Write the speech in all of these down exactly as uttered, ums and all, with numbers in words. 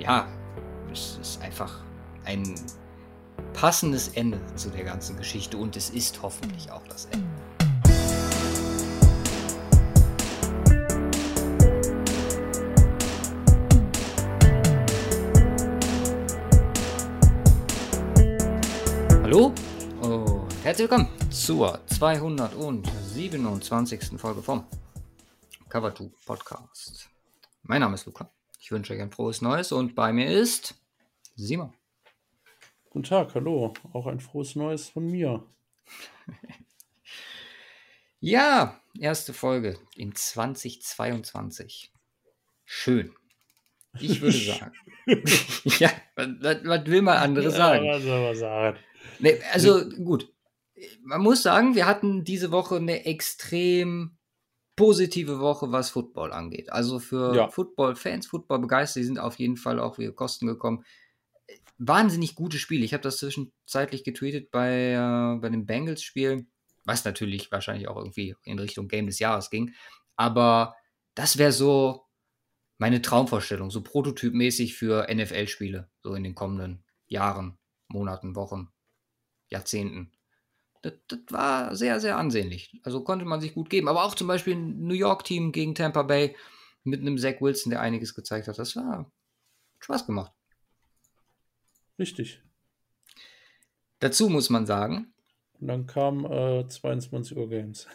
ja, es ist einfach ein passendes Ende zu der ganzen Geschichte und es ist hoffentlich auch das Ende. Hallo und herzlich willkommen zur zweihundertsiebenundzwanzigsten Folge vom Cover two Podcast. Mein Name ist Luca. Ich wünsche euch ein frohes Neues und bei mir ist Simon. Guten Tag, hallo. Auch ein frohes Neues von mir. Ja, erste Folge in zweitausendzweiundzwanzig. Schön. Ich würde sagen. ja, was, was will man anderes sagen? Ja, was soll man sagen? Nee, also gut. Man muss sagen, wir hatten diese Woche eine extrem positive Woche, was Football angeht. Also für Ja. Football-Fans, Football-Begeisterte, die sind auf jeden Fall auch wieder Kosten gekommen. Wahnsinnig gute Spiele. Ich habe das zwischenzeitlich getweetet bei, äh, bei dem Bengals-Spiel, was natürlich wahrscheinlich auch irgendwie in Richtung Game des Jahres ging. Aber das wäre so meine Traumvorstellung, so prototypmäßig für N F L-Spiele, so in den kommenden Jahren, Monaten, Wochen, Jahrzehnten. Das, das war sehr, sehr ansehnlich. Also konnte man sich gut geben. Aber auch zum Beispiel ein New York-Team gegen Tampa Bay mit einem Zach Wilson, der einiges gezeigt hat. Das war Spaß gemacht. Richtig. Dazu muss man sagen. Und dann kam äh, zweiundzwanzig Uhr Games.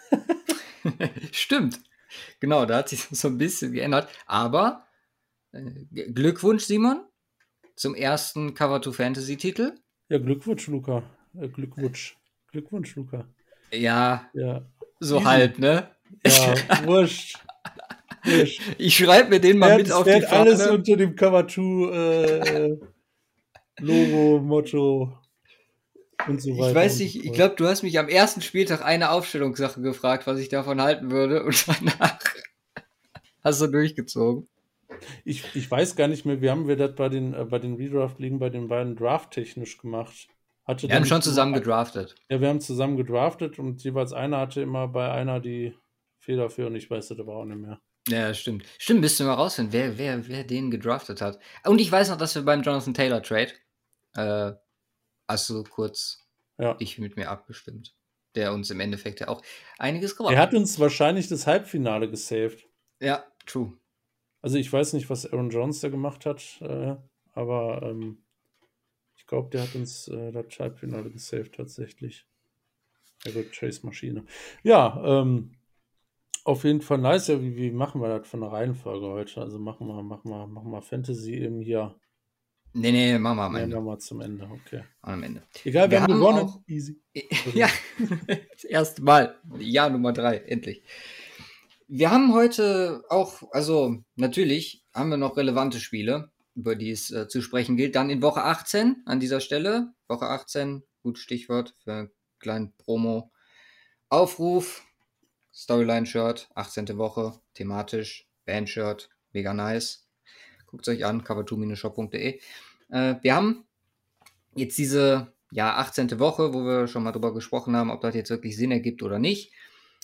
Stimmt. Genau, da hat sich so ein bisschen geändert. Aber äh, Glückwunsch, Simon, zum ersten Cover two Fantasy-Titel. Ja, Glückwunsch, Luca. Äh, Glückwunsch. Glückwunsch, Luca. Ja, Ja. so Easy. halb, ne? Ja, wurscht. wurscht. Ich schreibe mir den mal Werd, mit auf werd die Fahne. alles unter dem Cover two äh, Logo, Motto und so weiter. Ich weiß nicht, ich glaube, du hast mich am ersten Spieltag eine Aufstellungssache gefragt, was ich davon halten würde und danach hast du durchgezogen. Ich, ich weiß gar nicht mehr, wie haben wir das bei den, äh, bei den Redraft-Ligen bei den beiden drafttechnisch gemacht? Hatte Wir haben dann schon zusammen gedraftet. Ja, wir haben zusammen gedraftet und jeweils einer hatte immer bei einer die federführend. Ich weiß das aber auch nicht mehr. Ja, stimmt. Stimmt, müsste mal rausfinden, wer, wer, wer den gedraftet hat. Und ich weiß noch, dass wir beim Jonathan Taylor Trade äh, hast du kurz Ja. dich mit mir abgestimmt, der uns im Endeffekt ja auch einiges gebracht Er hat uns wahrscheinlich das Halbfinale gesaved. Ja, true. Also ich weiß nicht, was Aaron Jones da gemacht hat, äh, aber ähm, ich glaube, der hat uns äh, das Halbfinale gesaved tatsächlich. Ja gut, Chase Maschine. Ja, ähm, auf jeden Fall nice. Ja, wie, wie machen wir das von der Reihenfolge heute? Also machen wir, machen wir, machen wir Fantasy eben hier. Nee, nee, machen wir am Nee, Ende. machen wir zum Ende, okay. Am Ende. Egal, wir, Wir haben haben gewonnen. auch- Easy. Ja, das erste Mal. Jahr Nummer drei, endlich. Wir haben heute auch, also natürlich haben wir noch relevante Spiele, über die es äh, zu sprechen gilt. Dann in Woche achtzehn an dieser Stelle. Woche achtzehn, gut Stichwort für einen kleinen Promo-Aufruf. Storyline-Shirt, achtzehnte Woche, thematisch, Band-Shirt, mega nice. Guckt es euch an, cover two shop punkt de. Äh, wir haben jetzt diese ja, achtzehnte Woche, wo wir schon mal drüber gesprochen haben, ob das jetzt wirklich Sinn ergibt oder nicht.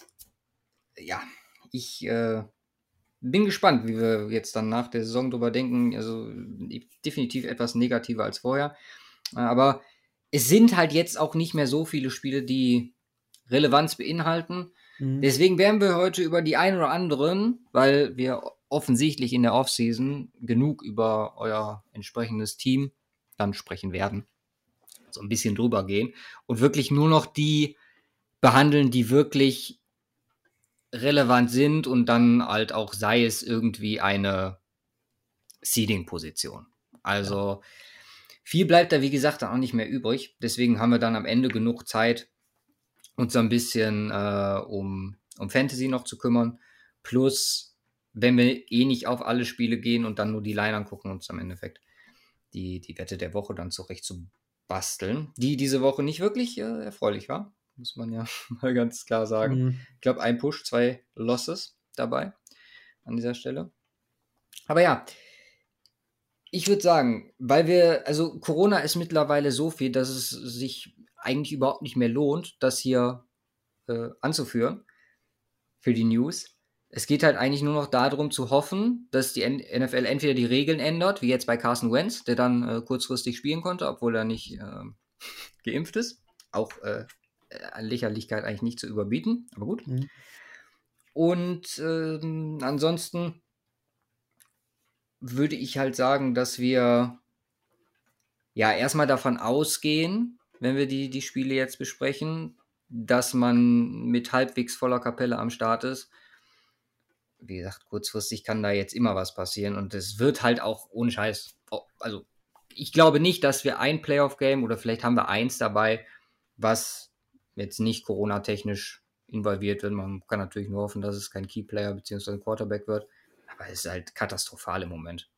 Ja, ich äh, bin gespannt, wie wir jetzt dann nach der Saison drüber denken. Also definitiv etwas negativer als vorher. Aber es sind halt jetzt auch nicht mehr so viele Spiele, die Relevanz beinhalten. Mhm. Deswegen werden wir heute über die ein oder anderen, weil wir offensichtlich in der Offseason genug über euer entsprechendes Team dann sprechen werden, so ein bisschen drüber gehen und wirklich nur noch die behandeln, die wirklich relevant sind und dann halt auch sei es irgendwie eine Seeding-Position. Also viel bleibt da, wie gesagt, dann auch nicht mehr übrig. Deswegen haben wir dann am Ende genug Zeit, uns so ein bisschen äh, um, um Fantasy noch zu kümmern. Plus, wenn wir eh nicht auf alle Spiele gehen und dann nur die Line angucken, uns am Endeffekt die, die Wette der Woche dann zurecht zu basteln, die diese Woche nicht wirklich äh, erfreulich war, muss man ja mal ganz klar sagen. Mhm. Ich glaube, ein Push, zwei Losses dabei an dieser Stelle. Aber ja, ich würde sagen, weil wir, also Corona ist mittlerweile so viel, dass es sich eigentlich überhaupt nicht mehr lohnt, das hier äh, anzuführen für die News. es geht halt eigentlich nur noch darum zu hoffen, dass die N F L entweder die Regeln ändert, wie jetzt bei Carson Wentz, der dann äh, kurzfristig spielen konnte, obwohl er nicht äh, geimpft ist. Auch äh, an Lächerlichkeit eigentlich nicht zu überbieten, aber gut. Mhm. Und ähm, ansonsten würde ich halt sagen, dass wir ja erstmal davon ausgehen, wenn wir die, die Spiele jetzt besprechen, dass man mit halbwegs voller Kapelle am Start ist. Wie gesagt, kurzfristig kann da jetzt immer was passieren und es wird halt auch ohne Scheiß. Also, ich glaube nicht, dass wir ein Playoff-Game oder vielleicht haben wir eins dabei, was jetzt nicht Corona-technisch involviert wird. Man kann natürlich nur hoffen, dass es kein Key-Player bzw. Quarterback wird, aber es ist halt katastrophal im Moment.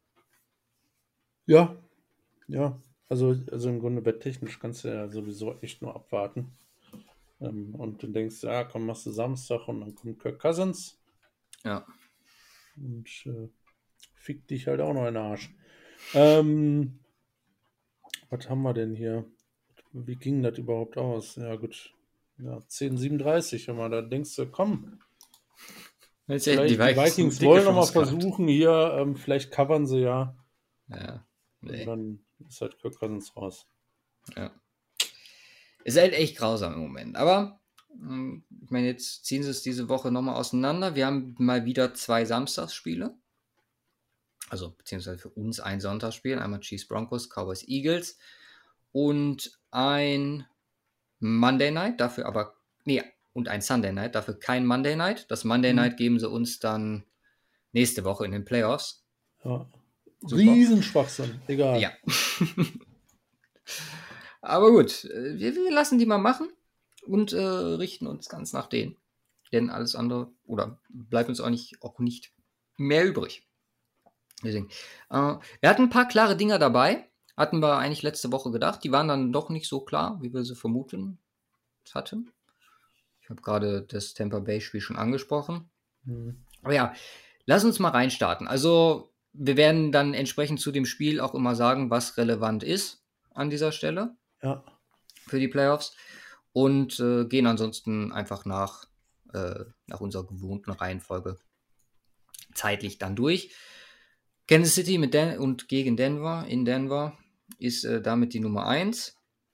Ja, ja. Also, also im Grunde wetttechnisch kannst du ja sowieso echt nur abwarten. Ähm, und du denkst, ja, komm, machst du Samstag und dann kommt Kirk Cousins. Ja. Und äh, fickt dich halt auch noch in den Arsch. Ähm, was haben wir denn hier? Wie ging das überhaupt aus? Ja, gut. Ja, zehn siebenunddreißig haben wir. Da denkst du, komm. Jetzt Vielleicht die die Vikings, Vikings dicke wollen noch mal Chance gehabt. versuchen hier. Ähm, vielleicht covern sie ja. Ja, Und nee. dann ist halt Kirk Cousins raus. Ja. Ist halt echt grausam im Moment. Aber ähm, ich meine, jetzt ziehen sie es diese Woche nochmal auseinander. Wir haben mal wieder zwei Samstagsspiele. Also beziehungsweise für uns ein Sonntagsspiel. Einmal Chiefs Broncos, Cowboys Eagles. Und ein Monday Night, dafür aber, nee, und ein Sunday Night, dafür kein Monday Night. Das Monday Mhm. Night geben sie uns dann nächste Woche in den Playoffs. Ja. Super. Riesenschwachsinn. Egal. Ja. Aber gut, äh, wir, wir lassen die mal machen und äh, richten uns ganz nach denen. Denn alles andere, oder bleibt uns auch nicht, auch nicht mehr übrig. Deswegen, äh, wir hatten ein paar klare Dinger dabei. Hatten wir eigentlich letzte Woche gedacht. Die waren dann doch nicht so klar, wie wir sie vermuten hatten. Ich habe gerade das Tampa Bay-Spiel schon angesprochen. Mhm. Aber ja, lass uns mal reinstarten. Also, wir werden dann entsprechend zu dem Spiel auch immer sagen, was relevant ist an dieser Stelle. Ja. Für die Playoffs. Und äh, gehen ansonsten einfach nach, äh, nach unserer gewohnten Reihenfolge zeitlich dann durch. Kansas City mit Den- und gegen Denver in Denver ist äh, damit die Nummer eins.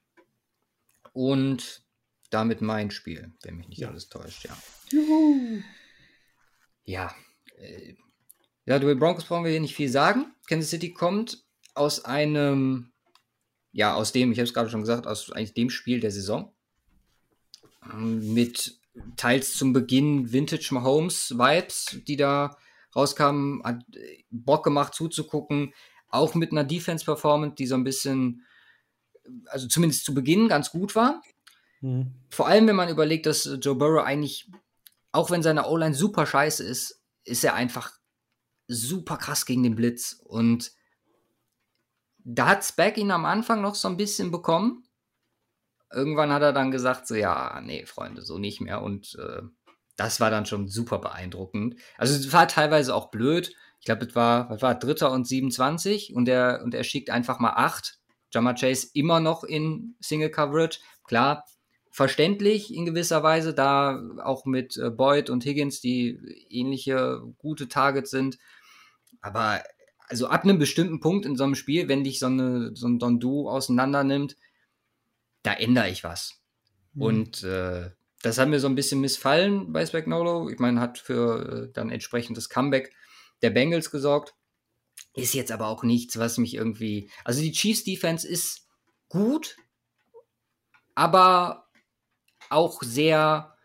Und damit mein Spiel, wenn mich nicht Ja. alles täuscht, ja. Juhu. Ja. Äh, ja, über die Broncos brauchen wir hier nicht viel sagen. Kansas City kommt aus einem, ja, aus dem, ich habe es gerade schon gesagt, aus eigentlich dem Spiel der Saison. Ähm, mit teils zum Beginn Vintage Mahomes-Vibes, die da rauskamen, hat Bock gemacht zuzugucken. Auch mit einer Defense-Performance, die so ein bisschen, also zumindest zu Beginn ganz gut war. Mhm. Vor allem, wenn man überlegt, dass Joe Burrow eigentlich, auch wenn seine O-Line super scheiße ist, ist er einfach super krass gegen den Blitz. Und da hat Speck ihn am Anfang noch so ein bisschen bekommen. Irgendwann hat er dann gesagt, so, ja, nee, Freunde, so nicht mehr. Und äh, das war dann schon super beeindruckend. Also es war teilweise auch blöd. Ich glaube, es war, was war Dritter und siebenundzwanzig und er, und er schickt einfach mal acht. Ja'Marr Chase immer noch in Single Coverage. Klar, verständlich in gewisser Weise, da auch mit äh, Boyd und Higgins, die ähnliche gute Targets sind. Aber also ab einem bestimmten Punkt in so einem Spiel, wenn dich so, eine, so ein Dondu auseinander nimmt, da ändere ich was. Mhm. Und äh, das hat mir so ein bisschen missfallen bei Spagnuolo. Ich meine, hat für äh, dann entsprechendes Comeback der Bengals gesorgt. Ist jetzt aber auch nichts, was mich irgendwie... Also die Chiefs-Defense ist gut, aber auch sehr,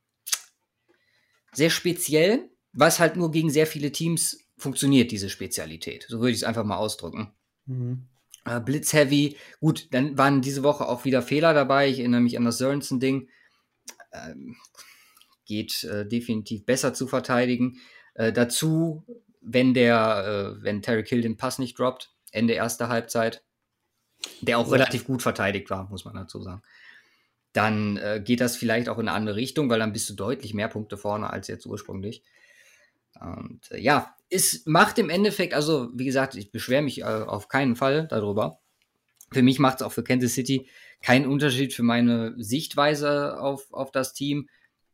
sehr speziell, was halt nur gegen sehr viele Teams funktioniert, diese Spezialität. So würde ich es einfach mal ausdrücken. Mhm. Äh, Blitz-heavy. Gut, dann waren diese Woche auch wieder Fehler dabei. Ich erinnere mich an das Sörensen-Ding. Ähm, geht äh, definitiv besser zu verteidigen. Äh, dazu, wenn der, äh, wenn Tyreek Hill den Pass nicht droppt, Ende erster Halbzeit, der auch ja. relativ gut verteidigt war, muss man dazu sagen, dann äh, geht das vielleicht auch in eine andere Richtung, weil dann bist du deutlich mehr Punkte vorne als jetzt ursprünglich. Und äh, ja, es macht im Endeffekt, also wie gesagt, ich beschwere mich äh, auf keinen Fall darüber. Für mich macht es auch für Kansas City keinen Unterschied für meine Sichtweise auf, auf das Team.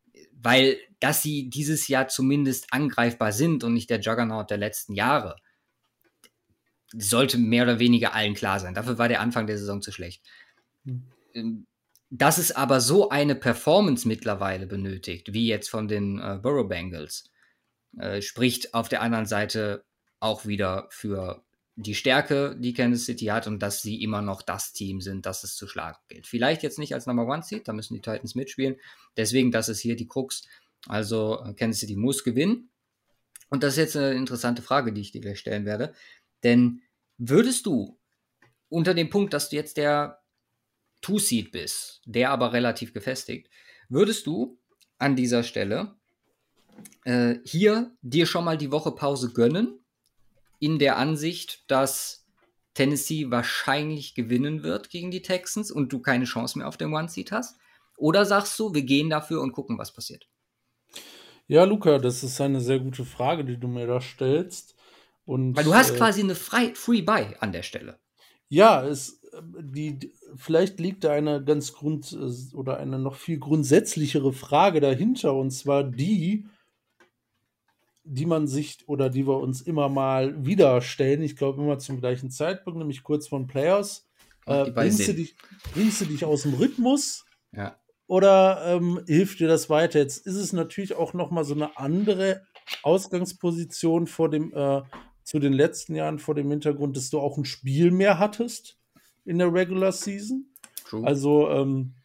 weil, dass sie dieses Jahr zumindest angreifbar sind und nicht der Juggernaut der letzten Jahre, sollte mehr oder weniger allen klar sein. Dafür war der Anfang der Saison zu schlecht. Mhm. Dass es aber so eine Performance mittlerweile benötigt, wie jetzt von den äh, Burrow Bengals, äh, spricht auf der anderen Seite auch wieder für die Stärke, die Kansas City hat und dass sie immer noch das Team sind, das es zu schlagen gilt. Vielleicht jetzt nicht als Number One Seed, da müssen die Titans mitspielen. Deswegen, das ist hier die Krux. Also Kansas City muss gewinnen. Und das ist jetzt eine interessante Frage, die ich dir gleich stellen werde. Denn würdest du unter dem Punkt, dass du jetzt der Two-Seed bist, der aber relativ gefestigt, würdest du an dieser Stelle äh, hier dir schon mal die Woche Pause gönnen, in der Ansicht, dass Tennessee wahrscheinlich gewinnen wird gegen die Texans und du keine Chance mehr auf den One-Seed hast? Oder sagst du, wir gehen dafür und gucken, was passiert? Ja, Luca, das ist eine sehr gute Frage, die du mir da stellst. Und, Weil du hast äh, quasi eine Frei Free-Buy an der Stelle. Ja, es, die, vielleicht liegt da eine ganz grund- oder eine noch viel grundsätzlichere Frage dahinter, und zwar die, die man sich oder die wir uns immer mal wieder stellen, ich glaube immer zum gleichen Zeitpunkt, nämlich kurz vor den Playoffs. Äh, bringst, du dich, bringst du dich aus dem Rhythmus? Ja. Oder ähm, hilft dir das weiter? Jetzt ist es natürlich auch noch mal so eine andere Ausgangsposition vor dem, äh, zu den letzten Jahren, vor dem Hintergrund, dass du auch ein Spiel mehr hattest in der Regular Season. True. Also ähm,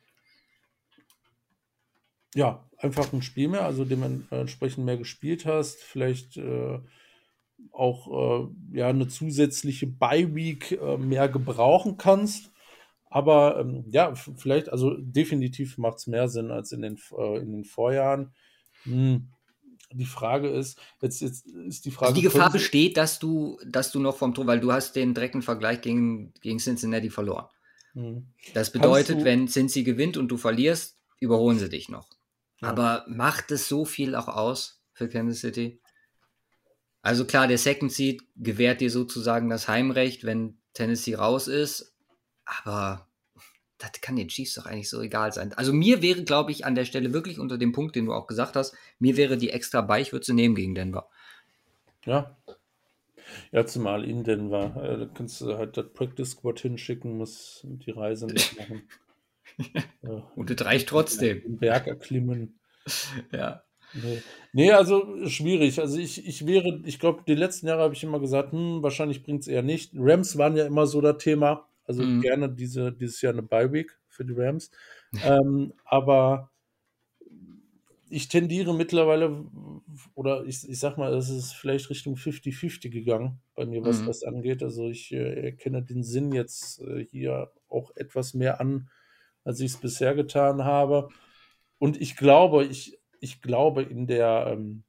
ja, einfach ein Spiel mehr, also dementsprechend mehr gespielt hast, vielleicht äh, auch äh, ja, eine zusätzliche Bye-Week äh, mehr gebrauchen kannst. Aber ähm, ja, vielleicht, also definitiv macht es mehr Sinn als in den, äh, in den Vorjahren. Hm. Die Frage ist, jetzt, jetzt ist die Frage. Also die Gefahr besteht, dass du, dass du noch vom Tor, weil du hast den direkten Vergleich gegen, gegen Cincinnati verloren. Hm. Das bedeutet, wenn Cincy gewinnt und du verlierst, überholen sie dich noch. Ja. Aber macht es so viel auch aus für Kansas City? Also klar, der Second Seed gewährt dir sozusagen das Heimrecht, wenn Tennessee raus ist. Aber das kann den Chiefs doch eigentlich so egal sein. Also mir wäre, glaube ich, an der Stelle wirklich unter dem Punkt, den du auch gesagt hast, mir wäre die extra bei, ich würde sie nehmen gegen Denver. Ja. Ja, zumal in Denver. Äh, da kannst du halt das Practice Squad hinschicken, muss die Reise nicht machen. äh, Und das reicht trotzdem. Den Berg erklimmen. Ja. Nee. nee, also schwierig. Also ich, ich wäre, ich glaube, die letzten Jahre habe ich immer gesagt, hm, wahrscheinlich bringt es eher nicht. Rams waren ja immer so das Thema. Also mhm. gerne diese, dieses Jahr eine Bye-Week für die Rams. ähm, aber ich tendiere mittlerweile, oder ich, ich sag mal, es ist vielleicht Richtung fifty fifty gegangen bei mir, was mhm. das angeht. Also ich äh, erkenne den Sinn jetzt äh, hier auch etwas mehr an, als ich es bisher getan habe. Und ich glaube, ich, ich glaube in der, ähm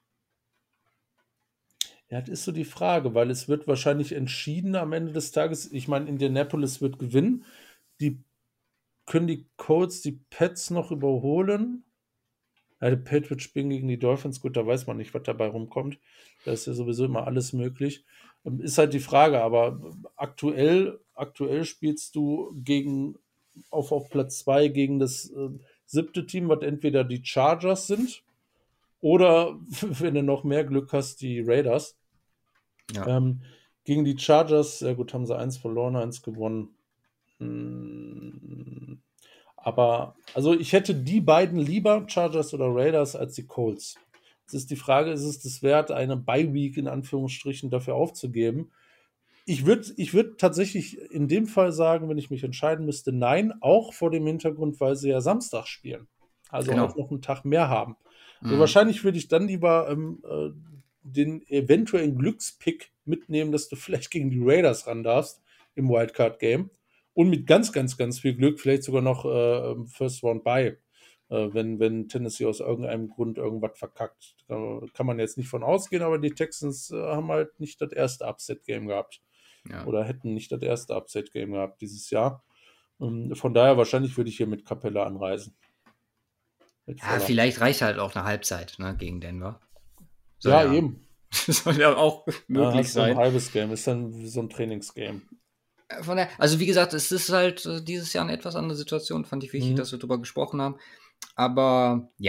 ja, das ist so die Frage, weil es wird wahrscheinlich entschieden am Ende des Tages. Ich meine, Indianapolis wird gewinnen. Die können die Colts, die Pets noch überholen. Ja, die Patriots spielen gegen die Dolphins. Gut, da weiß man nicht, was dabei rumkommt. Da ist ja sowieso immer alles möglich. Ist halt die Frage, aber aktuell, aktuell spielst du gegen, auf, auf Platz zwei gegen das äh, siebte Team, was entweder die Chargers sind oder, wenn du noch mehr Glück hast, die Raiders. Ja. Ähm, gegen die Chargers, ja gut, haben sie eins verloren, eins gewonnen. Hm, aber, also ich hätte die beiden lieber, Chargers oder Raiders, als die Colts. Jetzt ist die Frage, ist es das wert, eine Bye-Week in Anführungsstrichen dafür aufzugeben? Ich würde ich würd tatsächlich in dem Fall sagen, wenn ich mich entscheiden müsste, nein, auch vor dem Hintergrund, weil sie ja Samstag spielen. Also genau. auch noch einen Tag mehr haben. Mhm. So, wahrscheinlich würde ich dann lieber ähm, äh, den eventuellen Glückspick mitnehmen, dass du vielleicht gegen die Raiders ran darfst im Wildcard-Game. Und mit ganz, ganz, ganz viel Glück vielleicht sogar noch äh, First Round Bye, äh, wenn, wenn Tennessee aus irgendeinem Grund irgendwas verkackt. Da kann man jetzt nicht von ausgehen, aber die Texans äh, haben halt nicht das erste Upset-Game gehabt. Ja. Oder hätten nicht das erste Upset-Game gehabt dieses Jahr. Und von daher wahrscheinlich würde ich hier mit Capella anreisen. Mit ja, vielleicht reicht halt auch eine Halbzeit, ne, gegen Denver. Soll ja, ja, eben. Soll ja auch möglich ja, sein. Ein halbes Game, ist dann so ein Trainingsgame. Von der, also wie gesagt, es ist halt äh, dieses Jahr eine etwas andere Situation. Fand ich wichtig, mhm. dass wir darüber gesprochen haben. Aber ja,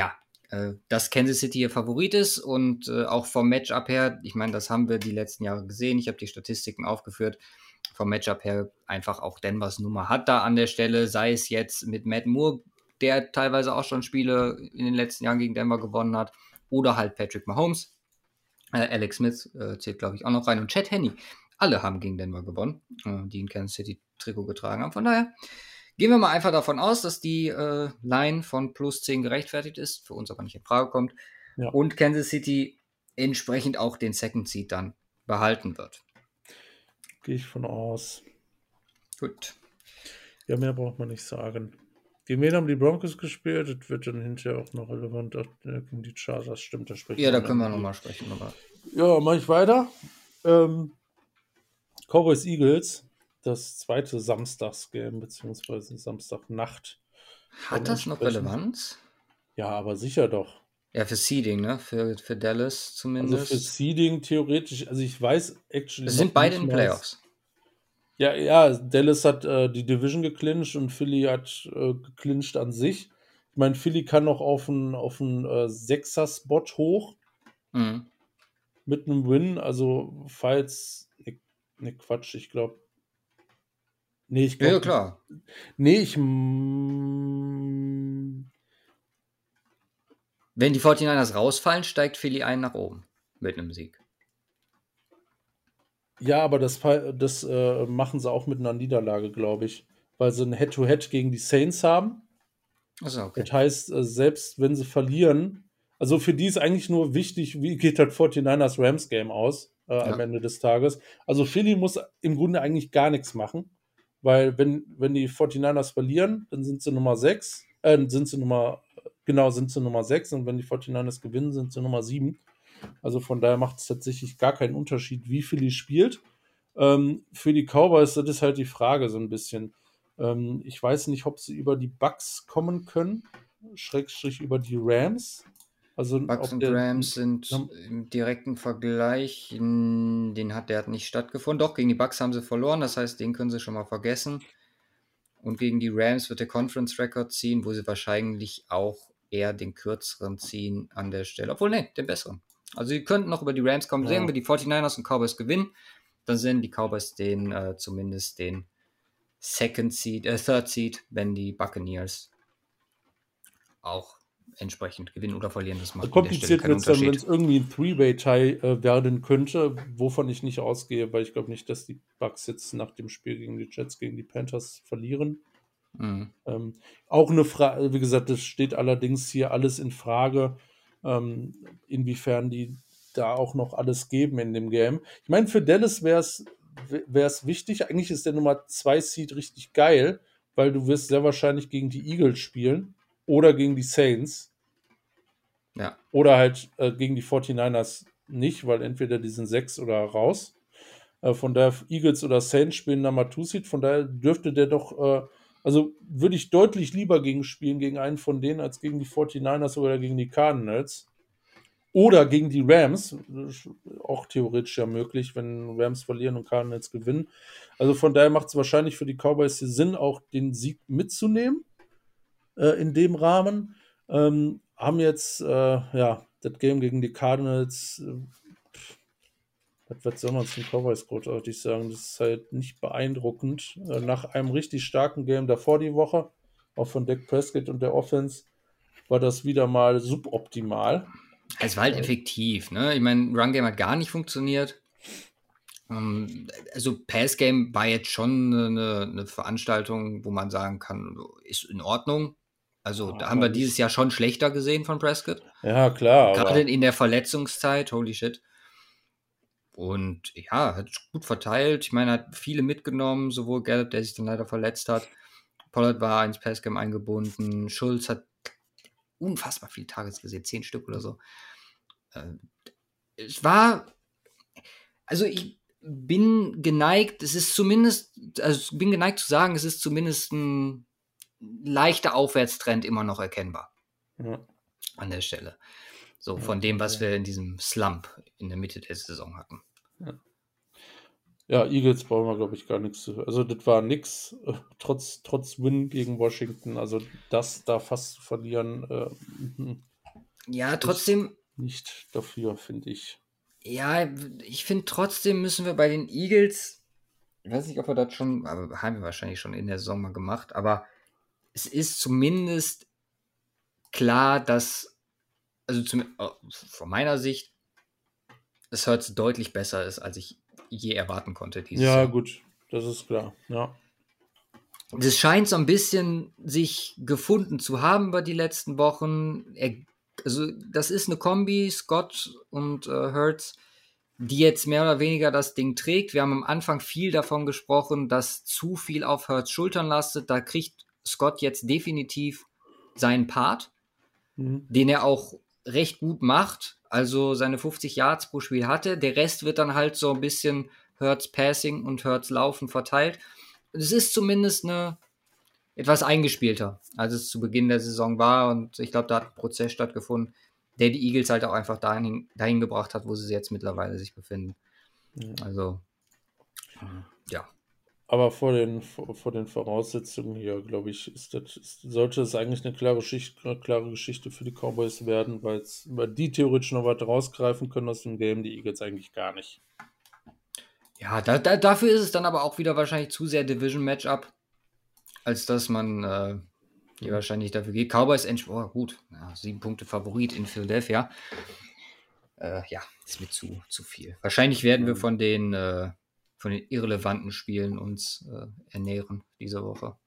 äh, dass Kansas City ihr Favorit ist und äh, auch vom Matchup her, ich meine, das haben wir die letzten Jahre gesehen, ich habe die Statistiken aufgeführt, vom Matchup her einfach auch Denvers Nummer hat da an der Stelle, sei es jetzt mit Matt Moore, der teilweise auch schon Spiele in den letzten Jahren gegen Denver gewonnen hat, oder halt Patrick Mahomes. Äh, Alex Smith äh, zählt, glaube ich, auch noch rein und Chad Henne. Alle haben gegen Denver gewonnen, äh, die in Kansas City Trikot getragen haben. Von daher gehen wir mal einfach davon aus, dass die äh, Line von plus zehn gerechtfertigt ist, für uns aber nicht in Frage kommt. Ja. Und Kansas City entsprechend auch den Second Seed dann behalten wird. Gehe ich von aus. Gut. Ja, mehr braucht man nicht sagen. Gegen wen haben die Broncos gespielt? Das wird dann hinterher auch noch relevant. Ach, gegen die Chargers, stimmt, da sprechen Ja, da wir können wir noch nochmal sprechen. Nochmal. Ja, mache ich weiter. Ähm, Cowboys Eagles, das zweite Samstagsgame, beziehungsweise Samstagnacht. Hat das noch Relevanz? Ja, aber sicher doch. Ja, für Seeding, ne? Für, für Dallas zumindest. Also für Seeding theoretisch, also ich weiß actually. Es sind beide in den Playoffs. Ja, ja, Dallas hat äh, die Division geclincht und Philly hat äh, geclincht an sich. Ich meine, Philly kann noch auf einen auf äh, Sechser-Spot hoch Mhm. mit einem Win. Also, falls. Ne, ne Quatsch, ich glaube. Nee, ich glaube. Ja, klar. Nee, ich. Mm, Wenn die forty-niners rausfallen, steigt Philly ein nach oben mit einem Sieg. Ja, aber das, das äh, machen sie auch mit einer Niederlage, glaube ich. Weil sie ein Head-to-Head gegen die Saints haben. Achso, okay. Das heißt, äh, selbst wenn sie verlieren, also für die ist eigentlich nur wichtig, wie geht das forty-niners Rams Game aus äh, Ja. am Ende des Tages. Also Philly muss im Grunde eigentlich gar nichts machen, weil wenn, wenn die forty-niners verlieren, dann sind sie Nummer sechs, äh, sind sie Nummer, genau, sind sie Nummer sechs und wenn die forty-niners gewinnen, sind sie Nummer sieben. Also von daher macht es tatsächlich gar keinen Unterschied, wie Philly spielt. Ähm, für die Cowboys, das ist halt die Frage so ein bisschen. Ähm, ich weiß nicht, ob sie über die Bucks kommen können, Schrägstrich über die Rams. Also Bucks ob und der, Rams sind haben, im direkten Vergleich, den hat, der hat nicht stattgefunden. Doch, gegen die Bucks haben sie verloren, das heißt, den können sie schon mal vergessen. Und gegen die Rams wird der Conference Record ziehen, wo sie wahrscheinlich auch eher den kürzeren ziehen an der Stelle. Obwohl, ne, den besseren. Also sie könnten noch über die Rams kommen. Ja. Sehen wir die forty-niners und Cowboys gewinnen, dann sind die Cowboys den äh, zumindest den Second Seed, äh, Third Seed, wenn die Buccaneers auch entsprechend gewinnen oder verlieren. Das macht kompliziert wird es dann, wenn Unterschied. es irgendwie ein Three-Way-Tie äh, werden könnte, wovon ich nicht ausgehe, weil ich glaube nicht, dass die Bucks jetzt nach dem Spiel gegen die Jets, gegen die Panthers verlieren. Mhm. Ähm, auch eine Frage, wie gesagt, das steht allerdings hier alles in Frage, ähm, inwiefern die da auch noch alles geben in dem Game. Ich meine, für Dallas wäre es wichtig. Eigentlich ist der Nummer zwei Seed richtig geil, weil du wirst sehr wahrscheinlich gegen die Eagles spielen oder gegen die Saints. Ja. Oder halt äh, gegen die forty-niners nicht, weil entweder die sind sechs oder raus. Äh, von daher Eagles oder Saints spielen Nummer zwei Seed. Von daher dürfte der doch, äh, also würde ich deutlich lieber gegen spielen, gegen einen von denen, als gegen die forty-niners oder gegen die Cardinals. Oder gegen die Rams. Auch theoretisch ja möglich, wenn Rams verlieren und Cardinals gewinnen. Also von daher macht es wahrscheinlich für die Cowboys Sinn, auch den Sieg mitzunehmen. Äh, in dem Rahmen. Ähm, haben jetzt, äh, ja, das Game gegen die Cardinals. Äh, was soll man zum Cowboys großartig sagen? Das ist halt nicht beeindruckend. Äh, nach einem richtig starken Game davor die Woche, auch von Dak Prescott und der Offense, war das wieder mal suboptimal. Es war halt effektiv, ne? Ich meine, Run Game hat gar nicht funktioniert. Um, also Pass Game war jetzt schon eine, eine Veranstaltung, wo man sagen kann, ist in Ordnung. Also Ja, da haben wir nicht. dieses Jahr schon schlechter gesehen von Prescott. Ja, klar. Gerade aber in der Verletzungszeit, holy shit. Und ja, hat gut verteilt. Ich meine, hat viele mitgenommen, sowohl Gallup, der sich dann leider verletzt hat. Pollard war ins Passgame eingebunden. Schulz hat unfassbar viele Targets gesehen, zehn Stück oder so. Äh, es war, also ich bin geneigt, es ist zumindest, also bin geneigt zu sagen, es ist zumindest ein leichter Aufwärtstrend immer noch erkennbar. Ja. An der Stelle. So von dem, was wir in diesem Slump in der Mitte der Saison hatten. Ja, ja Eagles brauchen wir, glaube ich, gar nichts zu. Also, das war nix, äh, trotz, trotz Win gegen Washington. Also, das da fast zu verlieren. Äh, Ja, trotzdem, nicht dafür, finde ich. ja, ich finde trotzdem müssen wir bei den Eagles, ich weiß nicht, ob wir das schon, aber haben wir wahrscheinlich schon in der Saison mal gemacht, aber es ist zumindest klar, dass, also zum, äh, von meiner Sicht, es Hurts deutlich besser ist, als ich je erwarten konnte dieses Ja, Jahr. gut, das ist klar. Ja. Das scheint so ein bisschen sich gefunden zu haben über die letzten Wochen. Er, also das ist eine Kombi, Scott und äh, Hurts, die jetzt mehr oder weniger das Ding trägt. Wir haben am Anfang viel davon gesprochen, dass zu viel auf Hurts Schultern lastet. Da kriegt Scott jetzt definitiv seinen Part, Mhm. den er auch recht gut macht. Also seine fünfzig Yards pro Spiel hatte. Der Rest wird dann halt so ein bisschen Hurts Passing und Hurts Laufen verteilt. Es ist zumindest eine etwas eingespielter, als es zu Beginn der Saison war. Und ich glaube, da hat ein Prozess stattgefunden, der die Eagles halt auch einfach dahin, dahin gebracht hat, wo sie jetzt mittlerweile sich befinden. Mhm. Also, ja. Aber vor den, vor, vor den Voraussetzungen hier, glaube ich, ist das, ist, sollte es eigentlich eine klare Geschichte, eine klare Geschichte für die Cowboys werden, weil's- weil die theoretisch noch weiter rausgreifen können aus dem Game, die Eagles eigentlich gar nicht. Ja, da, da, dafür ist es dann aber auch wieder wahrscheinlich zu sehr Division-Matchup, als dass man äh, hier Mhm. wahrscheinlich dafür geht. Cowboys, oh, gut, ja, sieben Punkte Favorit in Philadelphia. Äh, ja, ist mir zu, zu viel. Wahrscheinlich werden wir Ja. von den, äh, von den irrelevanten Spielen uns äh, ernähren diese Woche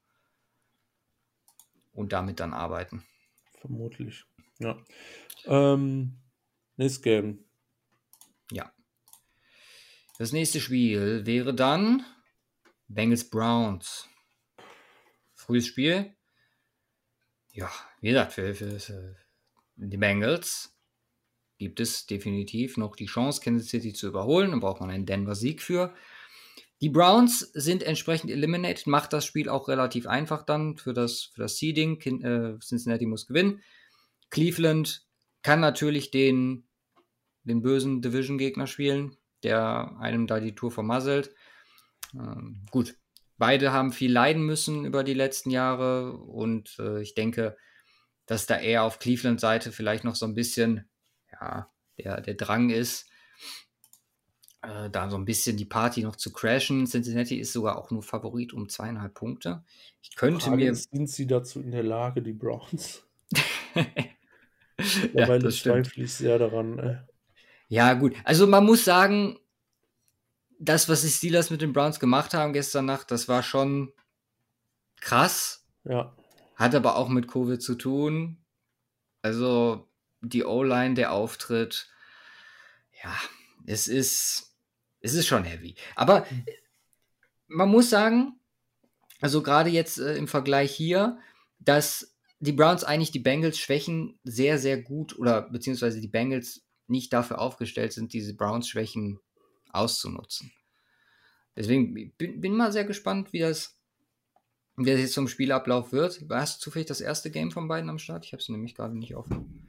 und damit dann arbeiten. Vermutlich. Ja. Ähm, nächstes Game. Ja. Das nächste Spiel wäre dann Bengals Browns. Frühes Spiel. Ja, wie gesagt, für, für, für die Bengals gibt es definitiv noch die Chance, Kansas City zu überholen. Da braucht man einen Denver-Sieg für. Die Browns sind entsprechend eliminated, macht das Spiel auch relativ einfach dann für das, für das Seeding. Äh, Cincinnati muss gewinnen. Cleveland kann natürlich den, den bösen Division-Gegner spielen, der einem da die Tour vermasselt. Ähm, gut, beide haben viel leiden müssen über die letzten Jahre und äh, ich denke, dass da eher auf Cleveland Seite vielleicht noch so ein bisschen ja, der, der Drang ist, äh, da so ein bisschen die Party noch zu crashen. Cincinnati ist sogar auch nur Favorit um zweieinhalb Punkte. Ich könnte Frage mir. ist, sind sie dazu in der Lage, die Browns? Ja, Mittlerweile das stimmt. zweifle ich sehr daran. Äh. Ja, gut. Also man muss sagen, das, was die Steelers mit den Browns gemacht haben gestern Nacht, das war schon krass. Ja. Hat aber auch mit Covid zu tun. Also die O-Line, der Auftritt, ja, es ist, es ist schon heavy. Aber man muss sagen, also gerade jetzt äh, im Vergleich hier, dass die Browns eigentlich die Bengals Schwächen sehr, sehr gut oder beziehungsweise die Bengals nicht dafür aufgestellt sind, diese Browns Schwächen auszunutzen. Deswegen bin, bin mal sehr gespannt, wie das, wie das jetzt zum Spielablauf wird. Hast du zufällig das erste Game von beiden am Start? Ich habe es nämlich gerade nicht offen.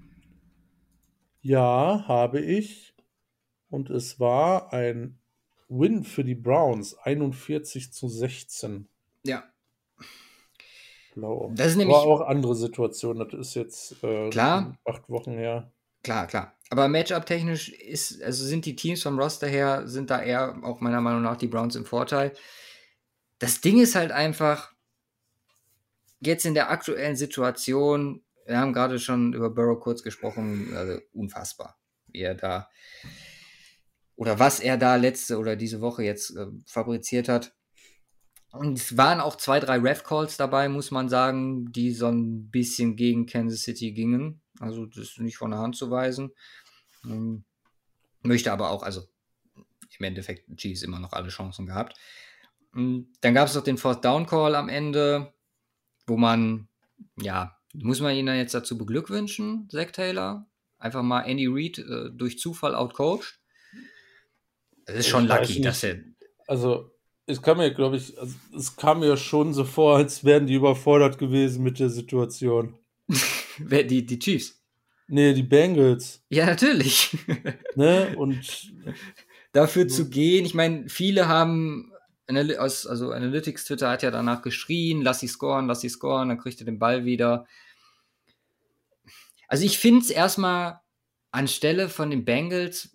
Ja, habe ich. Und es war ein Win für die Browns, einundvierzig zu sechzehn. Ja. Blau. Das ist Aber nämlich auch andere Situation. Das ist jetzt äh, klar, acht Wochen her. klar, klar. Aber Matchup-technisch ist, also sind die Teams vom Roster her, sind da eher auch meiner Meinung nach die Browns im Vorteil. Das Ding ist halt einfach, jetzt in der aktuellen Situation, wir haben gerade schon über Burrow kurz gesprochen, also unfassbar, wie er da oder was er da letzte oder diese Woche jetzt äh, fabriziert hat. Und es waren auch zwei, drei Ref-Calls dabei, muss man sagen, die so ein bisschen gegen Kansas City gingen. Also das ist nicht von der Hand zu weisen. Ähm, möchte aber auch, also im Endeffekt Chiefs immer noch alle Chancen gehabt. Und dann gab es noch den Fourth Down Call am Ende, wo man, ja, muss man ihn dann jetzt dazu beglückwünschen, Zach Taylor. Einfach mal Andy Reid äh, durch Zufall outcoacht. Es ist schon Ich weiß lucky, dass nicht. er. Also, es kam mir, glaube ich, also, es kam mir schon so vor, als wären die überfordert gewesen mit der Situation. Wer, die, die Chiefs. Nee, die Bengals. Ja, natürlich. Ne? Und Dafür zu gehen, ich meine, viele haben, also Analytics Twitter hat ja danach geschrien, lass sie scoren, lass sie scoren, dann kriegt er den Ball wieder. Also ich finde es erstmal anstelle von den Bengals,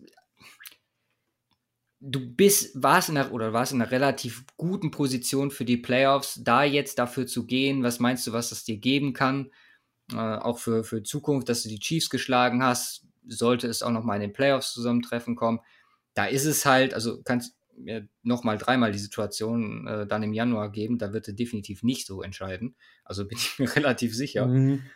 du bist, warst in einer, oder warst in einer relativ guten Position für die Playoffs, da jetzt dafür zu gehen, was meinst du, was das dir geben kann, äh, auch für, für Zukunft, dass du die Chiefs geschlagen hast, sollte es auch noch mal in den Playoffs zusammentreffen kommen. Da ist es halt, also kannst mir noch mal dreimal die Situation äh, dann im Januar geben, da wird er definitiv nicht so entscheiden. Also bin ich mir relativ sicher. Mhm.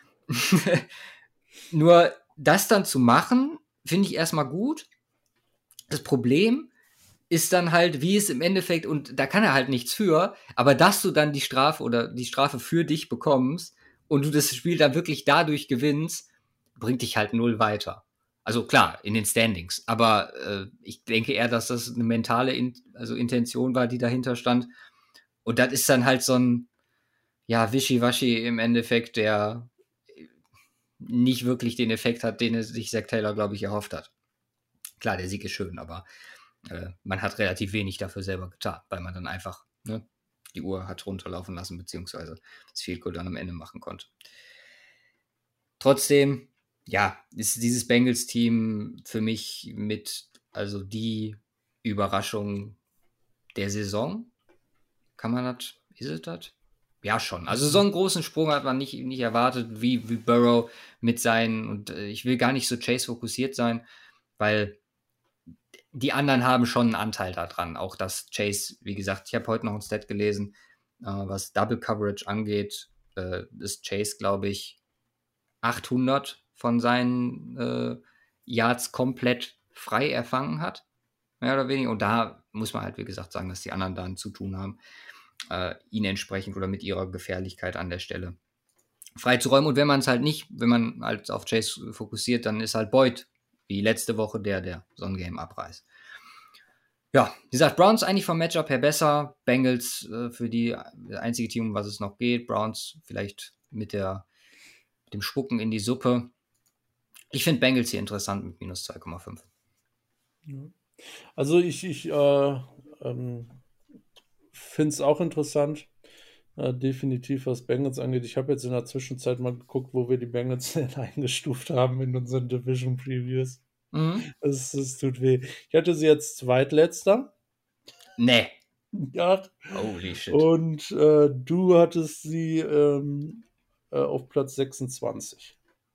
Nur das dann zu machen, finde ich erstmal gut. Das Problem ist dann halt, wie es im Endeffekt, und da kann er halt nichts für, aber dass du dann die Strafe oder die Strafe für dich bekommst und du das Spiel dann wirklich dadurch gewinnst, bringt dich halt null weiter. Also klar, in den Standings, aber äh, ich denke eher, dass das eine mentale in, also Intention war, die dahinter stand. Und das ist dann halt so ein, ja, Wischiwaschi im Endeffekt, der nicht wirklich den Effekt hat, den es sich Zach Taylor, glaube ich, erhofft hat. Klar, der Sieg ist schön, aber äh, man hat relativ wenig dafür selber getan, weil man dann einfach ne, die Uhr hat runterlaufen lassen, beziehungsweise das Field Goal dann am Ende machen konnte. Trotzdem, ja, ist dieses Bengals-Team für mich mit, also die Überraschung der Saison. Kann man das, ist es das? Ja, schon. Also so einen großen Sprung hat man nicht, nicht erwartet, wie, wie Burrow mit seinen, und äh, ich will gar nicht so Chase-fokussiert sein, weil die anderen haben schon einen Anteil daran. Auch dass Chase, wie gesagt, ich habe heute noch ein Stat gelesen, äh, was Double Coverage angeht, äh, ist Chase, glaube ich, achthundert von seinen äh, Yards komplett frei erfangen hat. Mehr oder weniger. Und da muss man halt, wie gesagt, sagen, dass die anderen da ein Zutun haben, äh, ihn entsprechend oder mit ihrer Gefährlichkeit an der Stelle freizuräumen. Und wenn man es halt nicht, wenn man halt auf Chase fokussiert, dann ist halt Boyd, wie letzte Woche, der, der so ein Game abreißt. Ja, wie gesagt, Browns eigentlich vom Matchup her besser. Bengals äh, für die einzige Team, um was es noch geht. Browns vielleicht mit, der, mit dem Spucken in die Suppe. Ich finde Bengals hier interessant mit minus zwei Komma fünf. Also ich, ich äh, ähm, finde es auch interessant, äh, definitiv was Bengals angeht. Ich habe jetzt in der Zwischenzeit mal geguckt, wo wir die Bengals denn eingestuft haben in unseren Division Previews. Mhm. Es, es tut weh. Ich hatte sie jetzt zweitletzter. Nee. Ja. Holy shit. Und äh, du hattest sie ähm, äh, auf Platz sechsundzwanzig.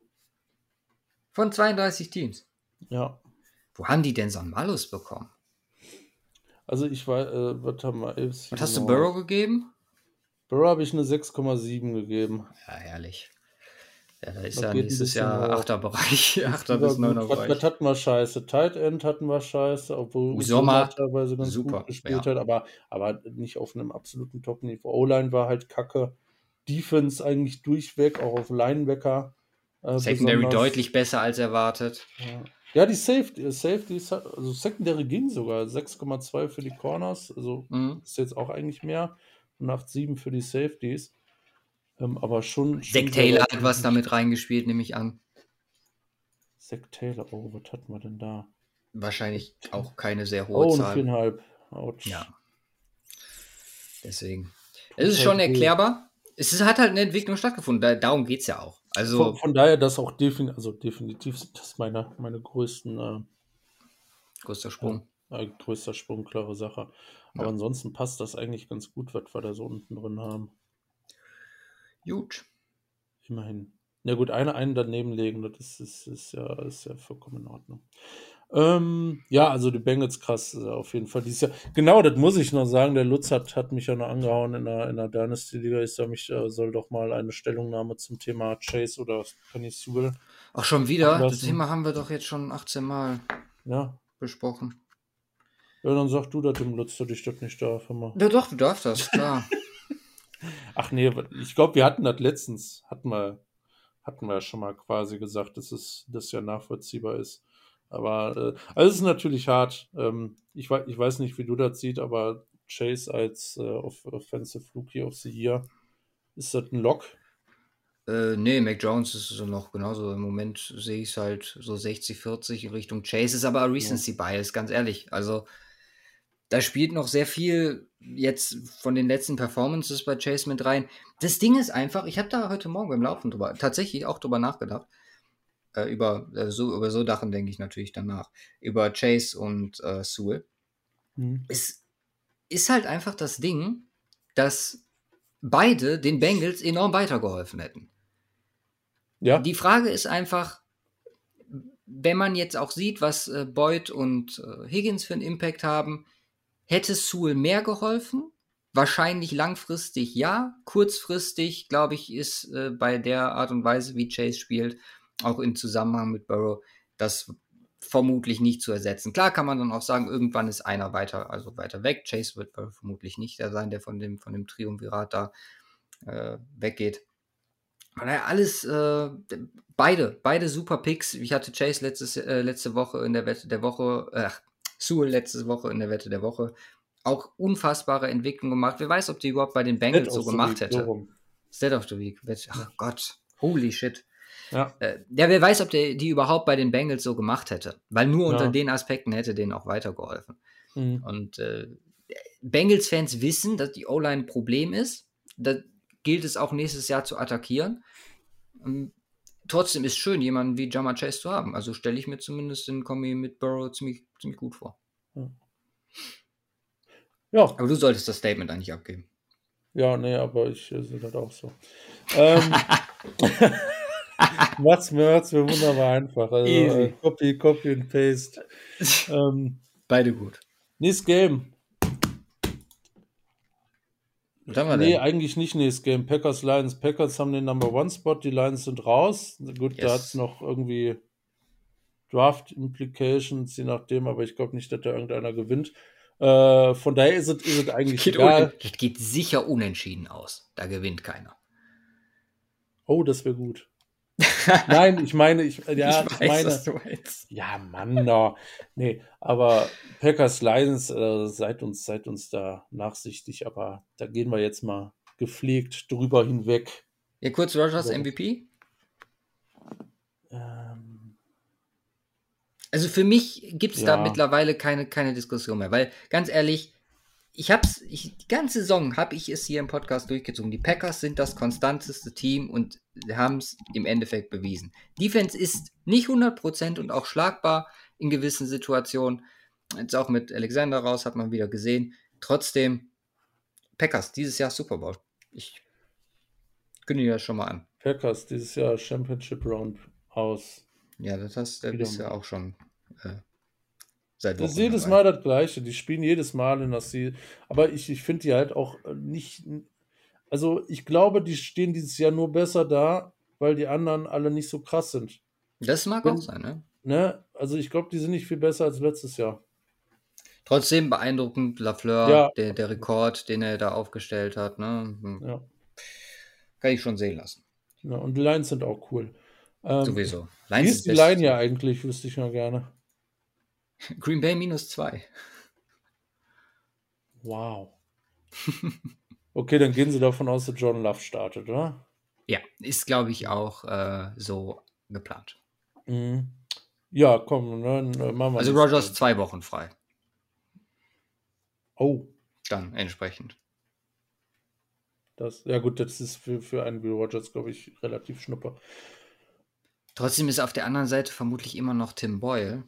Von zweiunddreißig Teams. Ja. Wo haben die denn so einen Malus bekommen? Also ich war, äh, was haben wir? Was genau. Hast du Burrow gegeben? Burrow habe ich eine sechs Komma sieben gegeben. Ja, herrlich. Ja, da ist ja nächstes Jahr achter Bereich, achter bis neuner Bereich. Was hatten wir scheiße? Tight End hatten wir scheiße, obwohl Sommer teilweise ganz super, gut gespielt ja. hat, aber, aber nicht auf einem absoluten Top-Niveau. O-Line war halt kacke. Defense eigentlich durchweg, auch auf Linebacker. Äh, Secondary besonders. Deutlich besser als erwartet. Ja, ja die Safety, Safety ist, also Secondary ging sogar. sechs Komma zwei für die Corners, also mhm. ist jetzt auch eigentlich mehr. Und acht Komma sieben für die Safeties. Ähm, aber schon. Zach Taylor hat was damit reingespielt, nehme ich an. Zach Taylor, oh, was hatten wir denn da? Wahrscheinlich auch keine sehr hohe oh, Zahl. Oh, viereinhalb. Autsch. Ja. Deswegen. Es ist schon erklärbar. Es ist, hat halt eine Entwicklung stattgefunden. Da, darum geht es ja auch. Also von, von daher, das auch defin also definitiv sind das meine, meine größten. Äh, größter Sprung. Äh, größter Sprung, klare Sache. Aber ja. Ansonsten passt das eigentlich ganz gut, was wir da so unten drin haben. Gut. Immerhin. Ja gut, eine, einen daneben legen, das ist, ist, ist, ja, ist ja vollkommen in Ordnung. Ähm, ja, also die Bengals krass auf jeden Fall dieses Jahr. Genau, das muss ich noch sagen. Der Lutz hat, hat mich ja noch angehauen in der, in der Dynasty-Liga. Ich soll, mich, äh, soll doch mal eine Stellungnahme zum Thema Chase oder Penny Sewell. Ach, schon wieder? Das Thema haben wir doch jetzt schon achtzehn Mal ja. besprochen. Ja, dann sag du das dem Lutz, dass ich das nicht darf. Immer. Ja, doch, du darfst das, klar. Ach nee, ich glaube, wir hatten das letztens, hatten wir, hatten wir ja schon mal quasi gesagt, dass es das ja nachvollziehbar ist. Aber äh, also es ist natürlich hart. Ähm, ich, ich weiß nicht, wie du das siehst, aber Chase als äh, Offensive Rookie of the Year, ist das ein Lock? Äh, nee, Mac Jones ist so noch genauso. Im Moment sehe ich es halt so sechzig vierzig in Richtung Chase. Ist aber ein Recency Bias, ganz ehrlich. Also da spielt noch sehr viel jetzt von den letzten Performances bei Chase mit rein. Das Ding ist einfach, ich habe da heute Morgen beim Laufen drüber, tatsächlich auch drüber nachgedacht. Äh, über, äh, so, über so Sachen denke ich natürlich danach. Über Chase und äh, Sewell. Mhm. Es ist halt einfach das Ding, dass beide den Bengals enorm weitergeholfen hätten. Ja. Die Frage ist einfach, wenn man jetzt auch sieht, was äh, Boyd und äh, Higgins für einen Impact haben, hätte Sewell mehr geholfen? Wahrscheinlich langfristig ja. Kurzfristig, glaube ich, ist äh, bei der Art und Weise, wie Chase spielt, auch im Zusammenhang mit Burrow, das vermutlich nicht zu ersetzen. Klar kann man dann auch sagen, irgendwann ist einer weiter, also weiter weg. Chase wird vermutlich nicht der sein, der von dem, von dem Triumvirat da äh, weggeht. Von daher alles, äh, beide, beide super Picks. Ich hatte Chase letztes, äh, letzte Woche in der Wette der Woche, äh, Sewell letzte Woche in der Wette der Woche. Auch unfassbare Entwicklung gemacht. Wer weiß, ob die überhaupt bei den Bengals so gemacht hätte. State of the Week. Ach Gott, holy shit. Ja. Äh, ja, wer weiß, ob der die überhaupt bei den Bengals so gemacht hätte. Weil nur unter Ja. den Aspekten hätte denen auch weitergeholfen. Mhm. Und äh, Bengals-Fans wissen, dass die O-Line ein Problem ist. Da gilt es auch nächstes Jahr zu attackieren. Und trotzdem ist schön, jemanden wie Ja'Marr Chase zu haben. Also stelle ich mir zumindest den Kombi mit Burrow ziemlich, ziemlich gut vor. Ja. Ja. Aber du solltest das Statement eigentlich abgeben. Ja, nee, aber ich äh, sehe das auch so. ähm, macht's mir, macht's mir wunderbar einfach. Also äh, Copy, Copy und Paste. ähm, Beide gut. Nächstes Game. Was haben wir Nee, denn? eigentlich nicht nächstes Game. Packers, Lions. Packers haben den Number One Spot, die Lions sind raus. Gut, Yes. da hat es noch irgendwie Draft Implications, je nachdem, aber ich glaube nicht, dass da irgendeiner gewinnt. Äh, von daher ist es, ist es eigentlich Geht egal. un- Das geht sicher unentschieden aus. Da gewinnt keiner. Oh, das wäre gut. Nein, ich meine, ich, ja, ich ich weiß, meine, was du meinst. ja, Mann, no. Nee, aber Packers, Lions, äh, seid uns, seid uns da nachsichtig, aber da gehen wir jetzt mal gepflegt drüber hinweg. Ja, kurz Rodgers So. M V P? Ähm, Also für mich gibt es Ja. da mittlerweile keine, keine Diskussion mehr, weil ganz ehrlich, ich hab's, ich, die ganze Saison habe ich es hier im Podcast durchgezogen. Die Packers sind das konstanteste Team und haben es im Endeffekt bewiesen. Defense ist nicht hundert Prozent und auch schlagbar in gewissen Situationen. Jetzt auch mit Alexander raus, hat man wieder gesehen. Trotzdem, Packers, dieses Jahr Super Bowl. Ich kündige das schon mal an. Packers dieses Jahr Championship Round aus. Ja, das hast du Wieder bist ja mal. auch schon äh, seit Das ist Wochen jedes dabei. Mal das Gleiche. Die spielen jedes Mal in das Ziel. Aber ich, ich finde die halt auch nicht. Also, ich glaube, die stehen dieses Jahr nur besser da, weil die anderen alle nicht so krass sind. Das mag Wenn- auch sein, ne? Ne? Also, ich glaube, die sind nicht viel besser als letztes Jahr. Trotzdem beeindruckend, Lafleur, Ja. der, der Rekord, den er da aufgestellt hat, ne? Hm, Ja. Kann ich schon sehen lassen. Ja, und die Lines sind auch cool. Ähm, Sowieso. Wie Lions ist die das Line Beste. ja eigentlich? Wüsste ich mal gerne. Green Bay minus zwei. Wow. Okay, dann gehen sie davon aus, dass John Love startet, oder? Ja, ist, glaube ich, auch äh, so geplant. Mhm. Ja, komm, dann äh, machen wir Also das. Rodgers zwei Wochen frei. Oh, Dann entsprechend. das, ja gut, das ist für, für einen wie Rodgers, glaube ich, relativ schnupper. Trotzdem ist auf der anderen Seite vermutlich immer noch Tim Boyle.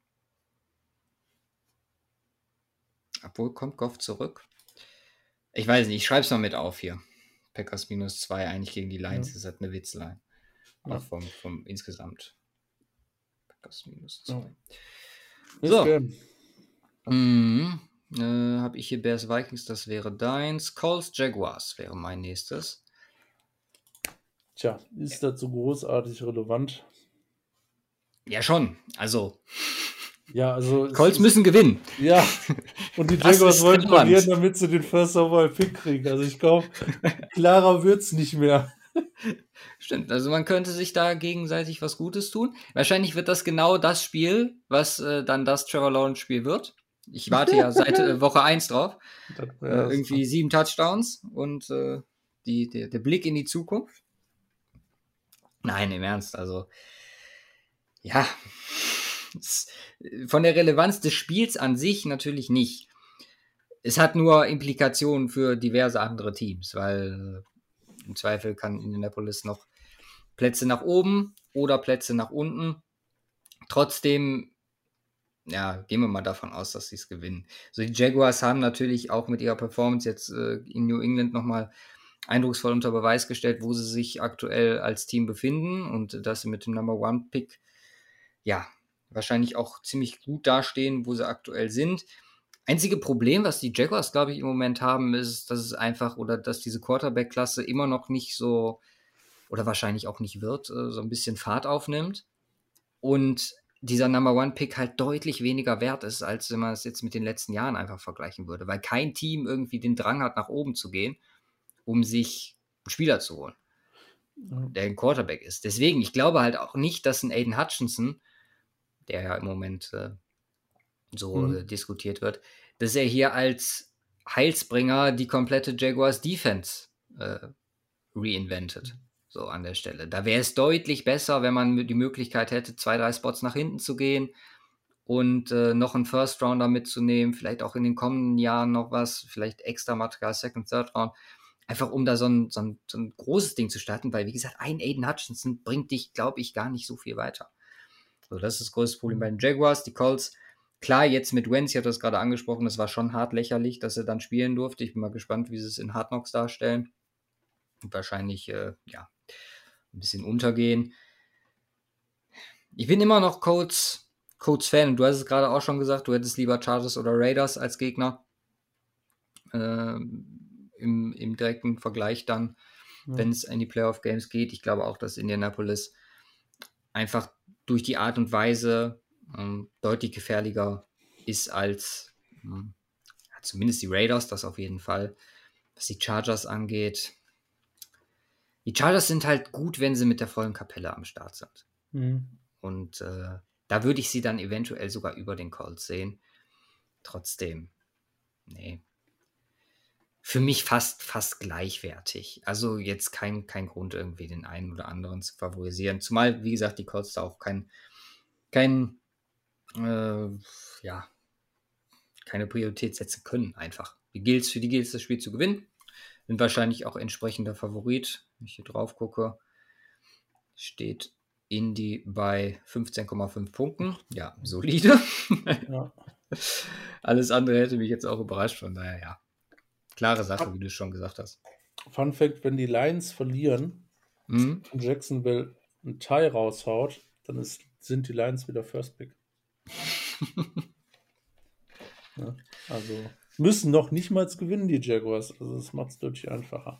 Obwohl, kommt Goff zurück? Ich weiß nicht, ich schreibe es mal mit auf hier. Packers minus zwei eigentlich gegen die Lions, Ja. das hat eine Witzline. Ja. Auch vom, vom insgesamt. Packers minus Ja. zwei. Ist So. Game. Mhm. Äh, habe ich hier Bears Vikings, das wäre deins. Colts Jaguars wäre mein nächstes. Tja, ist das so großartig relevant? Ja, schon. Also, Ja, also. es Colts ist- müssen gewinnen. Ja, und die Das Jaguars ist wollen relevant. verlieren, damit sie den First Overall Pick kriegen. Also ich glaube, klarer wird's nicht mehr. Stimmt, also man könnte sich da gegenseitig was Gutes tun. Wahrscheinlich wird das genau das Spiel, was äh, dann das Trevor Lawrence Spiel wird. Ich warte ja seit äh, Woche eins drauf. Das, Äh, ja, irgendwie sieben Touchdowns und äh, die, der, der Blick in die Zukunft. Nein, im Ernst, also ja, es, von der Relevanz des Spiels an sich natürlich nicht. Es hat nur Implikationen für diverse andere Teams, weil äh, im Zweifel kann Indianapolis noch Plätze nach oben oder Plätze nach unten. Trotzdem, ja, gehen wir mal davon aus, dass sie es gewinnen. So, die Jaguars haben natürlich auch mit ihrer Performance jetzt äh, in New England nochmal eindrucksvoll unter Beweis gestellt, wo sie sich aktuell als Team befinden und dass sie mit dem Number One Pick ja wahrscheinlich auch ziemlich gut dastehen, wo sie aktuell sind. Einzige Problem, was die Jaguars, glaube ich, im Moment haben, ist, dass es einfach oder dass diese Quarterback-Klasse immer noch nicht so oder wahrscheinlich auch nicht wird, äh, so ein bisschen Fahrt aufnimmt und dieser Number One Pick halt deutlich weniger wert ist, als wenn man es jetzt mit den letzten Jahren einfach vergleichen würde, weil kein Team irgendwie den Drang hat, nach oben zu gehen, um sich einen Spieler zu holen, Ja. der ein Quarterback ist. Deswegen, ich glaube halt auch nicht, dass ein Aiden Hutchinson, der ja im Moment äh, so Mhm. äh, diskutiert wird, dass er hier als Heilsbringer die komplette Jaguars Defense äh, reinventet. So an der Stelle. Da wäre es deutlich besser, wenn man die Möglichkeit hätte, zwei, drei Spots nach hinten zu gehen und äh, noch einen First Rounder mitzunehmen, vielleicht auch in den kommenden Jahren noch was, vielleicht extra Material, Second, Third Round, einfach um da so ein, so ein, so ein großes Ding zu starten, weil wie gesagt, ein Aiden Hutchinson bringt dich, glaube ich, gar nicht so viel weiter. So, das ist das größte Problem bei den Jaguars. Die Colts, klar, jetzt mit Wentz, ich hatte das gerade angesprochen, das war schon hart lächerlich, dass er dann spielen durfte. Ich bin mal gespannt, wie sie es in Hard Knocks darstellen. Und wahrscheinlich, äh, ja, ein bisschen untergehen. Ich bin immer noch Colts, Colts Fan. Und du hast es gerade auch schon gesagt, du hättest lieber Chargers oder Raiders als Gegner. Ähm, im, im direkten Vergleich dann, Ja. wenn es in die Playoff-Games geht. Ich glaube auch, dass Indianapolis einfach durch die Art und Weise ähm, deutlich gefährlicher ist als ähm, ja, zumindest die Raiders, das auf jeden Fall. Was die Chargers angeht, die Chargers sind halt gut, wenn sie mit der vollen Kapelle am Start sind. Mhm. Und äh, da würde ich sie dann eventuell sogar über den Colts sehen. Trotzdem, nee. Für mich fast, fast gleichwertig. Also jetzt kein, kein Grund, irgendwie den einen oder anderen zu favorisieren. Zumal, wie gesagt, die Colts da auch kein, kein äh, ja, keine Priorität setzen können, einfach. Die gilt für die gilt es, das Spiel zu gewinnen. Sind wahrscheinlich auch entsprechender Favorit. Wenn ich hier drauf gucke, steht Indy bei fünfzehn Komma fünf Punkten. Ja, solide. Ja. Alles andere hätte mich jetzt auch überrascht. Von daher, ja. Klare Sache, wie du schon gesagt hast. Fun Fact: Wenn die Lions verlieren Mhm. und Jacksonville ein Tie raushaut, dann ist, sind die Lions wieder First Pick. Ja, also müssen noch nicht mal gewinnen, die Jaguars. Also das macht es deutlich einfacher.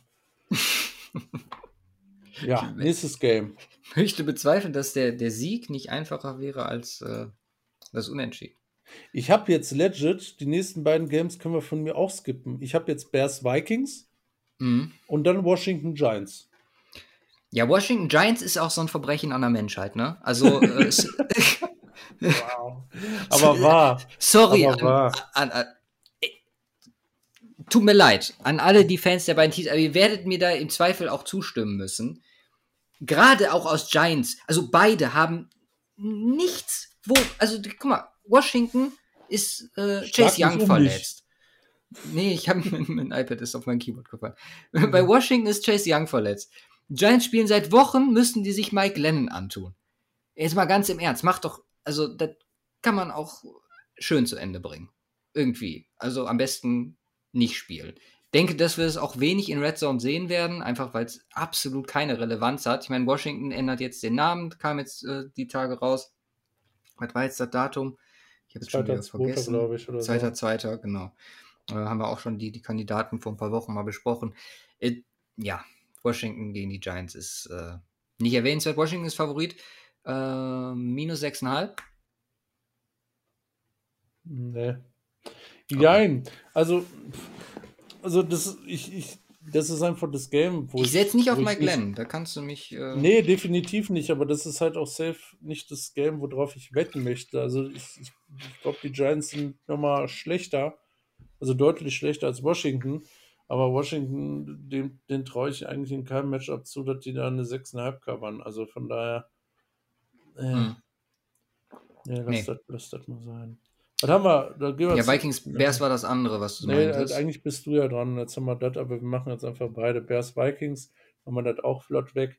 Ja, nächstes Game. Ich möchte bezweifeln, dass der, der Sieg nicht einfacher wäre als äh, das Unentschieden. Ich habe jetzt legit, die nächsten beiden Games können wir von mir auch skippen. Ich habe jetzt Bears Vikings Mhm. und dann Washington Giants. Ja, Washington Giants ist auch so ein Verbrechen an der Menschheit, ne? Also, äh, Wow. Aber wahr. sorry, Aber wahr. an, an, an, tut mir leid, an alle die Fans der beiden Teams, aber ihr werdet mir da im Zweifel auch zustimmen müssen. Gerade auch aus Giants, also beide haben nichts, wo, also guck mal, Washington ist äh, Chase Schlag mich Young um verletzt. Nee, ich habe mein iPad ist auf mein Keyboard gefallen. Bei Washington ist Chase Young verletzt. Giants spielen seit Wochen, müssten die sich Mike Lennon antun. Jetzt mal ganz im Ernst, macht doch, also das kann man auch schön zu Ende bringen. Irgendwie. Also am besten nicht spielen. Denke, dass wir es auch wenig in Red Zone sehen werden, einfach weil es absolut keine Relevanz hat. Ich meine, Washington ändert jetzt den Namen, kam jetzt äh, die Tage raus. Was war jetzt das Datum? Ich habe es schon wieder vergessen. glaube ich, oder Zweiter, so. zweiter, genau. Äh, haben wir auch schon die, die Kandidaten vor ein paar Wochen mal besprochen. Äh, ja, Washington gegen die Giants ist äh, nicht erwähnenswert. Washington ist Favorit. Äh, minus sechs Komma fünf. Nee. Nein. Also, also das, ich, ich, das ist einfach das Game, wo Ich setze nicht auf wo ich Mike nicht- Lennon. Da kannst du mich. Äh, Nee, definitiv nicht, aber das ist halt auch safe nicht das Game, worauf ich wetten möchte. Also ich, ich, ich glaube, die Giants sind nochmal schlechter, also deutlich schlechter als Washington, aber Washington, den, den traue ich eigentlich in keinem Matchup zu, dass die da eine sechs Komma fünf covern. Also von daher, äh, Hm. nee, lass, Nee. Das, lass das mal sein. Was haben wir? Da gehen wir Ja, zu- Vikings, Bears war das andere, was du Nee, meintest. äh, eigentlich bist du ja dran. Jetzt haben wir das, aber wir machen jetzt einfach beide. Bears Vikings, haben wir das auch flott weg.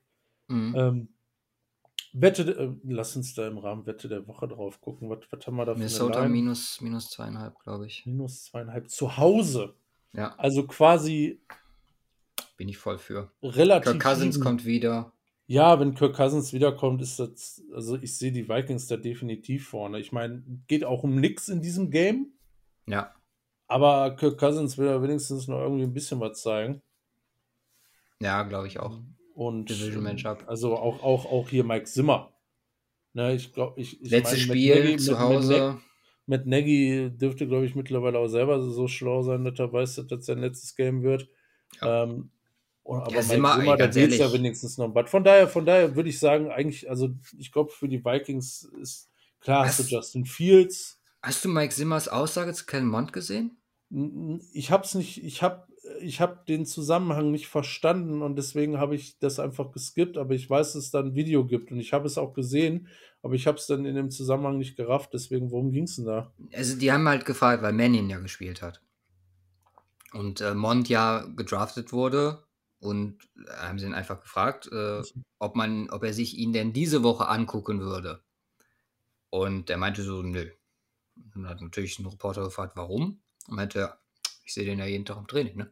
Mhm. Ähm, Wette, äh, lass uns da im Rahmen Wette der Woche drauf gucken. Was, was haben wir da für eine Minnesota Line? minus, minus zweieinhalb, glaube ich. Minus zweieinhalb zu Hause. Ja, Also quasi bin ich voll für. Kirk relativ Cousins even. kommt wieder. Ja, wenn Kirk Cousins wiederkommt, ist das, also ich sehe die Vikings da definitiv vorne. Ich meine, geht auch um nix in diesem Game, Ja, aber Kirk Cousins will ja wenigstens noch irgendwie ein bisschen was zeigen. ja, glaube ich auch. Und Division ähm, Matchup. also auch, auch, auch hier Mike Zimmer. Ne, ich glaube, ich, ich Letztes meine, Matt Spiel Nagy, zu Matt, Matt, Neg- Hause. Matt Nagy dürfte, glaube ich, mittlerweile auch selber so schlau sein, dass er weiß, dass das sein letztes Game wird. Ja, Ähm, und, aber ja Mike Simmer, ey, Zimmer, da ganz geht es ja ehrlich. wenigstens noch. Was von daher, von daher würde ich sagen, eigentlich, also ich glaube, für die Vikings ist klar, hast du Hast, Justin Fields. hast du Mike Simmers Aussage zu Kellen Mond gesehen? N- Ich habe es nicht, ich habe ich habe den Zusammenhang nicht verstanden und deswegen habe ich das einfach geskippt, aber ich weiß, dass es da ein Video gibt und ich habe es auch gesehen, aber ich habe es dann in dem Zusammenhang nicht gerafft, deswegen, worum ging es denn da? Also, die haben halt gefragt, weil Manning ja gespielt hat. Und äh, Mond ja gedraftet wurde. Und äh, haben sie ihn einfach gefragt, äh, ob, man, ob er sich ihn denn diese Woche angucken würde. Und er meinte so, nö. Und dann hat natürlich ein Reporter gefragt, warum? Und meinte, ja, ich sehe den ja jeden Tag im Training, ne?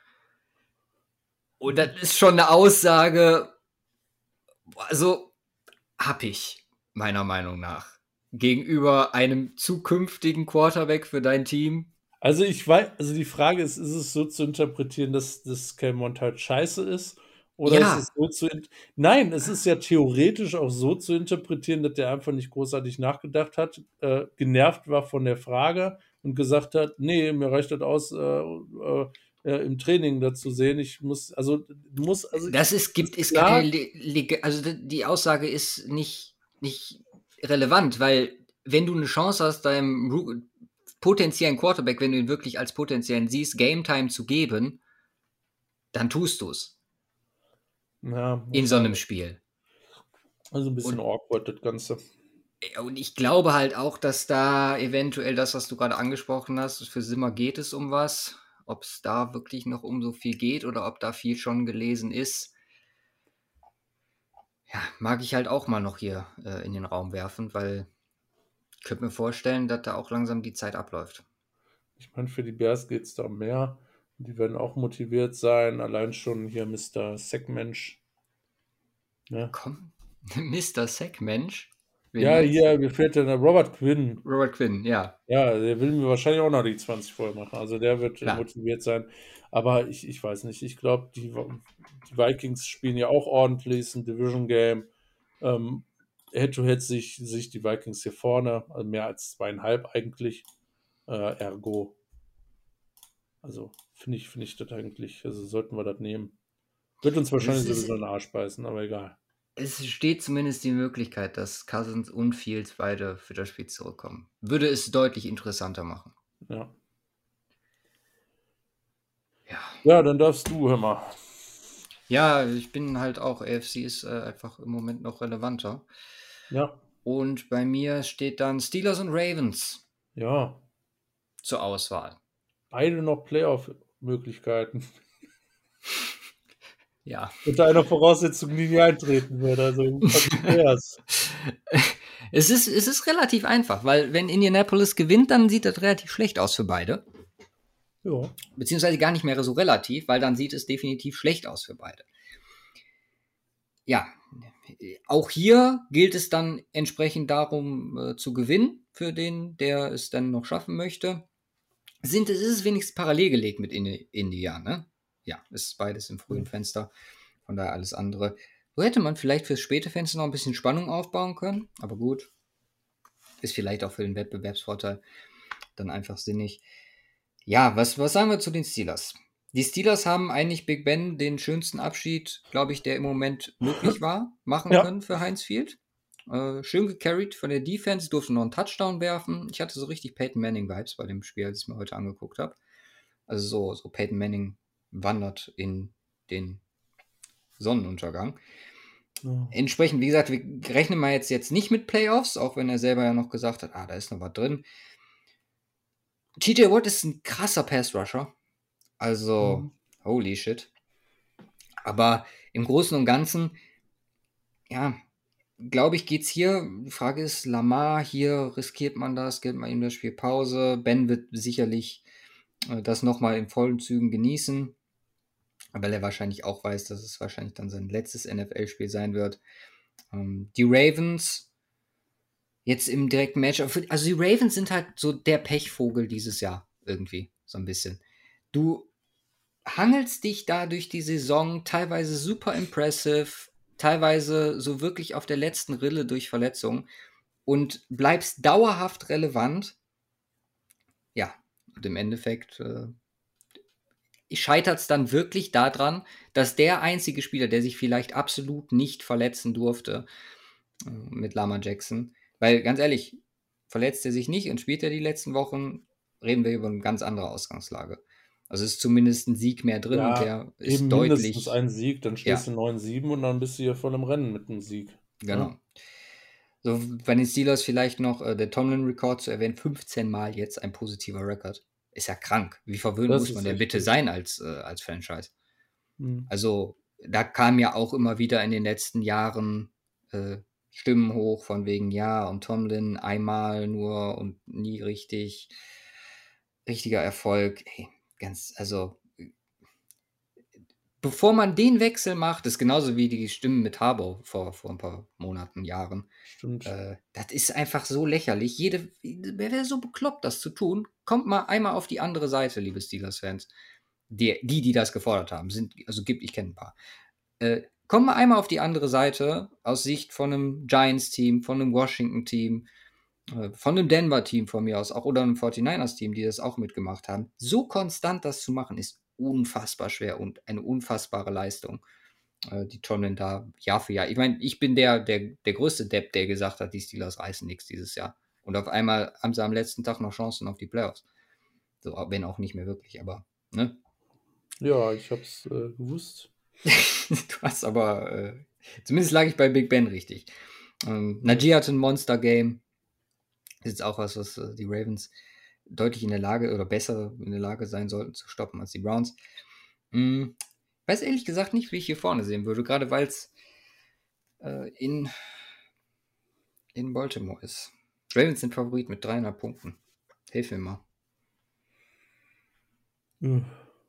Und das ist schon eine Aussage, also happig, meiner Meinung nach. Gegenüber einem zukünftigen Quarterback für dein Team. Also ich weiß, also die Frage ist, ist es so zu interpretieren, dass das Kelmont halt scheiße ist? Oder ist es Ja, so zu in Nein, es ist ja theoretisch auch so zu interpretieren, dass der einfach nicht großartig nachgedacht hat, äh, genervt war von der Frage und gesagt hat, nee, mir reicht das aus, äh, äh, äh, im Training da zu sehen. Ich muss, also muss, also das ist, gibt, ist ist keine, klar, Le- Leg- also d- die Aussage ist nicht, nicht relevant, weil wenn du eine Chance hast, deinem Ru- potenziellen Quarterback, wenn du ihn wirklich als potenziellen siehst, Game Time zu geben, dann tust du es ja, in so einem wahrscheinlich. Spiel. Also ein bisschen Und, awkward, das Ganze. und ich glaube halt auch, dass da eventuell das, was du gerade angesprochen hast, für Simmer geht es um was. Ob es da wirklich noch um so viel geht oder ob da viel schon gelesen ist, ja, mag ich halt auch mal noch hier äh, in den Raum werfen, weil ich könnte mir vorstellen, dass da auch langsam die Zeit abläuft. Ich meine, für die Bears geht es da um mehr. Die werden auch motiviert sein. Allein schon hier Mister Sackmensch. Ne? Komm, Mister Sackmensch? Wen Ja, meinst hier, du? mir fehlt der Robert Quinn. Robert Quinn, ja, Ja, der will mir wahrscheinlich auch noch die zwanzig voll machen. Also der wird äh, klar. motiviert sein. Aber ich, ich weiß nicht. Ich glaube, die, die Vikings spielen ja auch ordentlich. Ist ein Division Game. Ähm, Head-to-Head sich, sich die Vikings hier vorne. Also mehr als zweieinhalb eigentlich. Äh, ergo. Also finde ich, finde ich das eigentlich. Also sollten wir das nehmen. Wird uns Also es, wahrscheinlich ist, sowieso in den Arsch beißen, aber egal. es steht zumindest die Möglichkeit, dass Cousins und Fields beide für das Spiel zurückkommen. Würde es deutlich interessanter machen. Ja. Ja, Ja, dann darfst du, hör mal. ja, ich bin halt auch, A F C ist äh, einfach im Moment noch relevanter. Ja, Und bei mir steht dann Steelers und Ravens ja. zur Auswahl. Beide noch Playoff-Möglichkeiten. Ja. Unter einer Voraussetzung, die nie eintreten wird. Also Bears. es, ist, es ist relativ einfach, weil wenn Indianapolis gewinnt, dann sieht das relativ schlecht aus für beide. Ja. Beziehungsweise gar nicht mehr so relativ, weil dann sieht es definitiv schlecht aus für beide. Ja, auch hier gilt es dann entsprechend darum äh, zu gewinnen für den, der es dann noch schaffen möchte. Sind, es ist wenigstens parallel gelegt mit Indi- India, ne? Ja, ist beides im frühen Fenster. Von daher alles andere. So hätte man vielleicht fürs späte Fenster noch ein bisschen Spannung aufbauen können. Aber gut, ist vielleicht auch für den Wettbewerbsvorteil dann einfach sinnig. Ja, was, was sagen wir zu den Steelers? Die Steelers haben eigentlich Big Ben den schönsten Abschied, glaube ich, der im Moment möglich war, machen Ja. können für Heinz Field. Äh, schön gecarried von der Defense, durfte noch einen Touchdown werfen. Ich hatte so richtig Peyton Manning-Vibes bei dem Spiel, als ich es mir heute angeguckt habe. Also so, so Peyton Manning wandert in den Sonnenuntergang. Ja. Entsprechend, wie gesagt, wir rechnen mal jetzt, jetzt nicht mit Playoffs, auch wenn er selber ja noch gesagt hat, ah, da ist noch was drin. T J Watt ist ein krasser Pass-Rusher. Also, Mhm. holy shit. Aber im Großen und Ganzen ja, glaube ich, geht's hier. Die Frage ist, Lamar, hier riskiert man das, gibt man ihm das Spiel Pause. Ben wird sicherlich äh, das nochmal in vollen Zügen genießen, weil er wahrscheinlich auch weiß, dass es wahrscheinlich dann sein letztes N F L-Spiel sein wird. Ähm, die Ravens jetzt im direkten Match, also die Ravens sind halt so der Pechvogel dieses Jahr irgendwie, so ein bisschen. Du hangelst dich da durch die Saison, teilweise super impressive, teilweise so wirklich auf der letzten Rille durch Verletzungen und bleibst dauerhaft relevant. Ja, und im Endeffekt äh, scheitert es dann wirklich daran, dass der einzige Spieler, der sich vielleicht absolut nicht verletzen durfte, äh, mit Lamar Jackson, weil ganz ehrlich, verletzt er sich nicht und spielt er die letzten Wochen, reden wir über eine ganz andere Ausgangslage. Also ist zumindest ein Sieg mehr drin und Ja, der eben ist mindestens deutlich. ein Sieg, dann stehst Ja, du neun sieben und dann bist du hier voll im Rennen mit einem Sieg. genau. Ne? So, bei den Steelers vielleicht noch äh, der Tomlin-Rekord zu erwähnen, fünfzehn Mal jetzt ein positiver Rekord. Ist ja krank. Wie verwöhnt Das muss man ist denn echt bitte gut. sein als, äh, als Franchise? Mhm. Also, da kam ja auch immer wieder in den letzten Jahren äh, Stimmen hoch von wegen, ja, und Tomlin einmal nur und nie richtig, richtiger Erfolg. Hey, ganz, also, bevor man den Wechsel macht, ist genauso wie die Stimmen mit Harbaugh vor, vor ein paar Monaten, Jahren. Stimmt. Äh, das ist einfach so lächerlich. Jede, wer wäre so bekloppt, das zu tun? Kommt mal einmal auf die andere Seite, liebe Steelers-Fans. Die, die, die das gefordert haben, sind, also gibt, ich kenne ein paar. Äh, kommt mal einmal auf die andere Seite, aus Sicht von einem Giants-Team, von einem Washington-Team, äh, von einem Denver-Team von mir aus, auch oder einem forty-niners-Team, die das auch mitgemacht haben. So konstant das zu machen, ist unfassbar schwer und eine unfassbare Leistung, äh, die Tomlin da Jahr für Jahr. Ich meine, ich bin der, der, der größte Depp, der gesagt hat, die Steelers reißen nichts dieses Jahr. Und auf einmal haben sie am letzten Tag noch Chancen auf die Playoffs. So, wenn auch nicht mehr wirklich, aber, ne? Ja, ich hab's äh, gewusst. Du hast aber, äh, zumindest lag ich bei Big Ben richtig. Ähm, Najee hatte ein Monster-Game. Das ist jetzt auch was, was äh, die Ravens deutlich in der Lage oder besser in der Lage sein sollten zu stoppen als die Browns. Hm, weiß ehrlich gesagt nicht, wie ich hier vorne sehen würde, gerade weil es äh, in, in Baltimore ist. Ravens sind Favorit mit dreieinhalb Punkten. Hilf mir mal. Hm.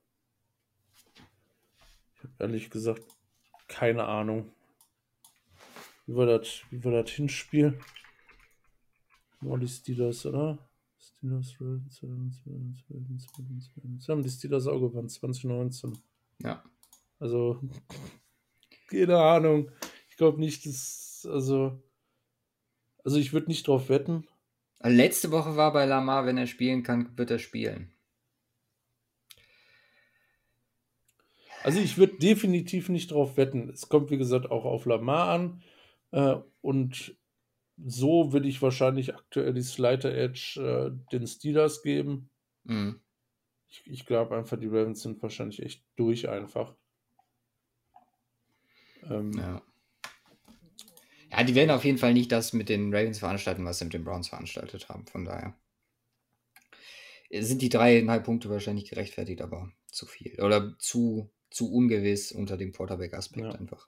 Ich habe ehrlich gesagt keine Ahnung. Wie war das, wie war das Hinspiel? War die Steelers, oder? Steelers, Ravens, Ravens, Ravens, Ravens, Ravens, Ravens. Haben die Steelers auch gewonnen, zwanzig neunzehn. Ja. Also, keine Ahnung. Ich glaube nicht, dass, also, also ich würde nicht drauf wetten. Also letzte Woche war bei Lamar, wenn er spielen kann, wird er spielen. Also ich würde definitiv nicht drauf wetten. Es kommt, wie gesagt, auch auf Lamar an. Äh, und so würde ich wahrscheinlich aktuell die Slider Edge äh, den Steelers geben. Mhm. Ich, ich glaube einfach, die Ravens sind wahrscheinlich echt durch einfach. Ähm, Ja. Ja, die werden auf jeden Fall nicht das mit den Ravens veranstalten, was sie mit den Browns veranstaltet haben. Von daher sind die dreieinhalb Punkte wahrscheinlich gerechtfertigt, aber zu viel. Oder zu, zu ungewiss unter dem Quarterback-Aspekt Ja. einfach.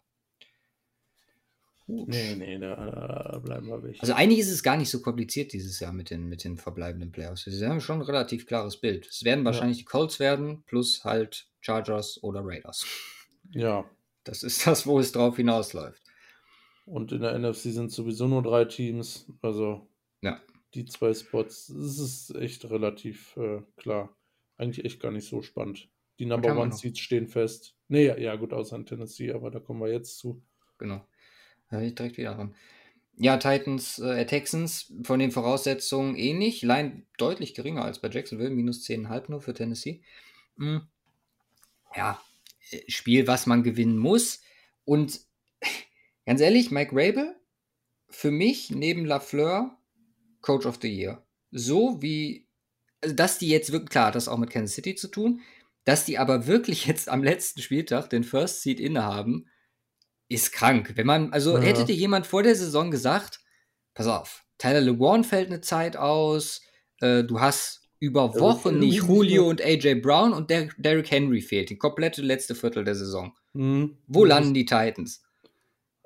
Gut. Nee, nee, da, da bleiben wir weg. Also eigentlich ist es gar nicht so kompliziert dieses Jahr mit den, mit den verbleibenden Playoffs. Sie haben schon ein relativ klares Bild. Es werden wahrscheinlich die Colts werden, plus halt Chargers oder Raiders. Ja. Das ist das, wo es drauf hinausläuft. Und in der N F C sind sowieso nur drei Teams. Also Ja. die zwei Spots. Es ist echt relativ äh, klar. Eigentlich echt gar nicht so spannend. Die Number haben wir One noch? Seeds stehen fest. Nee, ja, ja, gut, außer in Tennessee, aber da kommen wir jetzt zu. Genau. Da bin ich direkt wieder dran. Ja, Titans, äh, Texans, von den Voraussetzungen ähnlich. Line deutlich geringer als bei Jacksonville, minus zehn Komma fünf nur für Tennessee. Mhm. Ja, äh, Spiel, was man gewinnen muss. Und ganz ehrlich, Mike Rabel, für mich neben Lafleur Coach of the Year. So wie, also dass die jetzt wirklich, klar, hat das auch mit Kansas City zu tun, dass die aber wirklich jetzt am letzten Spieltag den First Seed innehaben, ist krank. Wenn man, also Ja. hätte dir jemand vor der Saison gesagt, pass auf, Tyler LeBron fällt eine Zeit aus, äh, du hast über Derrick Wochen Henry nicht nicht Julio mehr. und A J Brown und der Derrick Henry fehlt, die komplette letzte Viertel der Saison. Mhm. Wo Das landen ist- die Titans?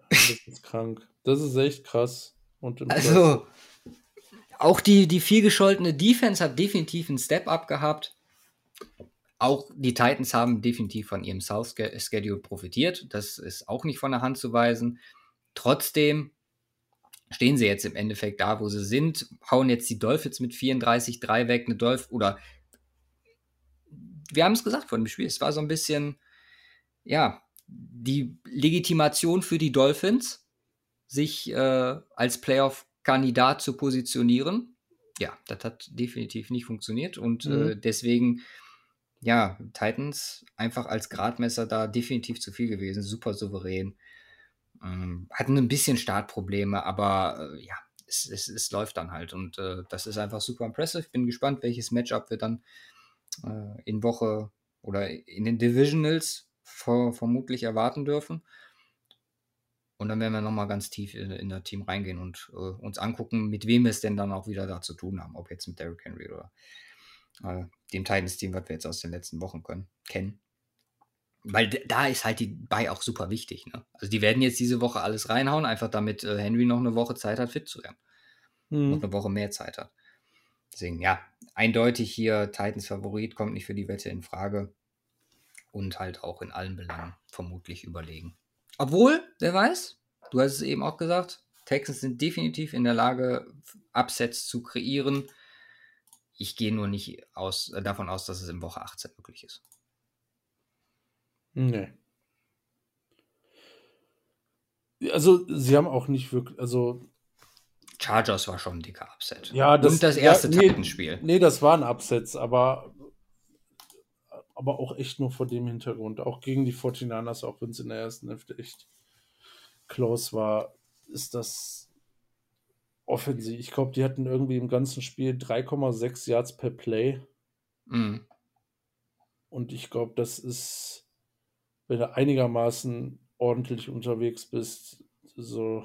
Das ist krank. Das ist echt krass. Und Also, auch die, die viel gescholtene Defense hat definitiv einen Step-Up gehabt. Auch die Titans haben definitiv von ihrem South-Schedule profitiert. Das ist auch nicht von der Hand zu weisen. Trotzdem stehen sie jetzt im Endeffekt da, wo sie sind, hauen jetzt die Dolphins mit vierunddreißig drei weg, eine Dolph oder wir haben es gesagt vor dem Spiel, es war so ein bisschen, ja, die Legitimation für die Dolphins, sich äh, als Playoff-Kandidat zu positionieren. Ja, das hat definitiv nicht funktioniert und Mhm. äh, deswegen, ja, Titans einfach als Gradmesser da definitiv zu viel gewesen, super souverän. Ähm, hatten ein bisschen Startprobleme, aber äh, ja, es, es, es läuft dann halt und äh, das ist einfach super impressive. Ich bin gespannt, welches Matchup wir dann äh, in Woche oder in den Divisionals ver vermutlich erwarten dürfen. Und dann werden wir nochmal ganz tief in, in das Team reingehen und äh, uns angucken, mit wem wir es denn dann auch wieder da zu tun haben. Ob jetzt mit Derrick Henry oder äh, dem Titans-Team, was wir jetzt aus den letzten Wochen können, kennen. Weil da ist halt die Bye auch super wichtig. Ne? Also die werden jetzt diese Woche alles reinhauen, einfach damit äh, Henry noch eine Woche Zeit hat, fit zu werden. Mhm. Noch eine Woche mehr Zeit hat. Deswegen, ja, eindeutig hier Titans Favorit, kommt nicht für die Wette in Frage. Und halt auch in allen Belangen vermutlich überlegen. Obwohl, wer weiß, du hast es eben auch gesagt, Texans sind definitiv in der Lage, Upsets zu kreieren. Ich gehe nur nicht aus, äh, davon aus, dass es in Woche achtzehn möglich ist. Nee. Also, sie haben auch nicht wirklich, also. Chargers war schon ein dicker Upset. Ja, das, und das erste ja, nee, Titanspiel. Nee, das waren Upsets, aber, aber auch echt nur vor dem Hintergrund. Auch gegen die forty-niners, auch wenn es in der ersten Hälfte echt close war, ist das offensiv. Ich glaube, die hatten irgendwie im ganzen Spiel drei Komma sechs Yards per Play. Mhm. Und ich glaube, das ist, wenn du einigermaßen ordentlich unterwegs bist, so,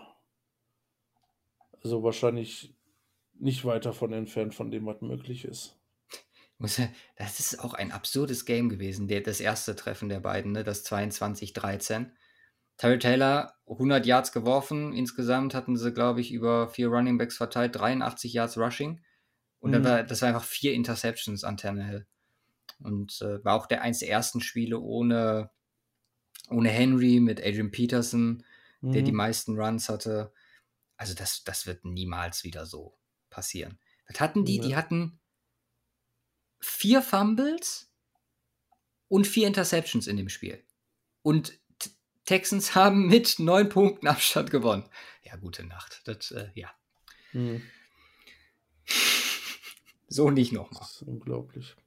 so wahrscheinlich nicht weit davon entfernt von dem, was möglich ist. Das ist auch ein absurdes Game gewesen, der, das erste Treffen der beiden, ne? Das zweiundzwanzig dreizehn. Tyrod Taylor, hundert Yards geworfen. Insgesamt hatten sie, glaube ich, über vier Runningbacks verteilt, dreiundachtzig Yards Rushing. Und dann Mhm. war, das war einfach vier Interceptions an Tannehill. Und äh, war auch der eins der ersten Spiele ohne, ohne Henry mit Adrian Peterson, Mhm. der die meisten Runs hatte. Also das, das wird niemals wieder so passieren. Was hatten die? Ja. Die hatten vier Fumbles und vier Interceptions in dem Spiel. Und T- Texans haben mit neun Punkten Abstand gewonnen. Ja, gute Nacht. Das, äh, ja. Mhm. So nicht nochmal. Das ist unglaublich.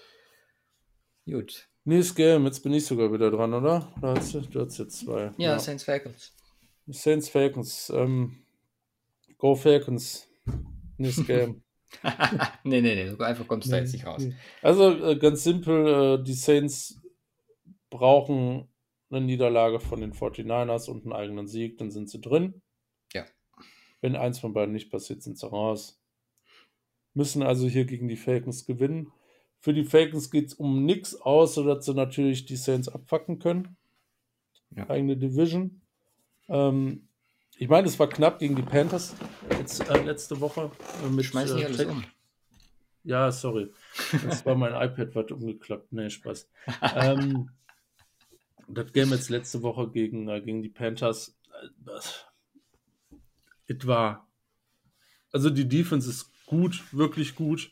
Gut. Nächstes Game, jetzt bin ich sogar wieder dran, oder? Du hast, du hast jetzt zwei. Ja, ja. Saints Falcons. Saints Falcons. Ähm, go Falcons. Nächstes Game. nee, nee, nee. So einfach kommst du da jetzt nicht raus. Also äh, ganz simpel, äh, die Saints brauchen eine Niederlage von den forty-niners und einen eigenen Sieg, dann sind sie drin. Ja. Wenn eins von beiden nicht passiert, sind sie raus. Müssen also hier gegen die Falcons gewinnen. Für die Falcons geht es um nichts, außer dass sie natürlich die Saints abfacken können. Ja. Eigene Division. Ähm, ich meine, es war knapp gegen die Panthers jetzt, äh, letzte Woche. Äh, mit, Schmeißen die alles äh, um. Ja, sorry. Das war mein iPad, was umgeklappt. Nee, Spaß. ähm, das Game jetzt letzte Woche gegen, äh, gegen die Panthers. Äh, es war. Also die Defense ist gut, wirklich gut.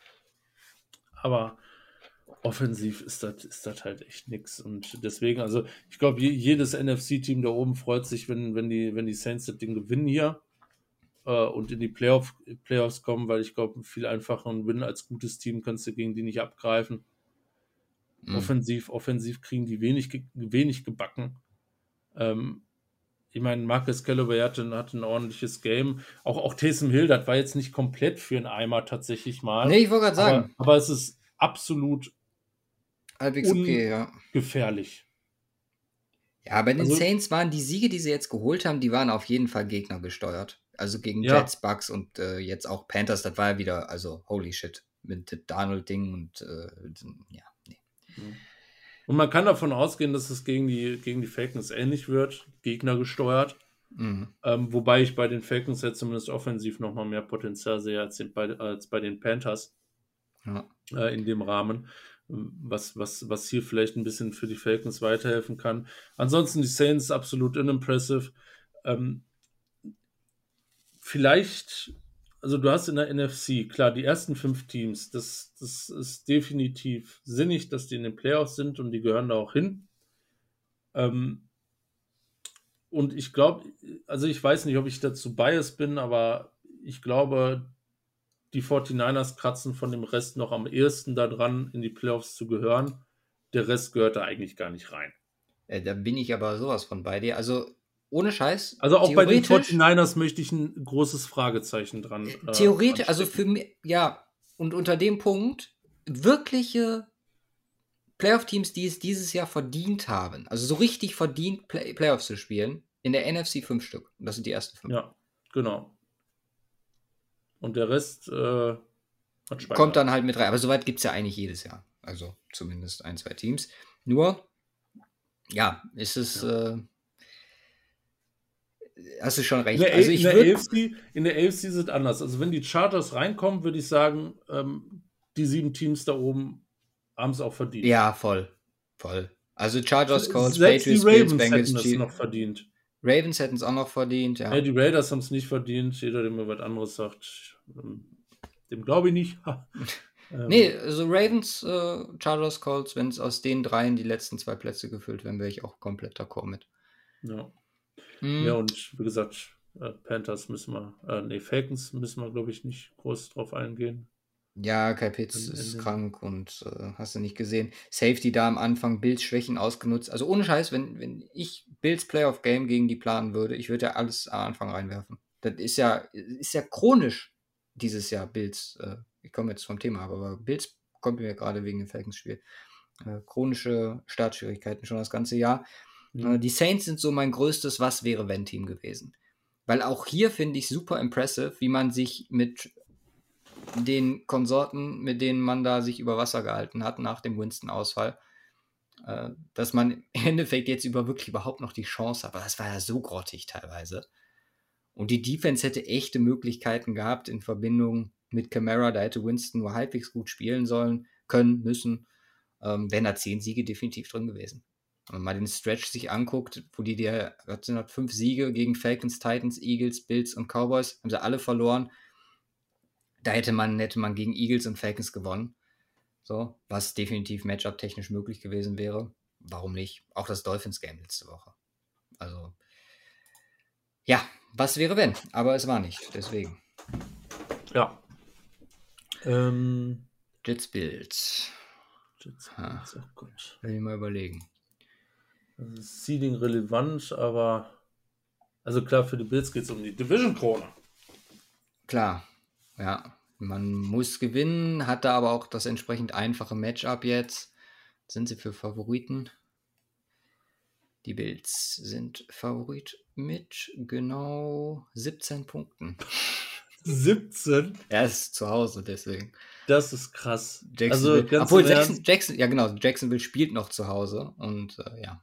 Aber offensiv ist das ist das halt echt nix. Und deswegen, also ich glaube, jedes N F C-Team da oben freut sich, wenn, wenn, die, wenn die Saints das Ding gewinnen hier äh, und in die Playoff, Playoffs kommen, weil ich glaube, viel einfacheren Win als gutes Team kannst du gegen die nicht abgreifen. Mhm. Offensiv, offensiv kriegen die wenig, wenig gebacken. Ähm, ich meine, Marcus Callaway hatte, hatte ein ordentliches Game. Auch, auch Taysom Hill, das war jetzt nicht komplett für einen Eimer tatsächlich mal. Nee, ich wollte gerade sagen. Aber, aber es ist absolut halbwegs okay, ja. gefährlich. Ja, bei den also, Saints waren die Siege, die sie jetzt geholt haben, die waren auf jeden Fall Gegner gesteuert. Also gegen ja. Jets, Bucks und äh, jetzt auch Panthers, das war ja wieder, also holy shit, mit Darnold-Ding und äh, ja, nee. Und man kann davon ausgehen, dass es gegen die, gegen die Falcons ähnlich wird, Gegner gesteuert. Mhm. Ähm, wobei ich bei den Falcons jetzt zumindest offensiv nochmal mehr Potenzial sehe als, den, bei, als bei den Panthers Ja. äh, in dem Rahmen, was, was, was hier vielleicht ein bisschen für die Falcons weiterhelfen kann. Ansonsten die Saints absolut unimpressive. Ähm, vielleicht, also du hast in der N F C, klar, die ersten fünf Teams, das, das ist definitiv sinnig, dass die in den Playoffs sind und die gehören da auch hin. Ähm, und ich glaube, also ich weiß nicht, ob ich dazu biased bin, aber ich glaube, die forty-niners kratzen von dem Rest noch am ehesten daran, in die Playoffs zu gehören. Der Rest gehört da eigentlich gar nicht rein. Äh, da bin ich aber sowas von bei dir. Also ohne Scheiß, Also auch bei den theoretisch, forty-niners möchte ich ein großes Fragezeichen dran äh, äh, theoretisch, also anstecken. für mich, ja, und unter dem Punkt, wirkliche Playoff-Teams, die es dieses Jahr verdient haben, also so richtig verdient, Play Playoffs zu spielen, in der N F C fünf Stück. Das sind die ersten fünf. Ja, genau. Und der Rest äh, hat Schwein Kommt dann gehabt. halt mit rein. Aber soweit gibt es ja eigentlich jedes Jahr. Also zumindest ein, zwei Teams. Nur, ja, ist es. Ja. Äh, hast du schon In recht. der, A- Also in ich der würde. A F C, in der A F C ist es anders. Also wenn die Chargers reinkommen, würde ich sagen, ähm, die sieben Teams da oben haben es auch verdient. Ja, voll. Voll. Also Chargers, Colts, Selbst die Patriots, Bills, Ravens Bengals, hätten es Chiefs. noch verdient. Ravens hätten es auch noch verdient, Ja, ja. die Raiders haben es nicht verdient. Jeder, der mir was anderes sagt, ähm, dem glaube ich nicht. ähm, Nee, also Ravens, äh, Chargers, Colts, wenn es aus den dreien die letzten zwei Plätze gefüllt werden, wäre ich auch komplett d'accord mit. ja. ja, Mhm. und wie gesagt, äh, Panthers müssen wir, äh, nee, Falcons müssen wir, glaube ich, nicht groß drauf eingehen. Ja, Kyle Pitts In, in ist den, krank und äh, hast du nicht gesehen. Safety da am Anfang, Bills Schwächen ausgenutzt. Also ohne Scheiß, wenn, wenn ich Bills Playoff Game gegen die planen würde, ich würde ja alles am Anfang reinwerfen. Das ist ja, ist ja chronisch dieses Jahr, Bills. Äh, ich komme jetzt vom Thema ab, aber Bills kommt mir gerade wegen dem Falcons-Spiel. Äh, chronische Startschwierigkeiten schon das ganze Jahr. Äh, hm, die Saints sind so mein größtes Was-wäre-wenn-Team gewesen. Weil auch hier finde ich super impressive, wie man sich mit den Konsorten, mit denen man da sich über Wasser gehalten hat nach dem Winston-Ausfall, äh, dass man im Endeffekt jetzt über wirklich überhaupt noch die Chance hat. Aber das war ja so grottig teilweise. Und die Defense hätte echte Möglichkeiten gehabt in Verbindung mit Kamara. Da hätte Winston nur halbwegs gut spielen sollen, können, müssen. Ähm, wären da zehn Siege definitiv drin gewesen. Wenn man mal den Stretch sich anguckt, wo die dir, was sind das, fünf Siege gegen Falcons, Titans, Eagles, Bills und Cowboys, haben sie alle verloren. Da hätte man, hätte man gegen Eagles und Falcons gewonnen. So, was definitiv Matchup-technisch möglich gewesen wäre. Warum nicht? Auch das Dolphins-Game letzte Woche. Also, ja, was wäre wenn? Aber es war nicht, deswegen. ja. Ähm, Jets Bills. Jets, Ha, oh Gott. will ich mal überlegen. Das ist Seeding relevant, aber also klar, für die Bills geht es um die Division-Krone. Klar, ja. Man muss gewinnen, hat da aber auch das entsprechend einfache Matchup jetzt. Sind sie für Favoriten? Die Bills sind Favorit mit genau siebzehn Punkten. siebzehn? Er ist zu Hause, deswegen. Das ist krass. Jacksonville. Also ganz Obwohl im Jackson, Ernst, Jackson, ja genau, Jacksonville spielt noch zu Hause und äh, ja.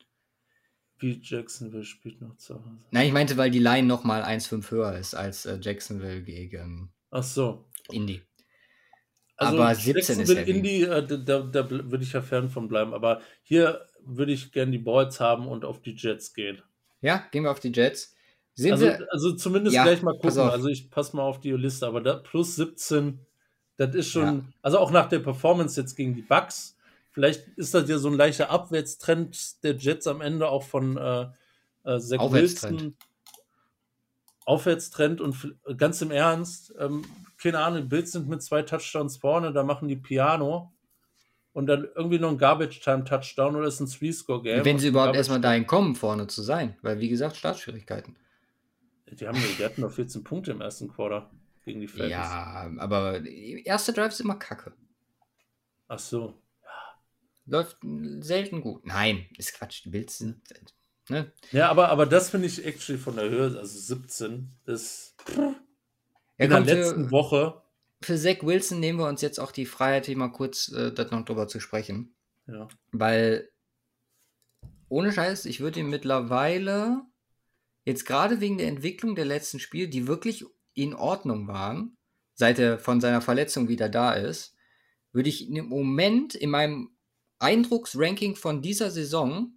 wie Jacksonville spielt noch zu Hause. Nein, ich meinte, weil die Line nochmal eins Komma fünf höher ist als äh, Jacksonville gegen Ach so. Indy. Also Aber siebzehn ist Jacksonville, heavy. Indy, äh, da, da, da würde ich ja fern von bleiben. Aber hier würde ich gerne die Boards haben und auf die Jets gehen. Ja, gehen wir auf die Jets. Sind Also, wir. also zumindest Ja, gleich mal pass gucken. auf. Also ich passe mal auf die Liste, aber da, plus siebzehn, das ist schon, Ja. also auch nach der Performance jetzt gegen die Bucks, vielleicht ist das ja so ein leichter Abwärtstrend der Jets am Ende auch von äh, äh, Zach Aufwärtstrend. Wilson. Aufwärtstrend und f- ganz im Ernst, ähm, keine Ahnung, die Bills sind mit zwei Touchdowns vorne, da machen die Piano und dann irgendwie noch ein Garbage-Time-Touchdown oder ist ein Three-Score-Game. Wenn sie und überhaupt Garbage erstmal Time- dahin kommen, vorne zu sein. Weil, wie gesagt, Startschwierigkeiten. Die, haben, die hatten noch vierzehn Punkte im ersten Quarter gegen die Falcons. Ja, aber die erste Drive ist immer kacke. Ach so. Läuft selten gut. Nein, ist Quatsch. Die Bills sind. Ne? Ja, aber, aber das finde ich actually von der Höhe, also siebzehn, ist Ja, in komm, der letzten für, Woche. für Zach Wilson nehmen wir uns jetzt auch die Freiheit, hier mal kurz äh, das noch drüber zu sprechen. Ja. Weil, ohne Scheiß, ich würde ihn mittlerweile jetzt gerade wegen der Entwicklung der letzten Spiele, die wirklich in Ordnung waren, seit er von seiner Verletzung wieder da ist, würde ich im Moment in meinem Eindrucksranking von dieser Saison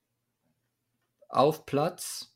auf Platz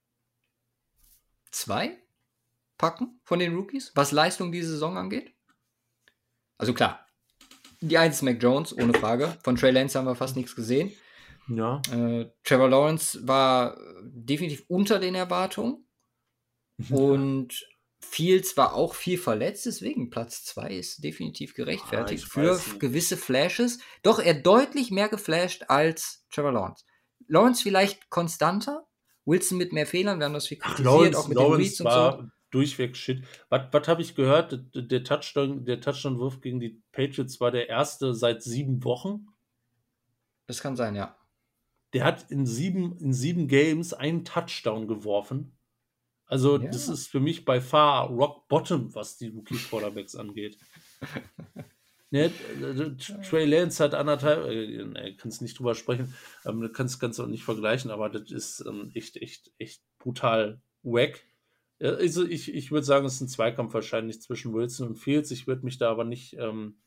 zwei packen von den Rookies, was Leistung diese Saison angeht. Also klar, die eins ist Mac Jones, ohne Frage. Von Trey Lance haben wir fast nichts gesehen. Ja. Äh, Trevor Lawrence war definitiv unter den Erwartungen. Und Fields war auch viel verletzt, deswegen Platz zwei ist definitiv gerechtfertigt Ah, ich für weiß nicht. gewisse Flashes. Doch er deutlich mehr geflasht als Trevor Lawrence. Lawrence vielleicht konstanter, Wilson mit mehr Fehlern, wir haben das viel kritisiert, Lawrence, auch mit den Reads Lawrence und so. war durchweg Shit. Was, was habe ich gehört? Der, der Touchdown, der Touchdown-Wurf gegen die Patriots war der erste seit sieben Wochen. Das kann sein, ja. Der hat in sieben, in sieben Games einen Touchdown geworfen. Also, Ja. das ist für mich by far Rock Bottom, was die Rookie-Quarterbacks angeht. Ne, Trey Lance hat anderthalb, äh, ne, kannst nicht drüber sprechen, ähm, du kannst kannst auch nicht vergleichen, aber das ist ähm, echt, echt, echt brutal wack. Ja, also ich, ich würde sagen, es ist ein Zweikampf wahrscheinlich zwischen Wilson und Fields. Ich würde mich da aber nicht ähm,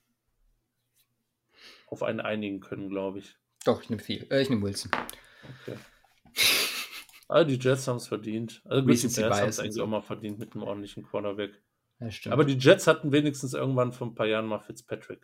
auf einen einigen können, glaube ich. Doch, ich nehme viel. Äh, ich nehme Wilson. Okay. Also die Jets haben es verdient. Also gut, die Recency Bears haben Bias es und eigentlich so. auch mal verdient mit einem ordentlichen Quarterback. Ja, stimmt. Aber die Jets hatten wenigstens irgendwann vor ein paar Jahren mal Fitzpatrick.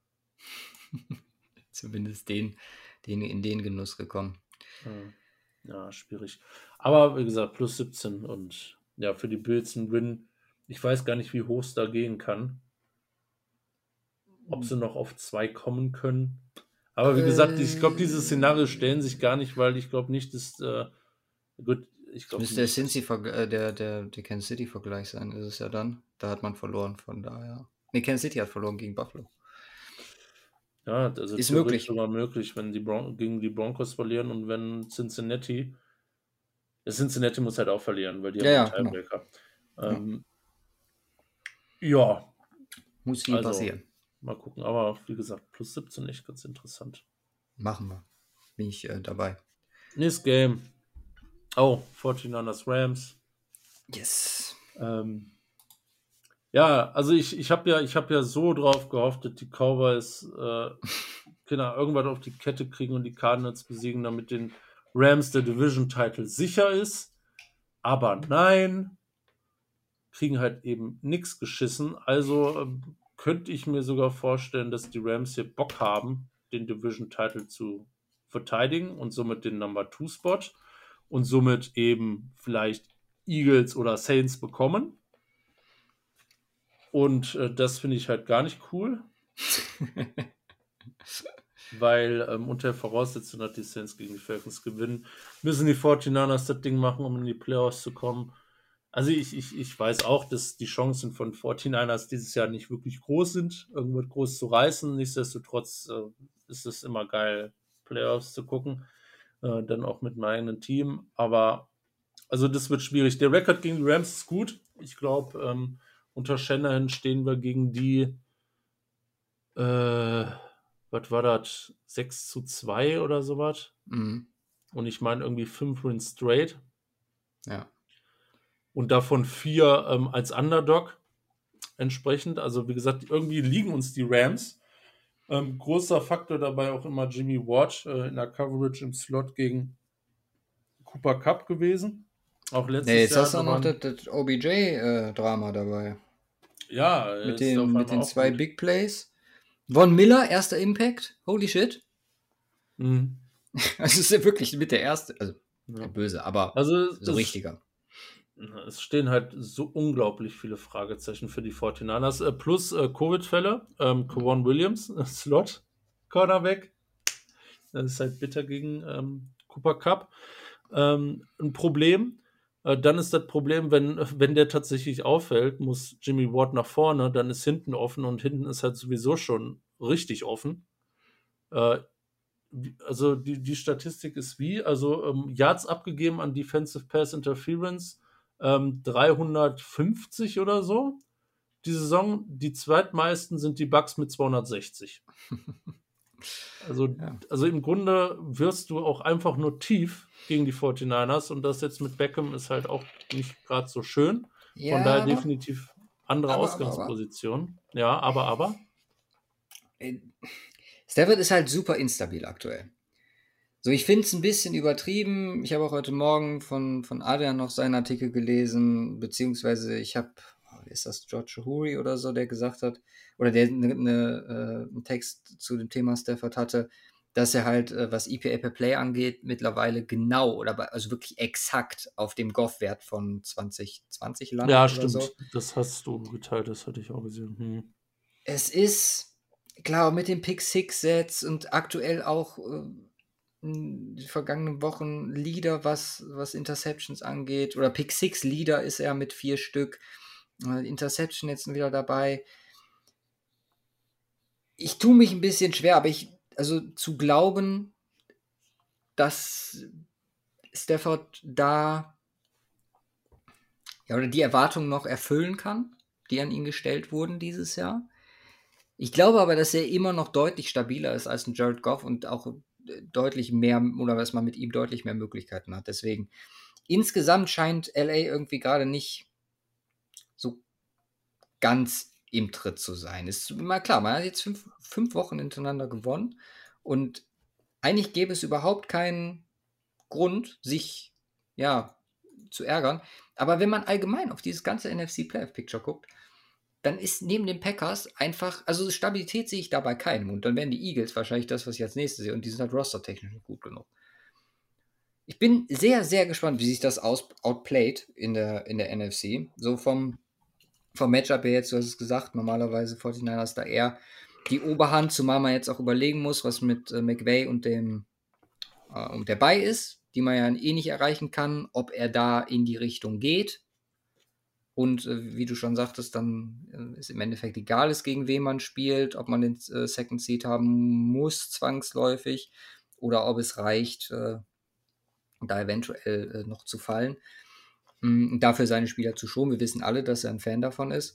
Zumindest den, den in den Genuss gekommen. Ja, schwierig. Aber wie gesagt, plus siebzehn und ja, für die Bills ein Win. Ich weiß gar nicht, wie hoch es da gehen kann. Ob sie noch auf zwei kommen können. Aber wie gesagt, ich glaube, diese Szenarien stellen sich gar nicht, weil ich glaube nicht, dass äh, gut, ich glaube müsste der Cincy äh, der, der, der Kansas City-Vergleich sein, ist es ja dann. Da hat man verloren, von daher. Ne, Kansas City hat verloren gegen Buffalo. Ja, also ist möglich. möglich. sogar möglich, wenn die Bron- gegen die Broncos verlieren und wenn Cincinnati Cincinnati muss halt auch verlieren, weil die ja, haben einen ja, Tiebreaker. Genau. Ähm, ja. Muss viel also, passieren. Mal gucken, aber wie gesagt, plus siebzehn echt ganz interessant. Machen wir. Bin ich äh, dabei. Nächstes Game. Oh, forty-niners Rams. Yes. Ähm, ja, also ich, ich habe ja, ich hab ja so drauf gehofft, dass die Cowboys äh, genau, irgendwas auf die Kette kriegen und die Cardinals besiegen, damit den Rams der Division-Title sicher ist. Aber nein, kriegen halt eben nichts geschissen. Also ähm, könnte ich mir sogar vorstellen, dass die Rams hier Bock haben, den Division-Title zu verteidigen und somit den Number Two Spot und somit eben vielleicht Eagles oder Saints bekommen. Und äh, das finde ich halt gar nicht cool. Weil ähm, unter der Voraussetzung, dass die Saints gegen die Falcons gewinnen, müssen die forty-niners das Ding machen, um in die Playoffs zu kommen. Also ich, ich, ich weiß auch, dass die Chancen von forty-niners dieses Jahr nicht wirklich groß sind, irgendwas groß zu reißen. Nichtsdestotrotz äh, ist es immer geil, Playoffs zu gucken. Äh, dann auch mit meinem eigenen Team. Aber also das wird schwierig. Der Rekord gegen die Rams ist gut. Ich glaube, ähm, unter Shanahan stehen wir gegen die äh, was war das? sechs zu zwei oder sowas? Mhm. Und ich meine irgendwie fünf Wins straight. Ja. Und davon vier ähm, als Underdog entsprechend. Also wie gesagt, irgendwie liegen uns die Rams. Ähm, großer Faktor dabei auch immer Jimmy Ward äh, in der Coverage im Slot gegen Cooper Kupp gewesen. Auch letztes nee, jetzt Jahr. hast du auch da noch waren- das, das O B J-Drama dabei. ja, Mit ist den, auf mit einmal den auch zwei gut. Big Plays. Von Miller, erster Impact. Holy shit. Mhm. Also ist ja wirklich mit der erste, also Ja. böse, aber Also so es- richtiger. Es stehen halt so unglaublich viele Fragezeichen für die forty-niners. Äh, plus äh, Covid-Fälle. Ähm, Kawon Williams, äh, Slot, Cornerback. Das ist halt bitter gegen ähm, Cooper Kupp. Ähm, ein Problem. Äh, dann ist das Problem, wenn, wenn der tatsächlich auffällt, muss Jimmy Ward nach vorne, dann ist hinten offen und hinten ist halt sowieso schon richtig offen. Äh, wie- also die, die Statistik ist wie, also ähm, Yards abgegeben an Defensive Pass Interference, ähm, dreihundertfünfzig oder so. Die Saison, die zweitmeisten sind die Bucks mit zweihundertsechzig. Also, Ja. also im Grunde wirst du auch einfach nur tief gegen die forty-niners und das jetzt mit Beckham ist halt auch nicht gerade so schön. Von daher Ja, aber, definitiv andere aber, aber, aber. Ausgangsposition. Ja, aber, aber. äh, Stafford ist halt super instabil aktuell. So, ich finde es ein bisschen übertrieben. Ich habe auch heute Morgen von, von Adrian noch seinen Artikel gelesen, beziehungsweise ich habe, oh, ist das George Huri oder so, der gesagt hat, oder der ne, ne, äh, einen Text zu dem Thema Stafford hatte, dass er halt, äh, was E P A per Play angeht, mittlerweile genau oder bei, also wirklich exakt auf dem Goff-Wert von zwanzig zwanzig landet Ja, oder so. stimmt. Das hast du geteilt, das hatte ich auch gesehen. Hm. Es ist, klar, mit den Pick-Six-Sets und aktuell auch äh, in die vergangenen Wochen Leader, was, was Interceptions angeht. Oder Pick-Six-Leader ist er mit vier Stück. Äh, Interception jetzt wieder dabei. Ich tue mich ein bisschen schwer, aber ich, also zu glauben, dass Stafford da, ja, oder die Erwartungen noch erfüllen kann, die an ihn gestellt wurden dieses Jahr. Ich glaube aber, dass er immer noch deutlich stabiler ist als ein Jared Goff und auch äh, deutlich mehr, oder dass man mit ihm deutlich mehr Möglichkeiten hat. Deswegen, insgesamt scheint L A irgendwie gerade nicht so ganz im Tritt zu sein. Ist mal klar, man hat jetzt fünf, fünf Wochen hintereinander gewonnen und eigentlich gäbe es überhaupt keinen Grund, sich ja zu ärgern. Aber wenn man allgemein auf dieses ganze N F C Playoff Picture guckt, dann ist neben den Packers einfach, also Stabilität sehe ich da bei keinem. Und dann wären die Eagles wahrscheinlich das, was ich als nächstes sehe. Und die sind halt rostertechnisch nicht gut genug. Ich bin sehr, sehr gespannt, wie sich das aus, outplayt in der, in der N F C. So vom, vom Matchup her jetzt, du hast es gesagt, normalerweise forty-niners da eher die Oberhand, zumal man jetzt auch überlegen muss, was mit äh, McVay und dem äh, und der Bay ist, die man ja eh nicht erreichen kann, ob er da in die Richtung geht. Und äh, wie du schon sagtest, dann äh, ist im Endeffekt egal ist, gegen wen man spielt, ob man den äh, Second Seed haben muss, zwangsläufig, oder ob es reicht, äh, da eventuell äh, noch zu fallen. Mm, dafür seine Spieler zu schonen. Wir wissen alle, dass er ein Fan davon ist.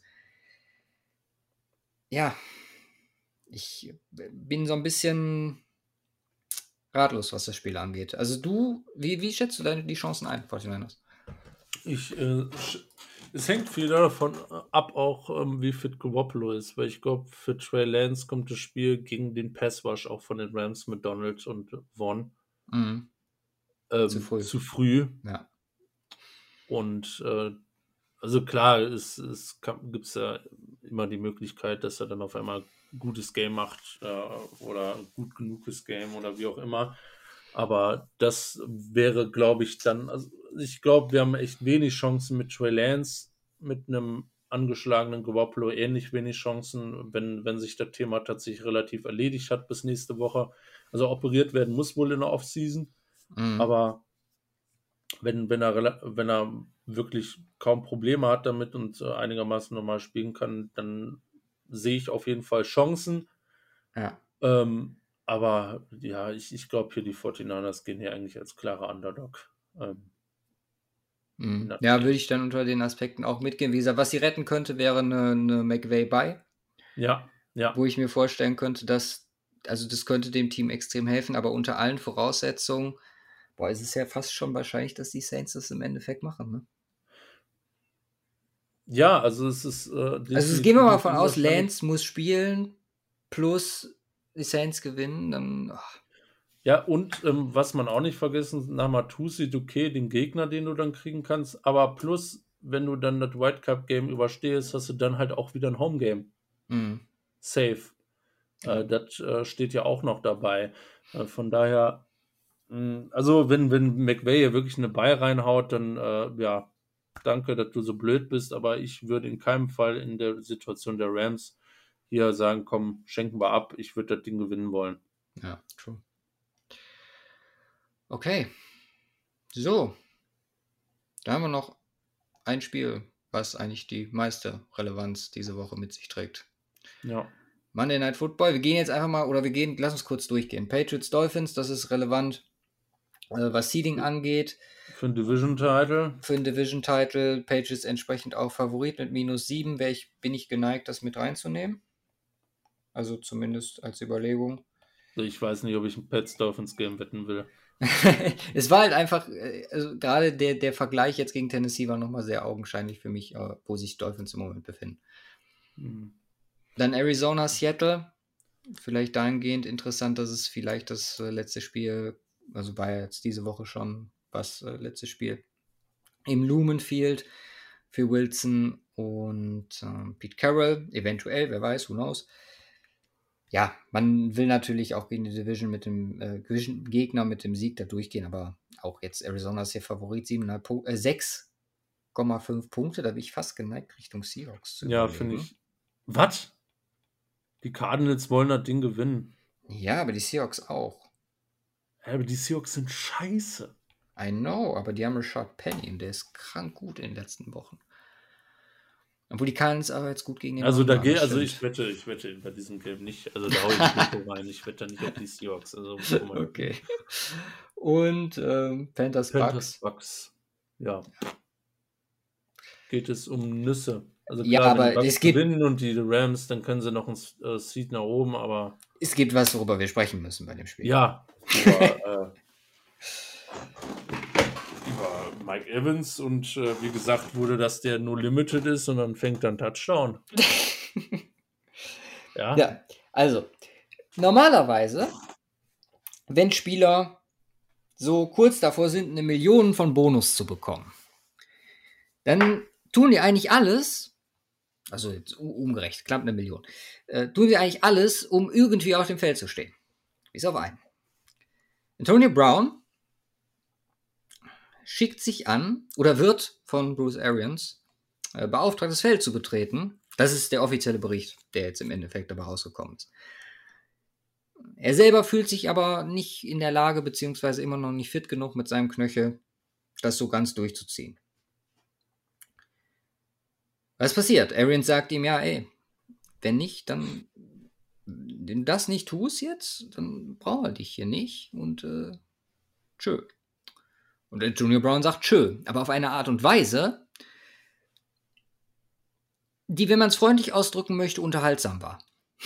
Ja, ich bin so ein bisschen ratlos, was das Spiel angeht. Also du, wie, wie schätzt du deine, die Chancen ein, forty-niners? Ich, äh, es hängt viel davon ab, auch ähm, wie fit Garoppolo ist, weil ich glaube, für Trey Lance kommt das Spiel gegen den Passwash auch von den Rams mit Donald und Vaughn Mhm. ähm, Zu früh. zu früh. Ja. Und äh, also klar, es, es gibt ja immer die Möglichkeit, dass er dann auf einmal ein gutes Game macht äh, oder ein gut genuges Game oder wie auch immer. Aber das wäre, glaube ich, dann, also ich glaube, wir haben echt wenig Chancen mit Trey Lance, mit einem angeschlagenen Garoppolo ähnlich wenig Chancen, wenn, wenn sich das Thema tatsächlich relativ erledigt hat bis nächste Woche. Also operiert werden muss wohl in der Offseason, Mhm. aber wenn, wenn, er, wenn er wirklich kaum Probleme hat damit und äh, einigermaßen normal spielen kann, dann sehe ich auf jeden Fall Chancen. Ja. Ähm, aber ja, ich, ich glaube hier, die forty-niners gehen hier eigentlich als klarer Underdog. Ähm, Mhm. Ja, würde ich dann unter den Aspekten auch mitgehen. Wie gesagt, was sie retten könnte, wäre eine, eine McVay-Bye. Ja, ja. Wo ich mir vorstellen könnte, dass, also das könnte dem Team extrem helfen, aber unter allen Voraussetzungen, boah, ist es ja fast schon wahrscheinlich, dass die Saints das im Endeffekt machen, ne? Ja, also es ist äh, Also es gehen wir mal von aus, unwahrscheinlich. Lance muss spielen, plus die Saints gewinnen, dann. Ach. Ja, und ähm, was man auch nicht vergessen, Namatusi, okay, den Gegner, den du dann kriegen kannst, aber plus, wenn du dann das White Cup Game überstehst, hast du dann halt auch wieder ein Home Game. Mhm. Safe. Ja. Äh, das äh, steht ja auch noch dabei. Äh, von daher, mh, also wenn, wenn McVay hier wirklich eine Ball reinhaut, dann äh, ja, danke, dass du so blöd bist, aber ich würde in keinem Fall in der Situation der Rams hier sagen, komm, schenken wir ab, ich würde das Ding gewinnen wollen. Ja, true. Okay. So. Da haben wir noch ein Spiel, was eigentlich die meiste Relevanz diese Woche mit sich trägt. Ja. Monday Night Football. Wir gehen jetzt einfach mal, oder wir gehen, lass uns kurz durchgehen. Patriots, Dolphins, das ist relevant, äh, was Seeding angeht. Für einen Division-Title. Für einen Division-Title. Patriots entsprechend auch Favorit mit minus sieben. Ich, bin ich geneigt, das mit reinzunehmen. Also zumindest als Überlegung. Ich weiß nicht, ob ich ein Pets Dolphins Game wetten will. Es war halt einfach, äh, also gerade der, der Vergleich jetzt gegen Tennessee war nochmal sehr augenscheinlich für mich, äh, wo sich Dolphins im Moment befinden. Hm. Dann Arizona, Seattle. Vielleicht dahingehend interessant, dass es vielleicht das äh, letzte Spiel, also war ja jetzt diese Woche schon was äh, letztes Spiel im Lumen Field für Wilson und ähm, Pete Carroll, eventuell, wer weiß, who knows. Ja, man will natürlich auch gegen die Division mit dem äh, Gegner mit dem Sieg da durchgehen, aber auch jetzt Arizona ist der Favorit, siebeneinhalb Pu- äh, sechs Komma fünf Punkte, da bin ich fast geneigt, Richtung Seahawks zu Ja, finde überlegen. ich. Was? Die Cardinals wollen das Ding gewinnen. Ja, aber die Seahawks auch. Ja, aber die Seahawks sind scheiße. I know, aber die haben Rashad Penny und der ist krank gut in den letzten Wochen. Obwohl die Cardinals aber jetzt gut gegen den Also Run da waren, geht, das also ich stimmt. wette, ich wette bei diesem Game nicht. Also da hau ich nicht so rein. Ich wette da nicht auf die Seahawks. Also guck mal. Okay. Und ähm, Panthers Panthers Bucks. Bucks. Ja. Geht es um Nüsse. Also Ja, klar, wenn die aber Bucks es gibt, gewinnen und die Rams, dann können sie noch ein äh, Seed nach oben, aber es gibt was, worüber wir sprechen müssen bei dem Spiel. ja, über, äh, über Mike Evans und äh, wie gesagt wurde, dass der nur limited ist und dann fängt dann Touchdown. Ja. Ja, also normalerweise, wenn Spieler so kurz davor sind, eine Million von Bonus zu bekommen, dann tun die eigentlich alles, also jetzt u- umgerechnet, knapp eine Million, äh, tun sie eigentlich alles, um irgendwie auf dem Feld zu stehen. Bis auf einen. Antonio Brown schickt sich an oder wird von Bruce Arians äh, beauftragt, das Feld zu betreten. Das ist der offizielle Bericht, der jetzt im Endeffekt dabei rausgekommen ist. Er selber fühlt sich aber nicht in der Lage, beziehungsweise immer noch nicht fit genug mit seinem Knöchel, das so ganz durchzuziehen. Was passiert? Arians sagt ihm, ja, ey, wenn nicht, dann wenn du das nicht tust jetzt, dann brauchen wir dich hier nicht und äh, tschö. Und der Junior Brown sagt tschö, aber auf eine Art und Weise, die, wenn man es freundlich ausdrücken möchte, unterhaltsam war.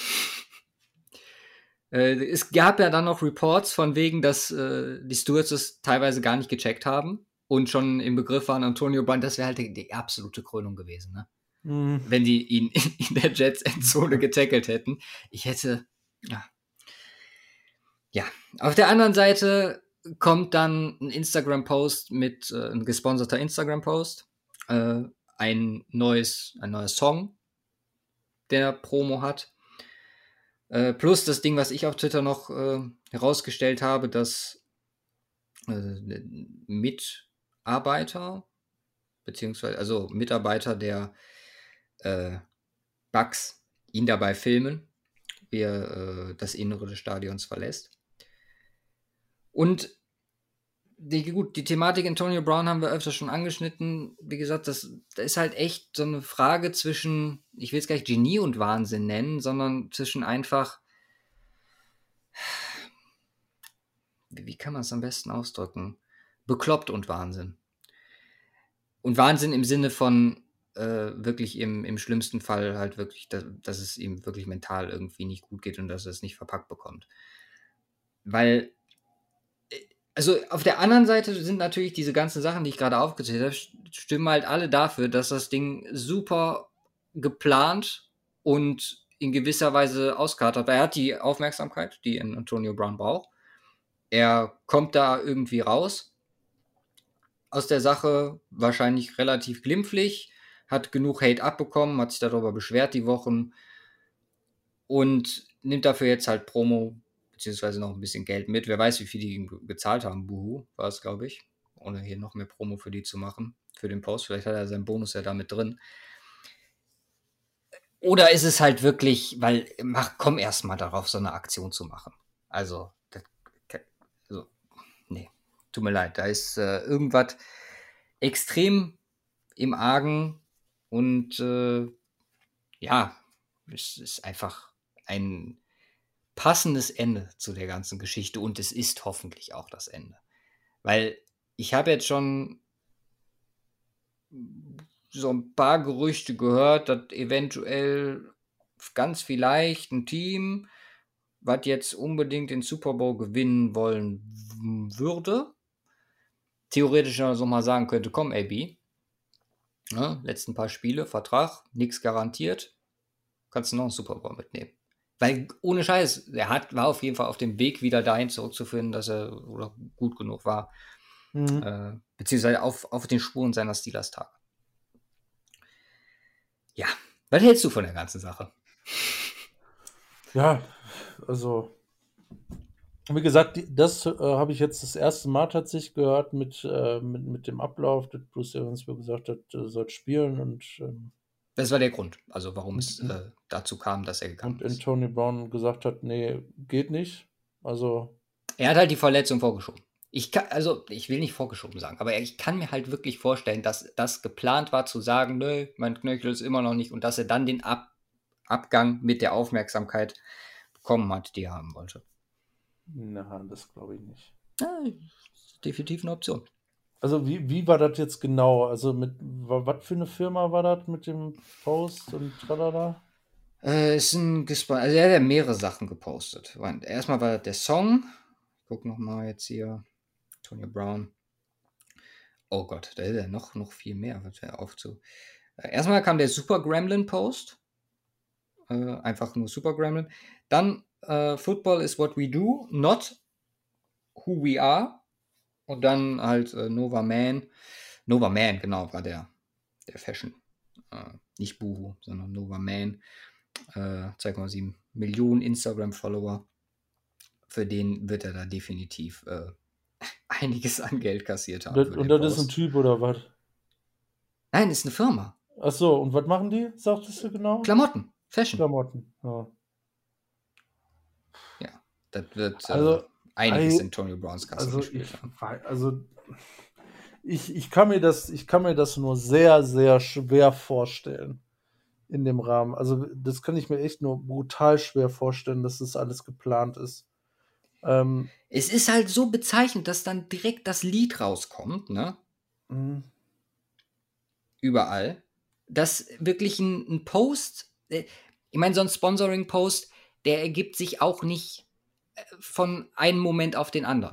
äh, es gab ja dann noch Reports von wegen, dass äh, die Stewards es teilweise gar nicht gecheckt haben und schon im Begriff waren, Antonio Brown, das wäre halt die, die absolute Krönung gewesen, ne? Mhm. Wenn die ihn in der Jets-Endzone getackelt hätten. Ich hätte, ja. Ja, auf der anderen Seite kommt dann ein Instagram-Post mit, äh, ein gesponserter Instagram-Post, äh, ein neues, ein neuer Song, der Promo hat. Äh, plus das Ding, was ich auf Twitter noch äh, herausgestellt habe, dass äh, Mitarbeiter, beziehungsweise, also Mitarbeiter der äh, Bucks ihn dabei filmen, wie er äh, das Innere des Stadions verlässt. Und die, gut, die Thematik Antonio Brown haben wir öfter schon angeschnitten. Wie gesagt, das, das ist halt echt so eine Frage zwischen, ich will es gar nicht Genie und Wahnsinn nennen, sondern zwischen einfach, wie, wie kann man es am besten ausdrücken? Bekloppt und Wahnsinn. Und Wahnsinn im Sinne von äh, wirklich im, im schlimmsten Fall halt wirklich, dass, dass es ihm wirklich mental irgendwie nicht gut geht und dass er es nicht verpackt bekommt. Weil also auf der anderen Seite sind natürlich diese ganzen Sachen, die ich gerade aufgezählt habe, stimmen halt alle dafür, dass das Ding super geplant und in gewisser Weise auskatert. Er hat die Aufmerksamkeit, die ein Antonio Brown braucht. Er kommt da irgendwie raus aus der Sache, wahrscheinlich relativ glimpflich, hat genug Hate abbekommen, hat sich darüber beschwert die Wochen und nimmt dafür jetzt halt Promo beziehungsweise noch ein bisschen Geld mit. Wer weiß, wie viel die ihm gezahlt haben. Buhu war es, glaube ich. Ohne hier noch mehr Promo für die zu machen, für den Post. Vielleicht hat er seinen Bonus ja damit drin. Oder ist es halt wirklich, weil, mach, komm erst mal darauf, so eine Aktion zu machen. Also, das, also nee, tut mir leid. Da ist äh, irgendwas extrem im Argen und äh, ja, es ist einfach ein passendes Ende zu der ganzen Geschichte und es ist hoffentlich auch das Ende. Weil ich habe jetzt schon so ein paar Gerüchte gehört, dass eventuell ganz vielleicht ein Team was jetzt unbedingt den Super Bowl gewinnen wollen w- würde, theoretisch so mal sagen könnte, komm, A B, ne, letzten paar Spiele, Vertrag, nichts garantiert, kannst du noch einen Super Bowl mitnehmen. Weil ohne Scheiß, er hat, war auf jeden Fall auf dem Weg, wieder dahin zurückzufinden, dass er oder gut genug war, Mhm. äh, beziehungsweise auf, auf den Spuren seiner Steelers-Tage. Ja, was hältst du von der ganzen Sache? Ja, also, wie gesagt, die, das äh, habe ich jetzt das erste Mal tatsächlich gehört mit, äh, mit, mit dem Ablauf, dass Bruce Evans mir gesagt hat, er soll spielen und, ähm, Das war der Grund, also warum und, es äh, dazu kam, dass er gegangen und ist. Antonio Brown gesagt hat, nee, geht nicht. Also, Er hat halt die Verletzung vorgeschoben. Ich kann, also ich will nicht vorgeschoben sagen, aber ich kann mir halt wirklich vorstellen, dass das geplant war zu sagen, nö, mein Knöchel ist immer noch nicht und dass er dann den Ab Abgang mit der Aufmerksamkeit bekommen hat, die er haben wollte. na, das glaube ich nicht. Ja, ist definitiv eine Option. Also, wie, wie war das jetzt genau? Also, mit wa- was für eine Firma war das mit dem Post und tralala? Äh, ist ein Gespa also er hat ja mehrere Sachen gepostet. Weil Erstmal war das der Song. Ich guck noch mal jetzt hier. Antonio Brown. Oh Gott, da ist ja noch, noch viel mehr. Was wäre aufzu. Äh, erstmal kam der Super Gremlin Post. Äh, einfach nur Super Gremlin. Dann äh, Football is what we do, not who we are. Und dann halt äh, Nova Man. Nova Man, genau, war der, der Fashion. Äh, nicht Boohoo, sondern Nova Man. Äh, zwei Komma sieben Millionen Instagram-Follower. Für den wird er da definitiv äh, einiges an Geld kassiert haben. Das, Für und den das ist ein Post. Typ oder was? Nein, ist eine Firma. Ach so, und was machen die? Sagtest du genau? Klamotten, Fashion. Klamotten. Ja. Ja, das wird äh, Also, einiges ei- in Antonio Browns Kasse also gespielt ich, haben. wei- also ich, ich kann mir das, ich kann mir das nur sehr, sehr schwer vorstellen in dem Rahmen. Also das kann ich mir echt nur brutal schwer vorstellen, dass das alles geplant ist. Ähm, Es ist halt so bezeichnend, dass dann direkt das Lied rauskommt, ne? mh, Überall. Dass wirklich ein, ein Post, äh, ich meine, so ein Sponsoring-Post, der ergibt sich auch nicht äh, von einem Moment auf den anderen.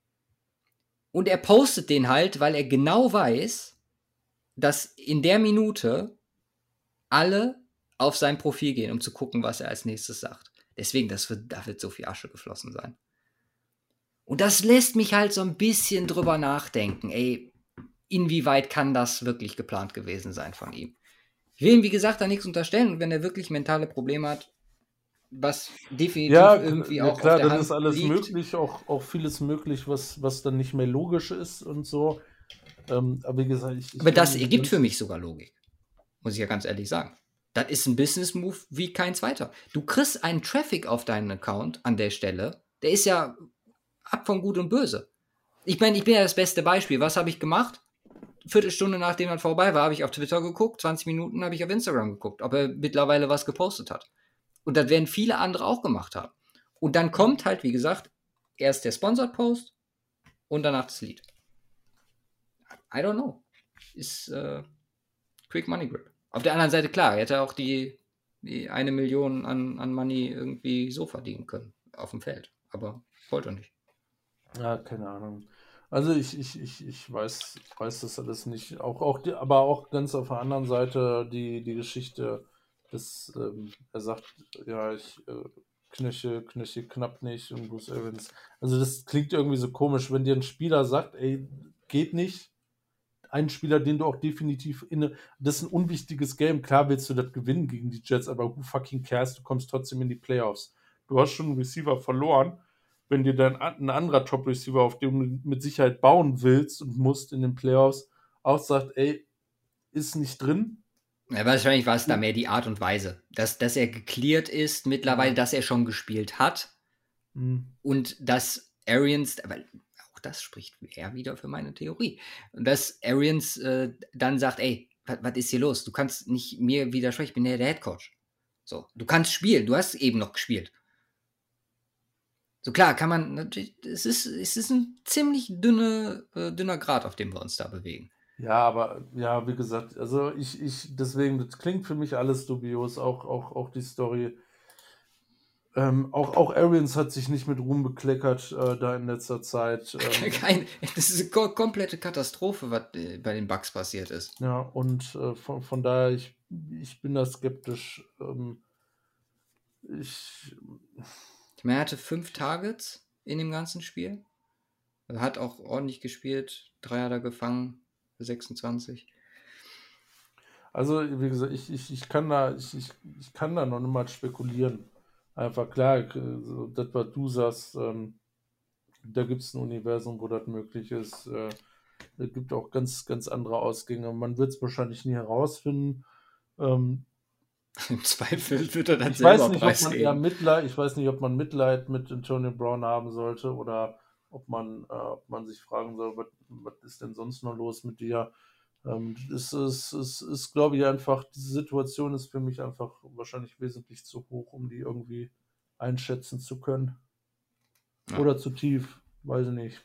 Und er postet den halt, weil er genau weiß, dass in der Minute alle auf sein Profil gehen, um zu gucken, was er als nächstes sagt. Deswegen, das wird, da wird so viel Asche geflossen sein. Und das lässt mich halt so ein bisschen drüber nachdenken, ey, inwieweit kann das wirklich geplant gewesen sein von ihm? Ich will ihm, wie gesagt, da nichts unterstellen. Und wenn er wirklich mentale Probleme hat, was definitiv ja, irgendwie kl- ja auch auf klar, der dann ist Hand alles liegt. möglich, auch, auch vieles möglich, was, was dann nicht mehr logisch ist und so. Ähm, aber wie gesagt, ich, ich Aber das kann mir ergibt ganz- für mich sogar Logik. Muss ich ja ganz ehrlich sagen. Das ist ein Business-Move wie kein zweiter. Du kriegst einen Traffic auf deinen Account an der Stelle. Der ist ja ab von Gut und Böse. Ich meine, ich bin ja das beste Beispiel. Was habe ich gemacht? Viertelstunde nachdem das vorbei war, habe ich auf Twitter geguckt. zwanzig Minuten habe ich auf Instagram geguckt, ob er mittlerweile was gepostet hat. Und das werden viele andere auch gemacht haben. Und dann kommt halt, wie gesagt, erst der Sponsored Post und danach das Lied. I don't know. Ist äh, Quick Money Grip. Auf der anderen Seite, klar, er hätte auch die, die eine Million an, an Money irgendwie so verdienen können auf dem Feld. Aber wollte er nicht. Ja, keine Ahnung. Also ich, ich, ich, ich weiß, weiß das alles nicht. Auch, auch die, aber auch ganz auf der anderen Seite die, die Geschichte, dass ähm, er sagt, ja, ich äh, Knöchel, Knöchel knapp nicht und Bruce Evans. Also das klingt irgendwie so komisch, wenn dir ein Spieler sagt, ey, geht nicht. Ein Spieler, den du auch definitiv inne. Das ist ein unwichtiges Game. Klar willst du das gewinnen gegen die Jets, aber who fucking cares? Du kommst trotzdem in die Playoffs. Du hast schon einen Receiver verloren. Wenn dir dann ein anderer Top-Receiver, auf dem du mit Sicherheit bauen willst und musst in den Playoffs, auch sagt, ey, ist nicht drin. Ja, wahrscheinlich war es da mehr die Art und Weise. Dass, dass er geklärt ist mittlerweile, Ja. dass er schon gespielt hat Hm. und dass Arians, aber auch das spricht eher wieder für meine Theorie, dass Arians äh, dann sagt, ey, was ist hier los? Du kannst nicht mir widersprechen, ich bin ja der Headcoach. So, du kannst spielen, du hast eben noch gespielt. So klar, kann man natürlich, es ist, es ist ein ziemlich dünne, äh, dünner Grat, auf dem wir uns da bewegen. Ja, aber ja, wie gesagt, also ich, ich, deswegen, das klingt für mich alles dubios, auch, auch, auch die Story. Ähm, auch, auch Arians hat sich nicht mit Ruhm bekleckert äh, da in letzter Zeit. Ähm, Kein, das ist eine ko komplette Katastrophe, was äh, bei den Bucks passiert ist. ja, und äh, von, von daher, ich, ich bin da skeptisch. Ähm, ich, Ich meine, er hatte fünf Targets in dem ganzen Spiel. Er hat auch ordentlich gespielt. Drei hat er gefangen für sechsundzwanzig. also, wie gesagt, ich, ich, ich, kann da, ich, ich, ich kann da noch nicht mal spekulieren. Einfach klar, äh, so das, was du sagst, ähm, da gibt es ein Universum, wo das möglich ist. Äh, es gibt auch ganz, ganz andere Ausgänge. Man wird es wahrscheinlich nie herausfinden. Ähm, Im Zweifel wird er dann ich weiß selber nicht, ob man eher preisgeben. Mitleid, ich weiß nicht, ob man Mitleid mit Antonio Brown haben sollte oder ob man, äh, ob man sich fragen soll, was, was ist denn sonst noch los mit dir? Ähm, es ist, es ist, glaube ich, einfach, diese Situation ist für mich einfach wahrscheinlich wesentlich zu hoch, um die irgendwie einschätzen zu können. Ja. Oder zu tief, weiß ich nicht.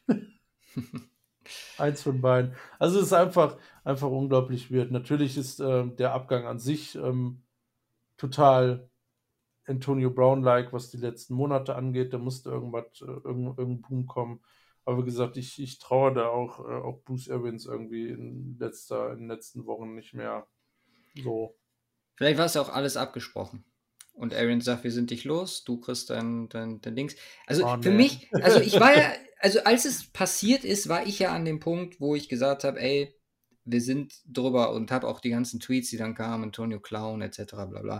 Eins von beiden. Also es ist einfach, einfach unglaublich weird. Natürlich ist ähm, der Abgang an sich ähm, total Antonio Brown-like, was die letzten Monate angeht. Da musste irgendwas, äh, irgend, irgendein Boom kommen. Aber wie gesagt, ich, ich traue da auch, äh, auch Bruce Arians irgendwie in, letzter, in den letzten Wochen nicht mehr so. Vielleicht war es ja auch alles abgesprochen. Und Aaron sagt, wir sind dich los, du kriegst dein, dein, dein Dings. Also Oh, für nee. mich, also ich war ja, also als es passiert ist, war ich ja an dem Punkt, wo ich gesagt habe, ey, wir sind drüber und habe auch die ganzen Tweets, die dann kamen, Antonio Clown et cetera bla bla,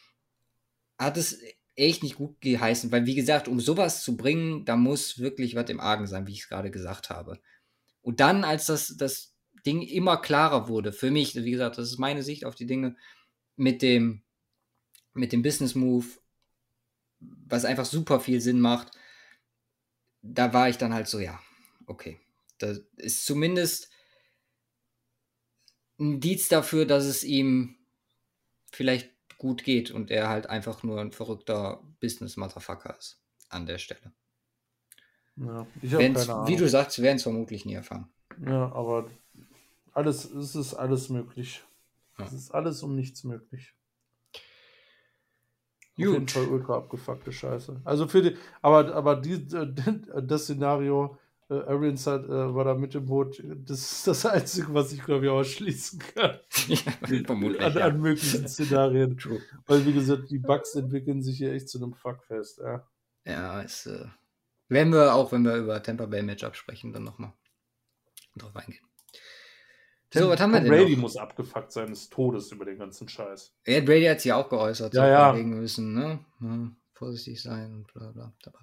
hat es echt nicht gut geheißen, weil wie gesagt, um sowas zu bringen, da muss wirklich was im Argen sein, wie ich es gerade gesagt habe. Und dann, als das, das Ding immer klarer wurde, für mich, wie gesagt, das ist meine Sicht auf die Dinge, mit dem mit dem Business Move, was einfach super viel Sinn macht, da war ich dann halt so, ja, okay. Das ist zumindest ein Indiz dafür, dass es ihm vielleicht gut geht und er halt einfach nur ein verrückter Business-Motherfucker ist an der Stelle. Ja, ich habe Wenn's, keine wie du Ahnung. sagst, werden es vermutlich nie erfahren. Ja, aber alles, es ist alles möglich. Ja. Es ist alles um nichts möglich. Auf jeden Gut. Fall ultra abgefuckte Scheiße. Also für die, aber, aber die, äh, das Szenario, äh, Arians hat, äh, war da mit im Boot, das ist das Einzige, was ich glaube ich ausschließen kann. Ja, vermutlich, an, ja. an möglichen Szenarien. True. Weil, wie gesagt, die Bugs entwickeln sich hier echt zu einem Fuckfest. Ja, Ja, es äh, werden wir auch, wenn wir über Tampa Bay Matchup sprechen, dann nochmal drauf eingehen. So, was haben wir Tom denn Brady noch? muss abgefuckt sein des Todes über den ganzen Scheiß. Ja, Brady hat sich ja auch geäußert, Ja, so ja. von wegen wir müssen, ne? Ja, vorsichtig sein und bla bla. bla.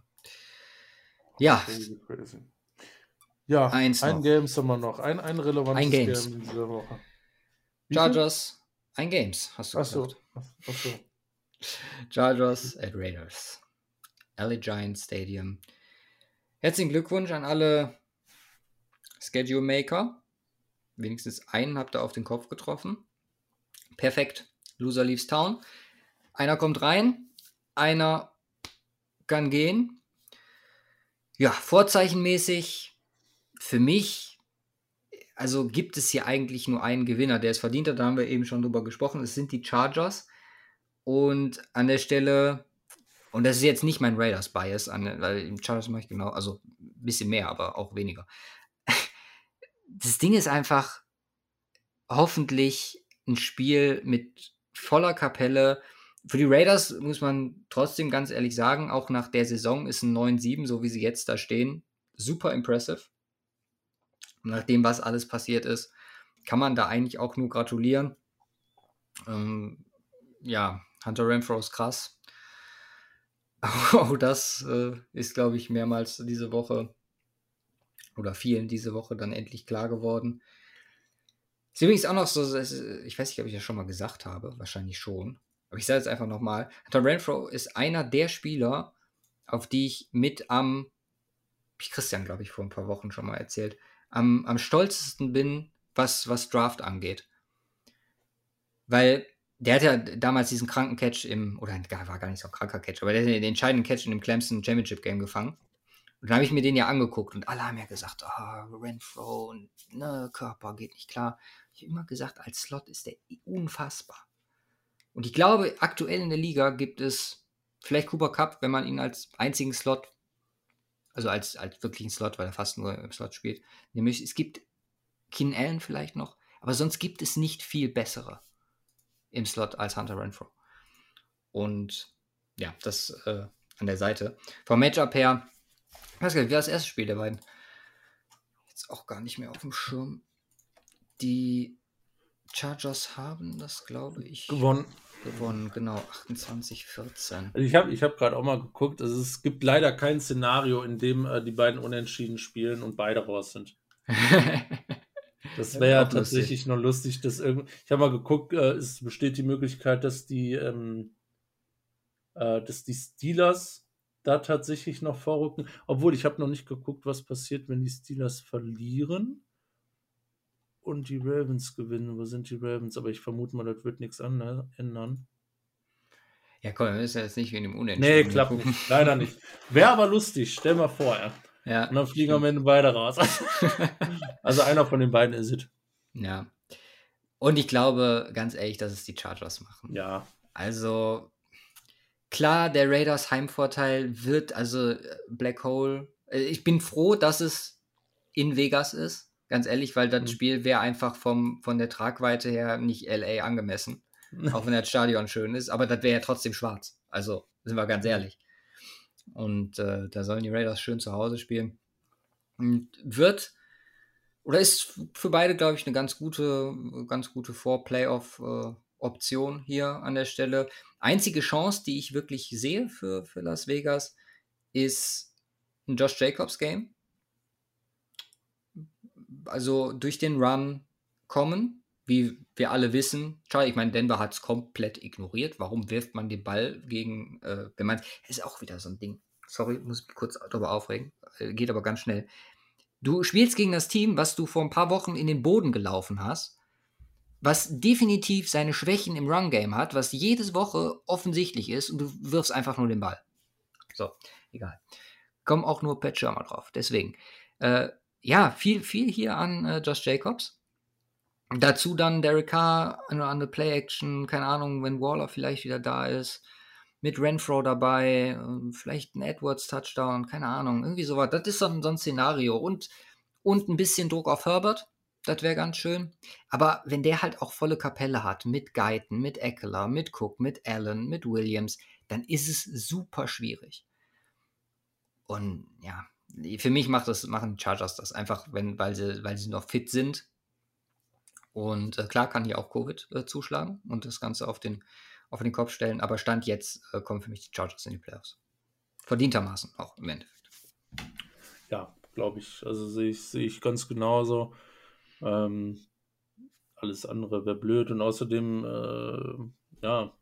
Ja, Crazy, crazy. Ja, eins ein noch. Games haben wir noch. Ein, ein relevantes Ein Games. Game in dieser Woche. Wie viel? Chargers, ein Games, hast du Achso, gesagt. achso. Chargers at Raiders. Allegiant Stadium. Herzlichen Glückwunsch an alle Schedule Maker. Wenigstens einen habt ihr auf den Kopf getroffen. Perfekt. Loser leaves town. Einer kommt rein, einer kann gehen. Ja, vorzeichenmäßig für mich, also gibt es hier eigentlich nur einen Gewinner, der es verdient hat. Da haben wir eben schon drüber gesprochen. Es sind die Chargers. Und an der Stelle, und das ist jetzt nicht mein Raiders-Bias, weil im Chargers mache ich genau, also ein bisschen mehr, aber auch weniger. Das Ding ist einfach hoffentlich ein Spiel mit voller Kapelle. Für die Raiders muss man trotzdem ganz ehrlich sagen, auch nach der Saison ist ein neun sieben, so wie sie jetzt da stehen, super impressive. Und nach dem, was alles passiert ist, kann man da eigentlich auch nur gratulieren. Ähm, ja, Hunter Renfrow ist krass. Auch das äh, ist, glaube ich, mehrmals diese Woche oder vielen diese Woche dann endlich klar geworden. Ist übrigens auch noch so, ich weiß nicht, ob ich das schon mal gesagt habe, wahrscheinlich schon, aber ich sage es einfach nochmal. Hunter Renfrow ist einer der Spieler, auf die ich mit am, wie Christian, glaube ich, vor ein paar Wochen schon mal erzählt, am, am stolzesten bin, was, was Draft angeht. Weil der hat ja damals diesen kranken Catch im, oder war gar nicht so ein kranker Catch, aber der hat den entscheidenden Catch in dem Clemson Championship Game gefangen. Und dann habe ich mir den ja angeguckt und alle haben ja gesagt, oh, Renfrow und ne, Körper geht nicht klar. Ich habe immer gesagt, als Slot ist der unfassbar. Und ich glaube, aktuell in der Liga gibt es vielleicht Cooper Kupp, wenn man ihn als einzigen Slot, also als, als wirklichen Slot, weil er fast nur im Slot spielt, nämlich es gibt Keenan Allen vielleicht noch, aber sonst gibt es nicht viel bessere im Slot als Hunter Renfrow. Und ja, das äh, an der Seite. Vom Matchup her, ich weiß gar nicht, wie war das erste Spiel der beiden? Jetzt auch gar nicht mehr auf dem Schirm. Die Chargers haben das, glaube ich, Gewonnen. gewonnen, genau, achtundzwanzig vierzehn. Also ich habe ich hab gerade auch mal geguckt, also es gibt leider kein Szenario, in dem äh, die beiden unentschieden spielen und beide raus sind. Das wäre ja tatsächlich lustig. noch lustig, dass irgendwie. Ich habe mal geguckt, äh, es besteht die Möglichkeit, dass die, ähm, äh, dass die Steelers da tatsächlich noch vorrücken. Obwohl, ich habe noch nicht geguckt, was passiert, wenn die Steelers verlieren und die Ravens gewinnen. Wo sind die Ravens? Aber ich vermute mal, das wird nichts ändern. Ja, komm, wir wissen jetzt nicht wegen dem Unentschieden. Nee, klappt nicht. Leider nicht. Wäre aber lustig, stell mal vor, ja. Ja, und dann fliegen am Ende beide raus. Also einer von den beiden ist es. Ja. Und ich glaube, ganz ehrlich, dass es die Chargers machen. Ja. Also, klar, der Raiders Heimvorteil wird, also Black Hole, ich bin froh, dass es in Vegas ist, ganz ehrlich, weil das mhm. Spiel wäre einfach vom, von der Tragweite her nicht L A angemessen. Auch wenn das Stadion schön ist, aber das wäre ja trotzdem schwarz. Also, sind wir ganz ehrlich. Und äh, da sollen die Raiders schön zu Hause spielen. Und wird, oder ist für beide, glaube ich, eine ganz gute, ganz gute Vor-Playoff-Option äh, hier an der Stelle. Einzige Chance, die ich wirklich sehe für, für Las Vegas, ist ein Josh Jacobs-Game. Also durch den Run kommen, wie wir alle wissen. Ich meine, Denver hat es komplett ignoriert. Warum wirft man den Ball gegen, äh, wenn man, ist auch wieder so ein Ding. Sorry, muss mich kurz darüber aufregen. Äh, geht aber ganz schnell. Du spielst gegen das Team, was du vor ein paar Wochen in den Boden gelaufen hast, was definitiv seine Schwächen im Run-Game hat, was jede Woche offensichtlich ist und du wirfst einfach nur den Ball. So, egal. Komm auch nur Pat Shurmur drauf. Deswegen, äh, ja, viel, viel hier an äh, Josh Jacobs. Dazu dann Derek Carr, eine andere Play-Action, keine Ahnung, wenn Waller vielleicht wieder da ist, mit Renfrow dabei, vielleicht ein Edwards-Touchdown, keine Ahnung, irgendwie sowas. Das ist so ein, so ein Szenario. Und, und ein bisschen Druck auf Herbert, das wäre ganz schön. Aber wenn der halt auch volle Kapelle hat, mit Guyton, mit Eckler, mit Cook, mit Allen, mit Williams, dann ist es super schwierig. Und ja, für mich macht das, machen die Chargers das einfach, wenn, weil sie, weil sie noch fit sind. Und äh, klar kann hier auch Covid äh, zuschlagen und das Ganze auf den, auf den Kopf stellen, aber Stand jetzt äh, kommen für mich die Chargers in die Playoffs. Verdientermaßen auch im Endeffekt. Ja, glaube ich. Also sehe ich, sehe ich ganz genauso. Ähm, alles andere wäre blöd und außerdem, äh, ja,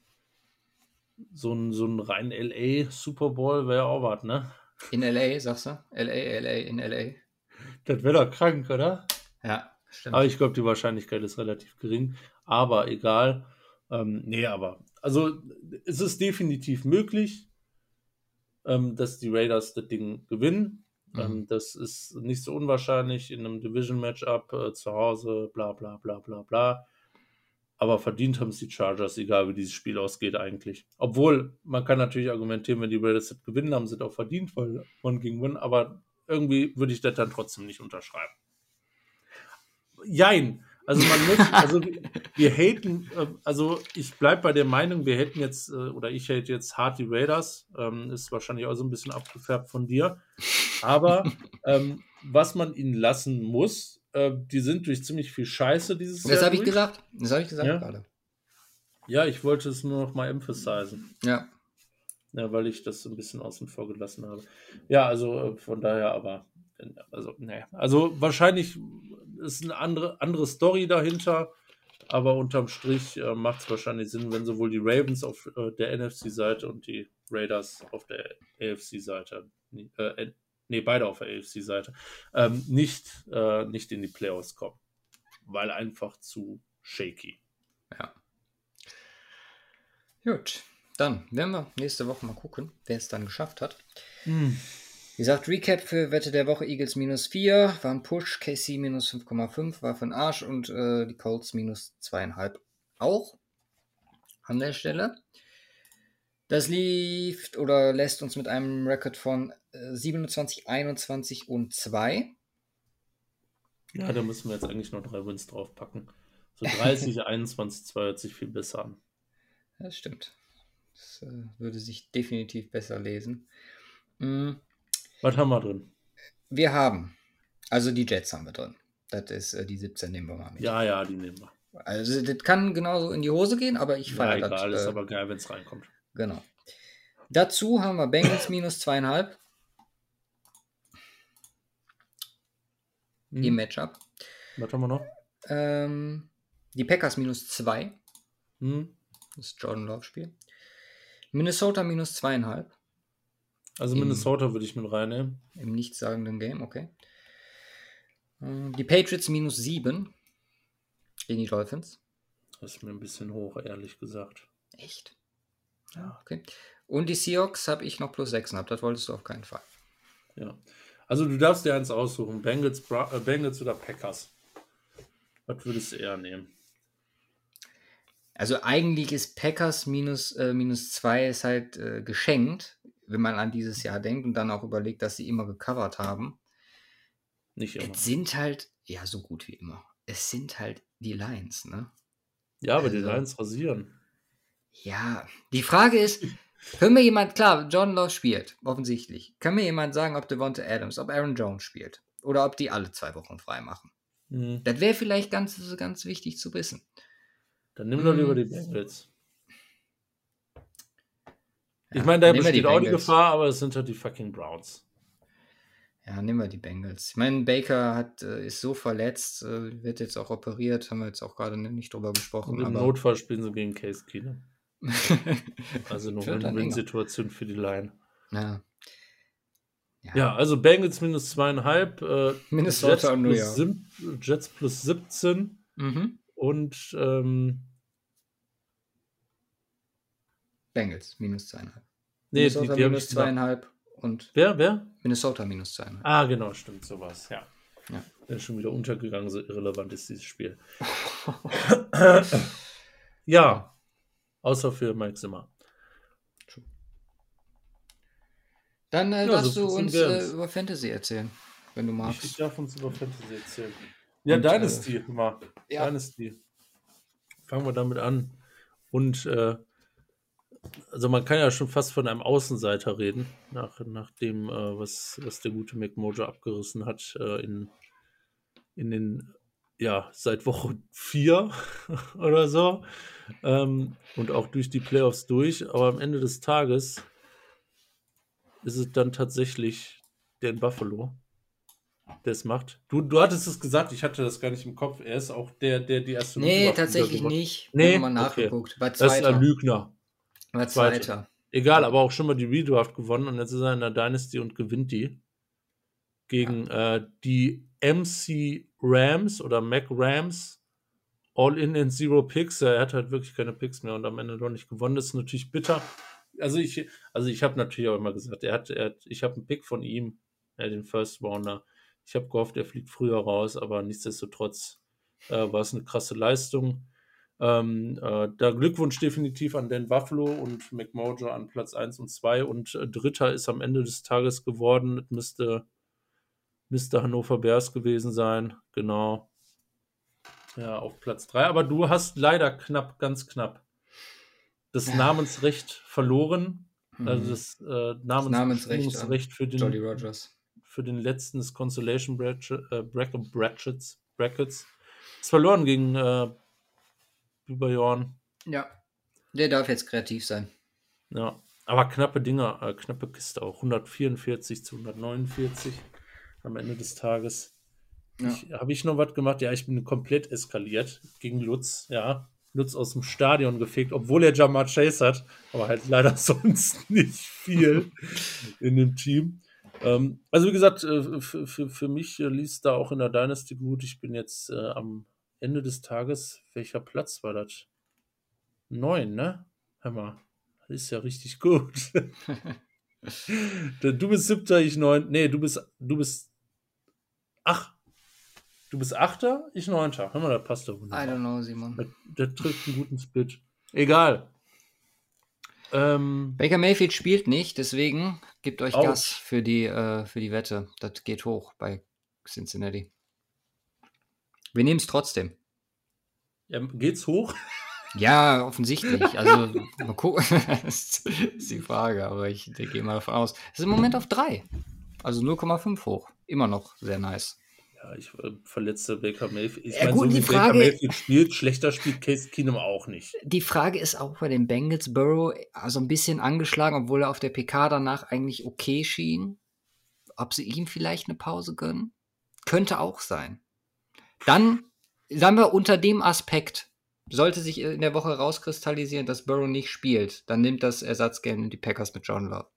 so ein, so ein rein L A Super Bowl wäre auch was, ne? In L A, sagst du? L A, L A, in L A. Das wäre doch krank, oder? Ja, stimmt. Aber ich glaube, die Wahrscheinlichkeit ist relativ gering. Aber egal. Ähm, nee, aber also es ist definitiv möglich, ähm, dass die Raiders das Ding gewinnen. Mhm. Ähm, das ist nicht so unwahrscheinlich in einem Division-Matchup äh, zu Hause, bla bla bla bla bla. Aber verdient haben es die Chargers, egal wie dieses Spiel ausgeht eigentlich. Obwohl, man kann natürlich argumentieren, wenn die Raiders das gewinnen, haben sie es auch verdient, weil One gegen One. Aber irgendwie würde ich das dann trotzdem nicht unterschreiben. Jein. Also man muss, also wir haten, also ich bleibe bei der Meinung, wir hätten jetzt, oder ich hate jetzt hart die Raiders, ähm, ist wahrscheinlich auch so ein bisschen abgefärbt von dir, aber ähm, was man ihnen lassen muss, äh, die sind durch ziemlich viel Scheiße dieses das Jahr. Das habe ich gesagt, das habe ich gesagt ja? gerade. Ja, ich wollte es nur noch mal emphasisieren. Ja. Ja, weil ich das so ein bisschen außen vor gelassen habe. Ja, also von daher, aber also, nee. Also wahrscheinlich ist eine andere, andere Story dahinter, aber unterm Strich äh, macht es wahrscheinlich Sinn, wenn sowohl die Ravens auf äh, der N F C-Seite und die Raiders auf der A F C-Seite, äh, nee, beide auf der A F C-Seite, ähm, nicht, äh, nicht in die Playoffs kommen. Weil einfach zu shaky. Ja. Gut. Dann werden wir nächste Woche mal gucken, wer es dann geschafft hat. Hm. Wie gesagt, Recap für Wette der Woche: Eagles minus vier, war ein Push, K C minus fünf Komma fünf, war für den Arsch und äh, die Colts minus zwei Komma fünf auch an der Stelle. Das lief oder lässt uns mit einem Rekord von äh, siebenundzwanzig, einundzwanzig und zwei. Ja, da müssen wir jetzt eigentlich noch drei Wins draufpacken. So dreißig, einundzwanzig, zwei hört sich viel besser an. Das stimmt. Das äh, würde sich definitiv besser lesen. Mm. Was haben wir drin? Wir haben, also die Jets haben wir drin. Das ist äh, die siebzehn, nehmen wir mal mit. Ja, ja, die nehmen wir. Also das kann genauso in die Hose gehen, aber ich Ja, feiere das. egal, ist Äh, aber geil, wenn es reinkommt. genau. Dazu haben wir Bengals minus zweieinhalb Hm. im Matchup. Was haben wir noch? Ähm, die Packers minus zwei. Hm. Das Jordan Love Spiel. Minnesota minus zweieinhalb. Also Im- Minnesota würde ich mit reinnehmen. Im nichtssagenden Game, okay. Äh, Die Patriots minus sieben gegen die Dolphins. Das ist mir ein bisschen hoch, ehrlich gesagt. Echt? Ja, okay. Und die Seahawks habe ich noch plus sechs gehabt. Das wolltest du auf keinen Fall. Ja. Also du darfst dir eins aussuchen. Bengals, Bra äh, Bengals oder Packers. Was würdest du eher nehmen? Also eigentlich ist Packers minus, äh, minus zwei ist halt äh, geschenkt, wenn man an dieses Jahr denkt und dann auch überlegt, dass sie immer gecovert haben. Nicht immer. Es sind halt, ja, so gut wie immer. Es sind halt die Lions, ne? Ja, aber die also- Lions rasieren. Ja, die Frage ist, können mir jemand, klar, Jordan Love spielt, offensichtlich. Kann mir jemand sagen, ob Devonta Adams, ob Aaron Jones spielt? Oder ob die alle zwei Wochen frei machen? Hm. Das wäre vielleicht ganz, ganz wichtig zu wissen. Dann nimm doch Hm. lieber die Bengals. Ich Ja, meine, da nehmen wir die besteht auch die Bengals. Gefahr, aber es sind halt die fucking Browns. Ja, nehmen wir die Bengals. Ich meine, Baker hat, äh, ist so verletzt, äh, wird jetzt auch operiert, haben wir jetzt auch gerade nicht drüber gesprochen. Und im aber Notfall spielen sie gegen Case Keenum. Also eine Wird dann enger. Win-Win-Situation für die Line. Ja. Ja, also Bengals minus zweieinhalb, äh, Minnesota Jets, und New plus York. sim- Jets plus siebzehn Mhm. und ähm, Bengals minus zweieinhalb. nee, die, Minnesota die habe minus ich gemacht. zweieinhalb und Wer, wer? Minnesota minus zweieinhalb. Ah, genau, stimmt, sowas, ja. Ja. Der ist schon wieder untergegangen, so irrelevant ist dieses Spiel. Ja, außer für Mike Zimmer. Dann äh, Ja, darfst so du viel uns zum äh, Dance. über Fantasy erzählen, wenn du Ich, magst. ich darf uns über Fantasy erzählen. Ja, Und, Dynasty, mal. ja. Dynasty. Fangen wir damit an. Und äh, also man kann ja schon fast von einem Außenseiter reden, nach, nach dem, äh, was, was der gute McMojo abgerissen hat äh, in, in den, ja, seit Woche vier oder so. Ähm, und auch durch die Playoffs durch. Aber am Ende des Tages ist es dann tatsächlich der in Buffalo, der es macht. Du, du hattest es gesagt, ich hatte das gar nicht im Kopf. Er ist auch der, der die erste Nee, Luftwaffe tatsächlich gewonnen- nicht. Nee, Hab mal okay. nachgeguckt. War Das ist ein Zweiter. Lügner. War Zweiter. Zweiter. Egal, aber auch schon mal die Redraft gewonnen und jetzt ist er in der Dynasty und gewinnt die. Gegen äh, die M C Rams oder Mac Rams. All in in Zero Picks. Er hat halt wirklich keine Picks mehr und am Ende noch nicht gewonnen. Das ist natürlich bitter. Also ich, also ich habe natürlich auch immer gesagt, er hat, er hat, ich habe einen Pick von ihm, äh, den First Rounder. Ich habe gehofft, er fliegt früher raus, aber nichtsdestotrotz äh, war es eine krasse Leistung. Ähm, äh, da Glückwunsch definitiv an Dan Buffalo und McMojo an Platz eins und zwei und äh, Dritter ist am Ende des Tages geworden. Das müsste, müsste Hannover Bears gewesen sein, genau. Ja, auf Platz drei. Aber du hast leider knapp, ganz knapp das Ja. Namensrecht verloren. Also Mhm. das äh, Das Namensbestimmungsrecht für Jolly den, Rogers. für den letzten des Constellation Bracket, äh, Bracket, Brackets, Brackets. Ist verloren gegen äh, Überjorn. Ja. Der darf jetzt kreativ sein. Ja, aber knappe Dinger, äh, knappe Kiste auch. hundertvierundvierzig zu hundertneunundvierzig am Ende des Tages. Ja. Ich, habe ich noch was gemacht? Ja, ich bin komplett eskaliert gegen Lutz. Ja, Lutz aus dem Stadion gefegt, obwohl er Jamar Chase hat, aber halt leider sonst nicht viel in dem Team. Ähm, also wie gesagt, äh, für, für, für mich äh, lief es da auch in der Dynasty gut. Ich bin jetzt äh, am Ende des Tages, welcher Platz war das? Neun, ne? Hör mal, das ist ja richtig gut. Du bist siebter, ich neun. Nee, du bist, du bist ach, du bist achter, ich neunter. Hör mal, das passt doch I wunderbar. don't know, Simon. Das, das trifft einen guten Split. Egal. Ähm, Baker Mayfield spielt nicht, deswegen gebt euch Ouch. Gas für die, äh, für die Wette. Das geht hoch bei Cincinnati. Wir nehmen es trotzdem. ja, geht's hoch? Ja, offensichtlich. Also, mal gucken. Das ist die Frage, aber ich gehe mal davon aus. Es ist im Moment auf drei. Also null Komma fünf hoch. Immer noch sehr nice. Ja, ich äh, verletzte Baker Mayfield. Ich Ja, meine, gut, so die wie Frage- Baker Mayfield spielt, schlechter spielt Case Keenum auch nicht. Die Frage ist auch bei den Bengals, Burrow also ein bisschen angeschlagen, obwohl er auf der P K danach eigentlich okay schien. Ob sie ihm vielleicht eine Pause gönnen? Könnte auch sein. Dann, sagen wir, unter dem Aspekt, sollte sich in der Woche rauskristallisieren, dass Burrow nicht spielt, dann nimmt das Ersatzgame die Packers mit John Love.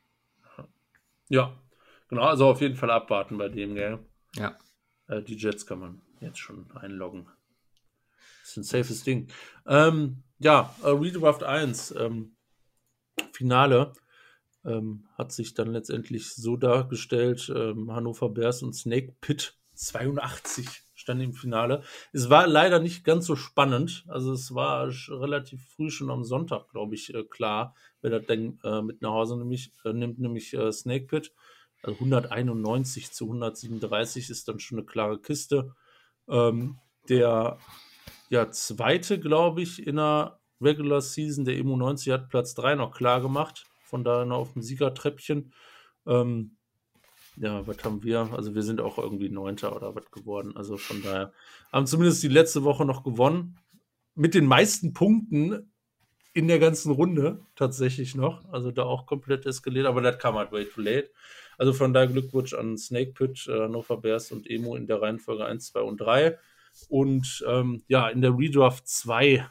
Ja, genau, also auf jeden Fall abwarten bei dem, gell? Ja. Äh, die Jets kann man jetzt schon einloggen. Das ist ein safes Ding. Ähm, ja, äh, Redraft eins, ähm, Finale, ähm, hat sich dann letztendlich so dargestellt, ähm, Hannover Bears und Snake Pit zweiundachtzig stand im Finale. Es war leider nicht ganz so spannend, also es war sch- relativ früh schon am Sonntag, glaube ich, äh, klar, wer das Ding äh, mit nach Hause nämlich, äh, nimmt, nämlich äh, Snake Pit. Also hunderteinundneunzig zu hundertsiebenunddreißig ist dann schon eine klare Kiste. Ähm, der ja, zweite, glaube ich, in der Regular Season, der Emo neunzig hat Platz drei noch klar gemacht. Von daher noch auf dem Siegertreppchen. Ähm, ja, was haben wir? Also wir sind auch irgendwie Neunter oder was geworden. Also von daher haben zumindest die letzte Woche noch gewonnen. Mit den meisten Punkten in der ganzen Runde tatsächlich noch. Also da auch komplett eskaliert, aber das kam halt way too late. Also von daher Glückwunsch an Snake Pit, äh, Hannover Bears und Emo in der Reihenfolge eins, zwei und drei. Und ähm, ja, in der Redraft zwei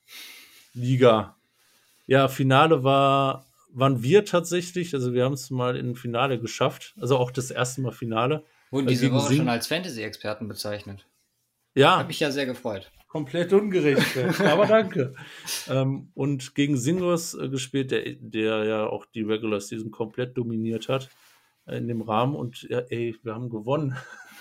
Liga. Ja, Finale war, waren wir tatsächlich, also wir haben es mal in Finale geschafft, also auch das erste Mal Finale. Wurden Äh, diese gegen Woche Sing- schon als Fantasy-Experten bezeichnet. Ja, Hat mich ja sehr gefreut. komplett ungerecht, aber danke. ähm, und gegen Singos äh, gespielt, der, der ja auch die Regular Season komplett dominiert hat äh, in dem Rahmen. Und ja, ey, wir haben gewonnen.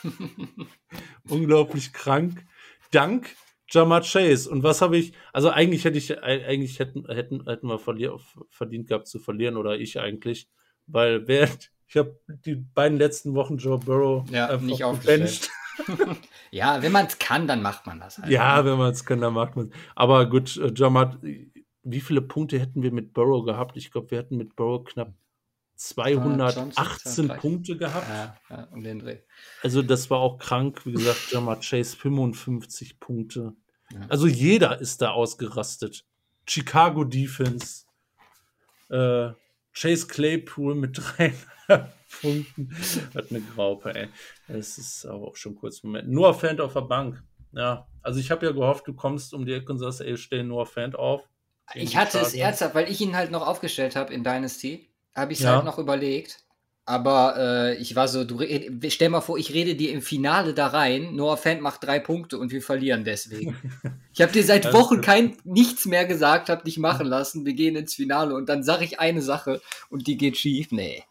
Unglaublich krank. Dank Jamar Chase. Und was habe ich, also eigentlich hätte ich, eigentlich hätten, hätten, hätten wir verlier, verdient gehabt zu verlieren, oder ich eigentlich, weil wer, ich habe die beiden letzten Wochen Joe Burrow Ja, einfach nicht gebencht. aufgestellt. Ja, wenn man es kann, dann macht man das halt. Ja, ne? wenn man es kann, dann macht man es. Aber gut, äh, Jamar, wie viele Punkte hätten wir mit Burrow gehabt? Ich glaube, wir hätten mit Burrow knapp zweihundertachtzehn zweihundertzwanzig, Punkte gehabt. Ja, ja, um den Dreh. Also das war auch krank. Wie gesagt, Jamar Chase fünfundfünfzig Punkte. Ja. Also jeder ist da ausgerastet. Chicago Defense, äh, Chase Claypool mit dreieinhalb Punkten. Hat eine Graupe, ey. Es ist aber auch schon kurz Moment. Noah Fant auf der Bank. Ja, also ich habe ja gehofft, du kommst um die Ecke und sagst, ey, stell Noah Fant auf. Gegen Ich die hatte es Chargers. ernsthaft, weil ich ihn halt noch aufgestellt habe in Dynasty, habe ich es Ja. halt noch überlegt. Aber äh, ich war so, du re- stell mal vor, ich rede dir im Finale da rein, Noah Fant macht drei Punkte und wir verlieren deswegen. Ich habe dir seit Das Wochen ist- kein nichts mehr gesagt, habe dich machen lassen, wir gehen ins Finale und dann sage ich eine Sache und die geht schief. Nee.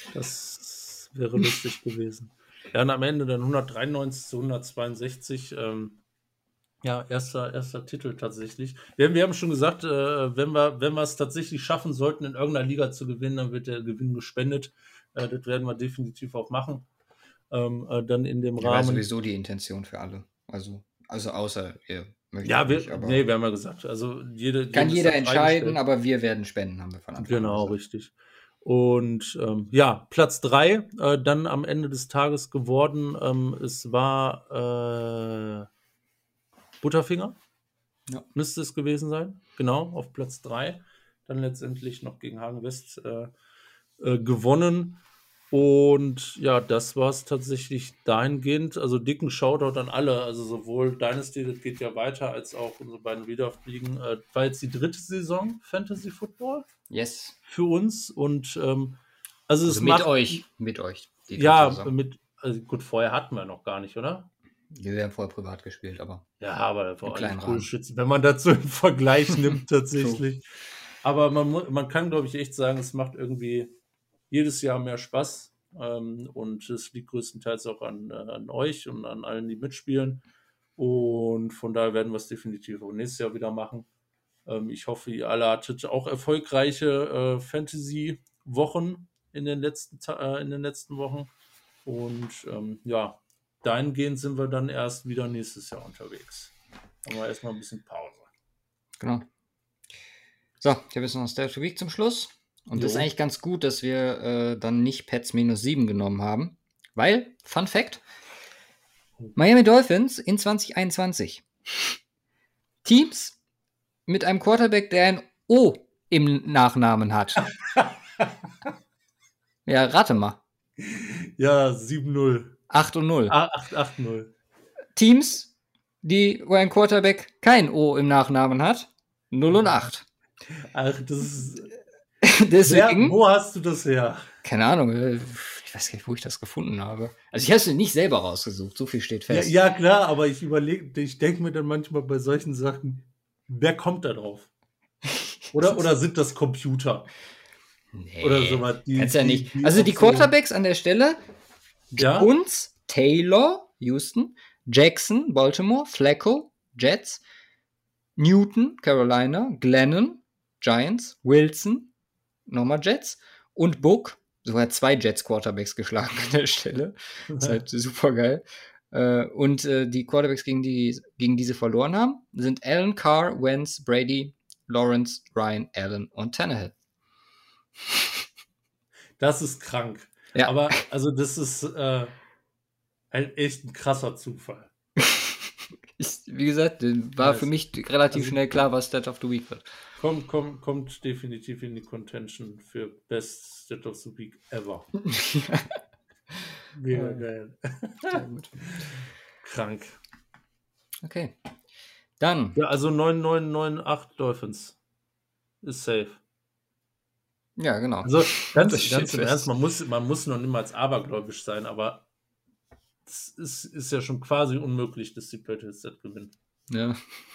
Das wäre lustig gewesen. Ja, und am Ende dann hundertdreiundneunzig zu hundertzweiundsechzig. Ähm, ja, erster, erster Titel tatsächlich. Wir, wir haben schon gesagt, äh, wenn wir wenn wir es tatsächlich schaffen sollten, in irgendeiner Liga zu gewinnen, dann wird der Gewinn gespendet. Äh, das werden wir definitiv auch machen. Ähm, äh, dann in dem War Rahmen. sowieso die Intention für alle. Also, also außer ihr möchtet Ja, wir, nicht, aber nee, wir haben ja gesagt. Also jede, kann jedem ist jeder das entscheiden, freigestellt. aber wir werden spenden, haben wir von Anfang Genau, an gesagt. richtig. Und ähm, ja, Platz drei, äh, dann am Ende des Tages geworden. Ähm, es war äh, Butterfinger, Ja. müsste es gewesen sein. Genau, auf Platz drei. Dann letztendlich noch gegen Hagen West äh, äh, gewonnen. Und ja, das war es tatsächlich dahingehend. Also dicken Shoutout an alle. Also sowohl Dynasty, das geht ja weiter, als auch unsere beiden Redraft-Ligen. Äh, war jetzt die dritte Saison Fantasy Football Yes. für uns. Und ähm, also, Also es mit macht, euch, mit euch. die dritte ja, Saison. mit, also gut, vorher hatten wir noch gar nicht, oder? Wir haben vorher privat gespielt, aber Ja, aber das war Im auch kleinen nicht Rahmen. Bullshit, wenn man dazu einen Vergleich nimmt, tatsächlich. Aber man, mu- man kann, glaube ich, echt sagen, es macht irgendwie jedes Jahr mehr Spaß. Ähm, und es liegt größtenteils auch an, äh, an euch und an allen, die mitspielen. Und von daher werden wir es definitiv auch nächstes Jahr wieder machen. Ähm, ich hoffe, ihr alle hattet auch erfolgreiche äh, Fantasy-Wochen in den letzten Ta- äh, in den letzten Wochen. Und ähm, ja, dahingehend sind wir dann erst wieder nächstes Jahr unterwegs. Haben wir erstmal ein bisschen Pause. Genau. So, ich habe jetzt noch ein Stat of the Week zum Schluss. Und Jo. das ist eigentlich ganz gut, dass wir äh, dann nicht Pets minus sieben genommen haben. Weil, Fun Fact, Miami Dolphins in zwanzig einundzwanzig. Teams mit einem Quarterback, der ein O im Nachnamen hat. Ja, rate mal. Ja, sieben null. acht und null. acht acht null. Teams, die, wo ein Quarterback kein O im Nachnamen hat, null und acht. Ach, das ist. Deswegen, Wer, wo hast du das her? keine Ahnung, ich weiß gar nicht, wo ich das gefunden habe. Also ich habe es nicht selber rausgesucht, so viel steht Ja, fest. ja, klar, aber ich überlege, ich denke mir dann manchmal bei solchen Sachen, wer kommt da drauf? Oder, oder sind das Computer? Nee, Oder sowas. Die, kannst ja die- nicht. die Also auf die so- Quarterbacks an der Stelle, Ja? Jones, Taylor, Houston, Jackson, Baltimore, Flacco, Jets, Newton, Carolina, Glennon, Giants, Wilson, nochmal Jets und Book, sogar zwei Jets Quarterbacks geschlagen an der Stelle. Das ist halt super geil. Äh, und äh, die Quarterbacks, gegen die gegen diese verloren haben, sind Allen, Carr, Wentz, Brady, Lawrence, Ryan, Allen und Tannehill. Das ist krank. Ja. Aber, also, das ist äh, halt echt ein krasser Zufall. Ich, wie gesagt, war Nice. für mich relativ Also- schnell klar, was Stat of the Week wird. Kommt, kommt, kommt definitiv in die Contention für Best Stat of the Week ever. Mega Ja. geil. Sehr gut. Krank. Okay. Dann, Ja, also neun neun neun acht Dolphins. Ist safe. ja, genau. Also Das ganz, steht ganz im fest. Ernst, man muss, man muss noch niemals abergläubisch sein, aber es ist, ist ja schon quasi unmöglich, dass die Patriots das gewinnen. Ja.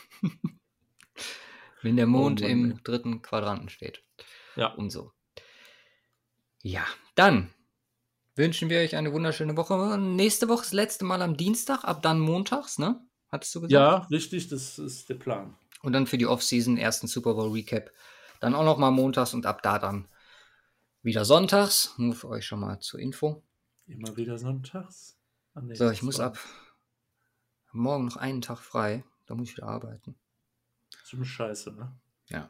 Wenn der Mond Oh Mann, im ey. dritten Quadranten steht. Ja. Und so. Ja, dann wünschen wir euch eine wunderschöne Woche. Nächste Woche das letzte Mal am Dienstag, ab dann montags, ne? Hattest du gesagt? Ja, richtig, das ist der Plan. Und dann für die Offseason ersten Super Bowl Recap. Dann auch nochmal montags und ab da dann wieder sonntags. Nur für euch schon mal zur Info. Immer wieder sonntags. Ah, nee, So, das ich muss war- ab morgen noch einen Tag frei. Da muss ich wieder arbeiten. So eine Scheiße, ne? Ja.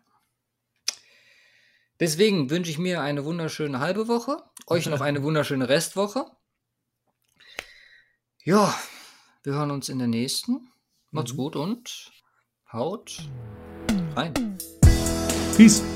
Deswegen wünsche ich mir eine wunderschöne halbe Woche. Euch noch eine wunderschöne Restwoche. Ja, wir hören uns in der nächsten. Macht's Mhm. gut und haut rein. Peace.